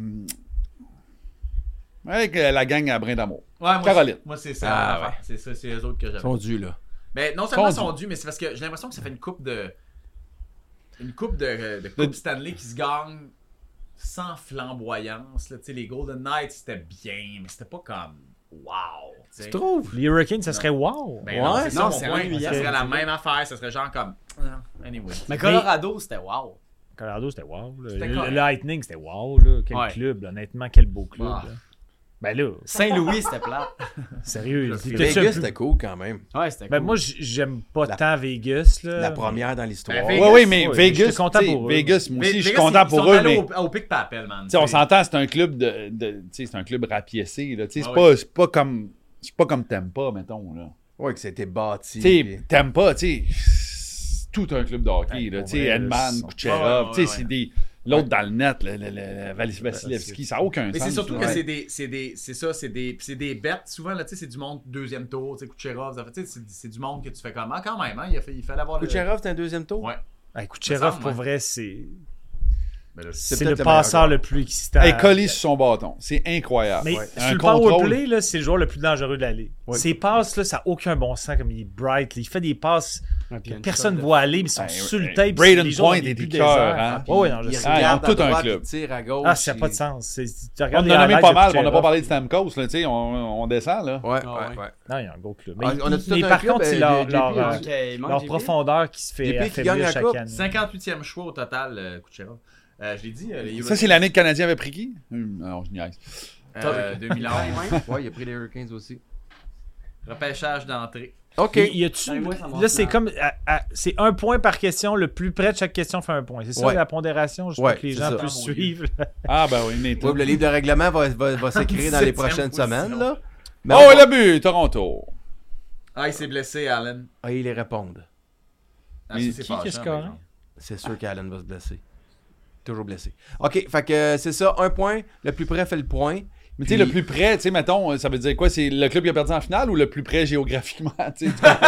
avec euh, la gang à Brin d'Amour. Ouais, moi, Caroline. c'est- Moi, c'est ça. Ah, l'affaire. ouais. C'est ça, c'est eux autres que Ils j'avais. sont dus, là. Mais non seulement ils Sont sont dus, mais c'est parce que j'ai l'impression que ça fait une coupe de. Une coupe de, de Coupe De- Stanley qui se gagne sans flamboyance. Là. Tu sais, les Golden Knights, c'était bien, mais c'était pas comme. Wow! tu sais. Tu trouves? Les Hurricanes, ça serait wow. Ben non, Ouais. c'est ça Non, mon c'est point. ennuyant. Ça serait la même affaire, ça serait genre comme. Ah, Anyway. Mais Colorado, c'était wow. Colorado, c'était wow. là. C'était Le, correct. le Lightning, c'était wow. Là. Quel Ouais. club, là. Honnêtement, quel beau club. Ah. là. Ben là, Saint-Louis, c'était plat. sérieux. Je t'as-tu sais. un Vegas, plus- c'était cool quand même. Ouais, c'était Ben cool. moi, j- j'aime pas La- tant Vegas. Là. La première dans l'histoire. Ben, Oui, Vegas, oui, mais ouais, Vegas, j'étais content tu sais, pour eux. Vegas, moi Mais aussi, je suis Vegas, content ils pour sont eux, allés mais Au, au pic papel, man. tu sais, on tu sais. s'entend, c'est un club de, de tu sais, c'est un club rapiécé, là. Tu sais, c'est Ah pas, ouais. c'est pas comme, c'est pas comme Tampa, mettons, là. Ouais, que c'était bâti. Tu sais, puis- Tampa, tu sais, c'est tout un club de hockey. Ouais, là, pour tu sais, vrai, Edman, ils sont- Kucherov, Ouais, ouais, tu sais, ouais, c'est ouais. des... L'autre dans le net, le, le, le, le Vasilevski, ça n'a aucun Mais sens. c'est surtout que là. c'est des, c'est des, c'est ça, c'est des, c'est des bêtes. Souvent, là, tu sais, c'est du monde deuxième tour, tu sais, Kucherov, ça fait, tu sais, c'est, c'est du monde que tu fais comme, ah, quand même, hein, il, a fait, il fallait avoir Kucherov, c'est un deuxième tour? Ouais. Hey, Kucherov, semble, pour ouais. vrai, c'est Mais là, C'est c'est peut-être le le meilleur passeur joueur. le plus excitant. Elle est collée sur son bâton. C'est incroyable. Mais Ouais. sur Un le power contrôle. play, là, c'est le joueur le plus dangereux de la ligue. Ouais. Ses passes, là, ça n'a aucun bon sens, comme il est bright. là. Il fait des passes Ouais, puis il y a une personne ne shot de- voit aller, mais ils sont Ben, sur le euh, tape. Braden les gens ont Point des est buts des désert. cœurs, hein. Ouais, ouais, non, je Il sais. Ah, ils ont regarde tout à un droite, club. il tire à gauche. Ah, ça n'a il- pas de sens. C'est- tu On regardes en les a nommé highlights pas de mal, mais on n'a Kucherov. pas parlé de Stamkos. Là, tu sais, on, on descend. Là. Ouais, Ah, ouais, ouais. ouais. Non, il y a un gros club. Mais, Ah, on a il- tout mais un par club, contre, c'est euh, leur, J P, leur, il a euh, Ok, il manque leur J P. profondeur qui se fait J P qui affaiblir gagne la chaque coupe. année. cinquante-huitième choix au total, euh, Kucherov. Euh, je l'ai dit, euh, les Ça, c'est l'année que le Canadien avait pris qui? Hum, Non, je niaise. euh, deux mille onze. Ouais, il a pris les Hurricanes aussi. Repêchage d'entrée. OK. Et y a-tu- Ben, moi, ça me là, c'est rend comme. à- à- c'est un point par question. Le plus près de chaque question fait un point. C'est ça Ouais. la pondération? Je Ouais, veux que les c'est gens ça. puissent Ah, mon Dieu. suivre. Ah, ben oui, Nathan. Ouais, le livre de règlement va, va, va s'écrire dans les Septième prochaines position. semaines. Là. Mais Oh, on il va- a bu, Toronto. Ah, il s'est blessé, Allen. Ah, ils les répondent. Ah, Mais ça, c'est qui qui fâchant, est scoré? par exemple. C'est sûr qu'Allen va se blesser. Toujours blessé. OK, fait que euh, c'est ça, un point. Le plus près fait le point. Mais tu sais, Puis- le plus près, tu sais, mettons, ça veut dire quoi? C'est le club qui a perdu en finale ou le plus près géographiquement? tu sais?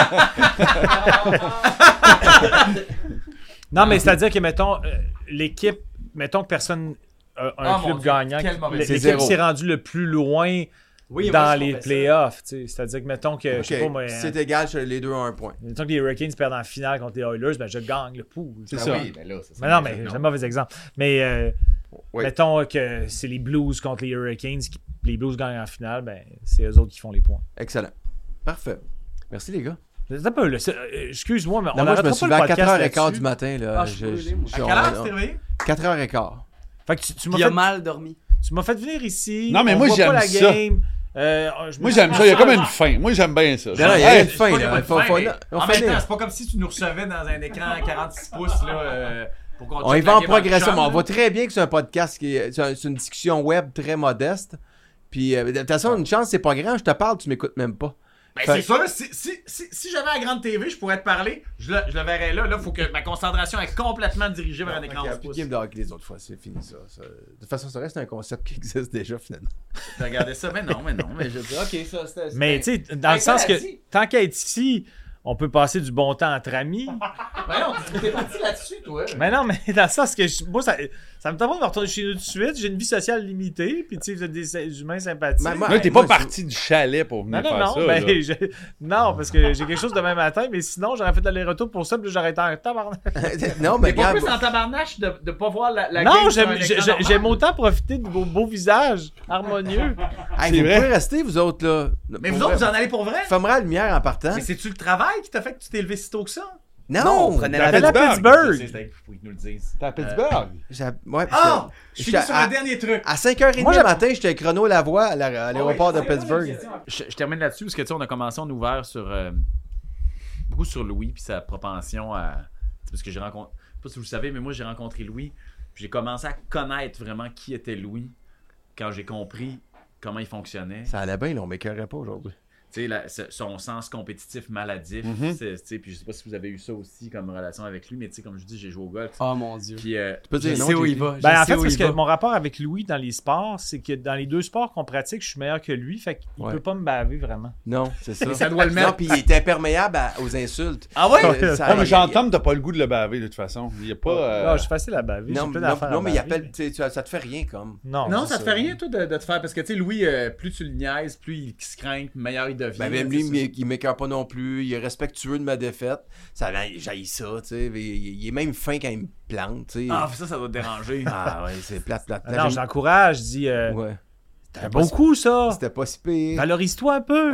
Non, mais c'est-à-dire que, mettons, euh, l'équipe, mettons que personne a un Ah, mon club Dieu, gagnant, quelle mauvaise idée. l'équipe C'est zéro. s'est rendue le plus loin Oui, moi, dans je les comprends ça. playoffs. tu sais. C'est-à-dire que, mettons que, je sais pas, OK, moi, si c'est égal, les deux ont un point. mettons que les Hurricanes perdent en finale contre les Oilers, ben je gagne le pool. C'est Ah ça. oui, ben là, ça, Mais non, mais j'ai un mauvais exemple. Mais euh, Oui. mettons que c'est les Blues contre les Hurricanes, qui, les Blues gagnent en finale, ben c'est eux autres qui font les points. Excellent. Parfait. Merci, les gars. C'est un peu, là, c'est- euh, excuse-moi, mais on Non, moi, je me n'arrêtera suis pas levé le à quatre podcast heures quinze là-dessus. du matin. Là. Ah, je suis brûlé, moi. je- À on- quelle heure on- tu t'es réveillé? quatre heures quinze. Fait que tu, tu Puis m'as il a fait, mal dormi. tu m'as fait venir ici. Non, mais on moi, voit j'aime pas la ça. game. Euh, je me Moi, suis- j'aime ça. Il y a comme une fin. Moi, j'aime bien ça. Non, non, il y Hey, a une fin. Pas les Là. bonnes Faut- fins, faut- mais on en fait même temps, les- c'est pas comme si tu nous recevais dans un écran quarante-six pouces, là, euh, pour qu'on On y check va la en game progression, mais on chum, voit là. très bien que c'est un podcast, qui est, c'est, un- c'est une discussion web très modeste. Puis, euh, de toute façon, une chance, c'est pas grand. Je te parle, tu m'écoutes même pas. Ben, Fait- c'est sûr, si, si, si, si j'avais la grande T V, je pourrais te parler, je le, je le verrais là. Là, faut que ma concentration est complètement dirigée vers un écran Il y a onze plus de pouces. game de hockey les autres fois, c'est fini ça. ça. De toute façon, ça reste un concept qui existe déjà finalement. J'ai regardé ça, mais non, mais non, mais je dis, ok, ça, c'était. Mais tu sais, dans le Hey, sens ça que l'a dit. tant qu'à être ici, on peut passer du bon temps entre amis. Ben non, t'es parti là-dessus, toi. Mais non, mais dans le sens que je- moi, ça, ça me tente pas de me retourner chez nous tout de suite. J'ai une vie sociale limitée, puis tu sais, vous êtes des humains sympathiques. Mais moi- Là, t'es moi, pas parti du chalet pour venir Non, non, faire non, ça. ben, là. je- non, parce que j'ai quelque chose demain matin, mais sinon, j'aurais fait l'aller-retour pour ça, puis là, j'aurais été en tabarnak. non, mais T'es pas regarde. plus en tabarnache de, de pas voir la, la game Non, sur j'aime un j'ai- écran j'ai- normal. j'aime autant profiter de vos beaux visages harmonieux. Hey, C'est vous vrai. pouvez rester, vous autres, là. Mais Pour vous autres, vrai. vous en allez pour vrai? Fermera la lumière en partant. Mais c'est-tu le travail qui t'a fait que tu t'es levé si tôt que ça? Non! prenez la Fais la Pittsburgh. Pittsburgh. C'est faut qu'ils nous le disent. T'es à Pittsburgh. J'ai- ouais, Ah! Je j'étais suis sur à- un dernier truc. À cinq heures trente Moi, du j'ai- matin, j'étais chrono Lavoie à la- à l'aéroport de Ouais, ouais, Pittsburgh. ouais, Je, je termine là-dessus parce que tu sais, on a commencé, on a ouvert sur euh, beaucoup sur Louis puis sa propension à. c'est Parce que j'ai rencontré. Je sais pas si vous le savez, mais moi j'ai rencontré Louis. Puis j'ai commencé à connaître vraiment qui était Louis quand j'ai compris comment il fonctionnait. Ça allait bien, là, on m'écœurait pas aujourd'hui. Tu sais, la- ce- son sens compétitif maladif. Mhm. c'est- tu sais, puis je sais pas si vous avez eu ça aussi comme relation avec lui, mais tu sais, comme je dis, j'ai joué au golf. Oh mon dieu. Puis, euh, Tu peux Je dire non, sais où J P? il va. Je Ben, en sais fait, où parce il que va. mon rapport avec Louis dans les sports, c'est que dans les deux sports qu'on pratique, je suis meilleur que lui, fait qu'il Ouais. peut pas me baver vraiment. Non, c'est ça. Mais ça doit le mettre. Non, puis il est imperméable à- aux insultes. Ah ouais? Euh, ça- Non, mais il- Jean-Tom, t'as pas le goût de le baver, de toute façon. Il y a pas. euh, Là, je suis facile à baver. Non, j'ai plein non, d'affaires à non, mais il baver. appelle, tu sais, tu- ça te fait rien comme. Non, Non, c'est ça te fait rien, toi, de, de te faire. Parce que, tu sais, Louis, euh, plus tu le niaises, plus il se craint, meilleur il devient. Ben, même tu lui, sais, il m'é- il m'écœure pas non plus. Il est respectueux de ma défaite. Ça, j'haïs ça, tu sais. Il, il est même fin quand il me plante, tu sais. Ah, ça, ça doit te déranger. Ah, ouais, c'est plate, plate, Ah plate. non, j'encourage, je dis, euh, Ouais. c'est un bon coup, ça. C'était pas si pire. Valorise-toi un peu.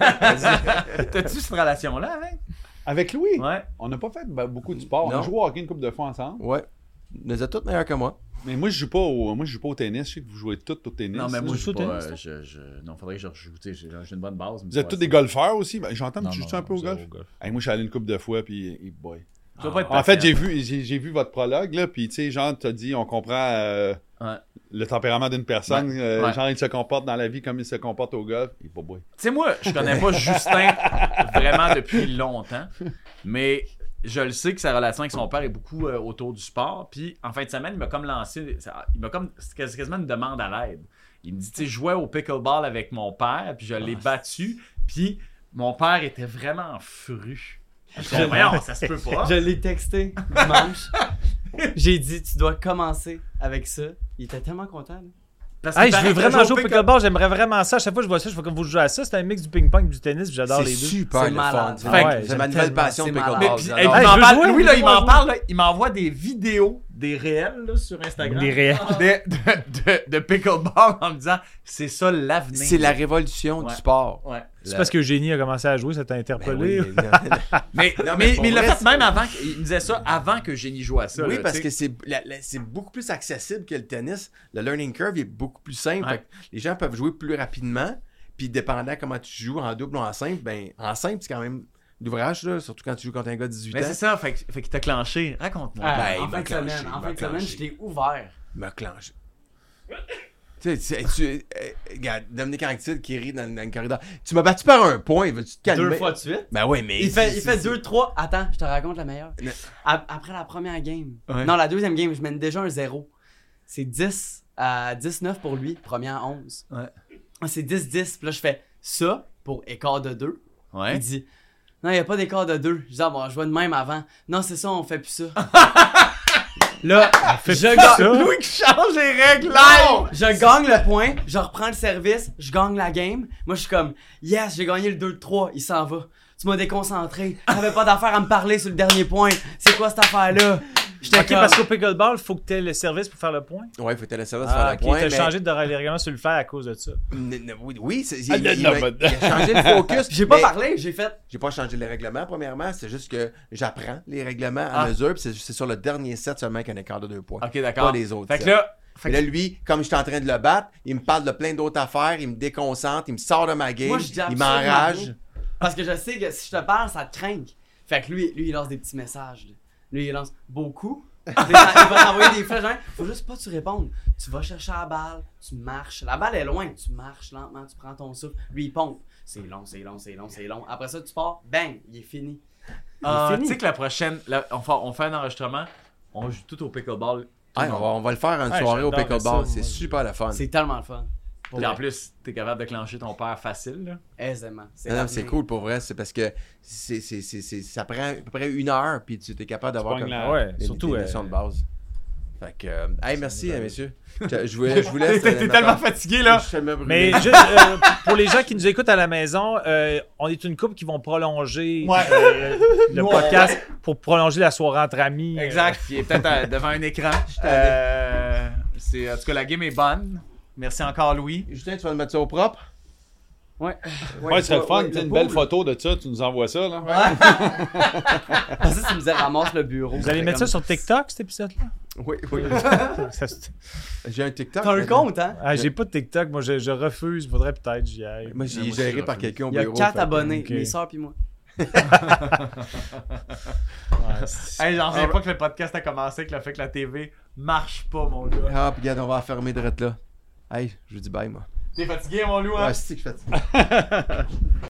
T'as-tu cette relation-là avec? Avec Louis, Ouais. on n'a pas fait ben, beaucoup de sport. On Non. a joué au hockey une couple de fois ensemble. Ouais. Vous êtes tous meilleurs que moi. Mais moi, je joue pas au, moi, je joue pas au tennis. Je sais que vous jouez tous au tennis. Non, mais moi, Tu je joues suis au pas. tennis, euh, je, je... Non, faudrait que je rejoue. Tu sais, j'ai j'ai une bonne base. mais Vous êtes pas tous assez. des golfeurs aussi. Ben, J'entends que Non, tu non, joues un peu non, au golf. au golf. Hey, moi, je suis allé une couple de fois, puis hey, boy. Tu vas pas être En fait, patient. j'ai vu, j'ai, j'ai vu votre prologue, là, puis tu sais, genre, t'as dit, on comprend euh, Ouais. le tempérament d'une personne. Ouais. euh, Ouais. Genre, il se comporte dans la vie comme il se comporte au golf. Et pas boy. Tu sais, moi, je connais pas Justin vraiment depuis longtemps, mais je le sais que sa relation avec son père est beaucoup euh, autour du sport. Puis en fin de semaine, il m'a comme lancé, ça- il m'a comme, c'est quasiment une demande à l'aide. Il me dit, tu sais, je jouais au pickleball avec mon père, puis je l'ai battu, puis mon père était vraiment fru. Je dis, voyons, ça se peut pas. Je l'ai texté dimanche. J'ai dit, tu dois commencer avec ça. Il était tellement content. là. Parce Hey, qu'il je veux paraît que vraiment je joue jouer au pickleball, j'aimerais vraiment ça. À chaque fois que je vois ça, je fais comme vous jouez à ça. C'est un mix du ping-pong et du tennis, puis j'adore C'est les deux. super C'est le malade. fun. Ouais, C'est j'aime ma nouvelle tellement, passion c'est de malade. pickleball. Puis, j'adore. hey, puis Hey, il je m'en veux parle- jouer, Louis, je là, veux il jouer, m'en je parle, là, il m'envoie des vidéos, des réels là, sur Instagram. Ah. Des réels. de, de, de, de pickleball en me disant c'est ça l'avenir. C'est la révolution Ouais. du sport. Ouais. C'est parce que Eugénie a commencé à jouer, ça t'a Ben interpellé. oui, mais- Mais, Non, mais mais, pour mais il l'a vrai, fait même avant. Il me disait ça avant que Génie joue à ça. Oui, là, parce tu sais. que c'est la- la- c'est beaucoup plus accessible que le tennis. Le learning curve est beaucoup plus simple. Ouais. Fait que les gens peuvent jouer plus rapidement. Puis dépendant comment tu joues, en double ou en simple, ben en simple, c'est quand même l'ouvrage, là, surtout quand tu joues contre un gars de dix-huit Mais ans. c'est ça, fait, que- fait qu'il t'a clenché. Raconte-moi. Ah, ben, il en m'a fin de clenché, semaine, il en m'a fin de semaine, clenché. je l'ai ouvert. Me clenche. Tu sais, tu, tu, euh, regarde, Dominique Anctil qui rit dans, dans le corridor. Tu m'as battu par un point, veux-tu te calmer? Deux fois de suite. Ben oui, mais. Il fait, c'est- il fait c'est- deux, trois. Attends, je te raconte la meilleure. Ne- A- Après la première game. Ouais. Non, la deuxième game, je mène déjà un zéro. C'est dix à dix-neuf pour lui, première onze. Ouais. Ah, c'est dix dix. Puis là, je fais ça pour écart de deux. Ouais. Il dit non, il n'y a pas d'écart de deux. Je dis ah bon, je vois de même avant. Non, c'est ça, on fait plus ça. Là, je, ça. gagne, Louis qui change les règles live! je gagne le point, je reprends le service, je gagne la game. Moi, je suis comme yes, j'ai gagné le deux trois, il s'en va. Tu m'as déconcentré. T'avais pas d'affaire à me parler sur le dernier point. C'est quoi cette affaire-là? J'étais Ok, comme... parce qu'au pickleball, il faut que tu aies le service pour faire le point. Ouais, il faut te laisser ça Ah, faire ok, le point. t'as mais- changé de règlement sur le fer à cause de ça. N- n- Oui, oui c'est- il, Ah, il- non, il non, m'a- mais- il a changé le focus. J'ai pas mais parlé, j'ai fait. J'ai pas changé les règlements, premièrement. C'est juste que j'apprends les règlements à Ah. mesure. Puis c'est, c'est sur le dernier set seulement qu'un écart de deux points. Ok, d'accord. Pas les autres Fait que sets. là, fait Mais que- là, lui, comme j'étais en train de le battre, il me parle de plein d'autres affaires, il me déconcentre, il me sort de ma game, Moi, je dis il absolument m'enrage. rien. Parce que je sais que si je te parle, ça te craint. Fait que lui, lui, il lance des petits messages. là. Lui, il lance beaucoup. il va t'envoyer des flèches. Hein. Faut juste pas que tu répondes. Tu vas chercher la balle, tu marches. La balle est loin, tu marches lentement, tu prends ton souffle. Lui, il pompe. C'est long, c'est long, c'est long, c'est long. Après ça, tu pars, bang, il est fini. Il Ah, est tu fini. sais que la prochaine, la- on, fait, on fait un enregistrement, on joue tout au pickleball. Ah, on, va, on va le faire une Ouais, soirée au j'adore pickleball, ça, c'est moi. super le fun. C'est tellement le fun. Puis en plus, t'es capable de clencher ton père facile. Là. Aisément. Non, non, c'est l'avenir. cool pour vrai, c'est parce que c'est, c'est, c'est, c'est- ça prend à peu près une heure, puis tu es capable d'avoir pognes comme la- Ouais, des, surtout. des euh, notions de base. Fait que, euh, hey, merci, euh, messieurs. Je, je, vous, je vous laisse. T'es t'es tellement fatigué là. Je suis tellement brûlé. Mais juste, euh, pour les gens qui nous écoutent à la maison, euh, on est une couple qui vont prolonger Ouais. euh, le Nous, on- podcast pour prolonger la soirée entre amis. euh, Exact. Puis il est peut-être euh, devant un écran. Euh, c'est, en tout cas, la game est bonne. Merci encore, Louis. Justin, tu vas me mettre ça au propre? Ouais. Ouais, ce serait le fun, ouais, tu sais, le une belle pool. photo de ça, tu nous envoies ça, là. Parce que tu me disais ramasse le bureau. Vous allez C'était mettre ça comme- sur TikTok, cet épisode-là? Oui, oui. Ça, c'est- J'ai un TikTok. T'as un maintenant. compte, hein? ah, j'ai pas de TikTok, moi je, je refuse, faudrait peut-être j'y aille. Moi, j'ai Moi, géré je par refuse. quelqu'un au Il y a bureau. quatre fait que- abonnés, ok. mes soeurs puis moi. Ouais, c'est- Hey, j'en reviens pas que le podcast a commencé, que le fait que la T V marche pas, mon gars. Ah, puis regarde, on va enfermer de là. Hey, je vous dis bye, moi. T'es fatigué, mon loup, hein? Ah, c'est que je suis fatigué.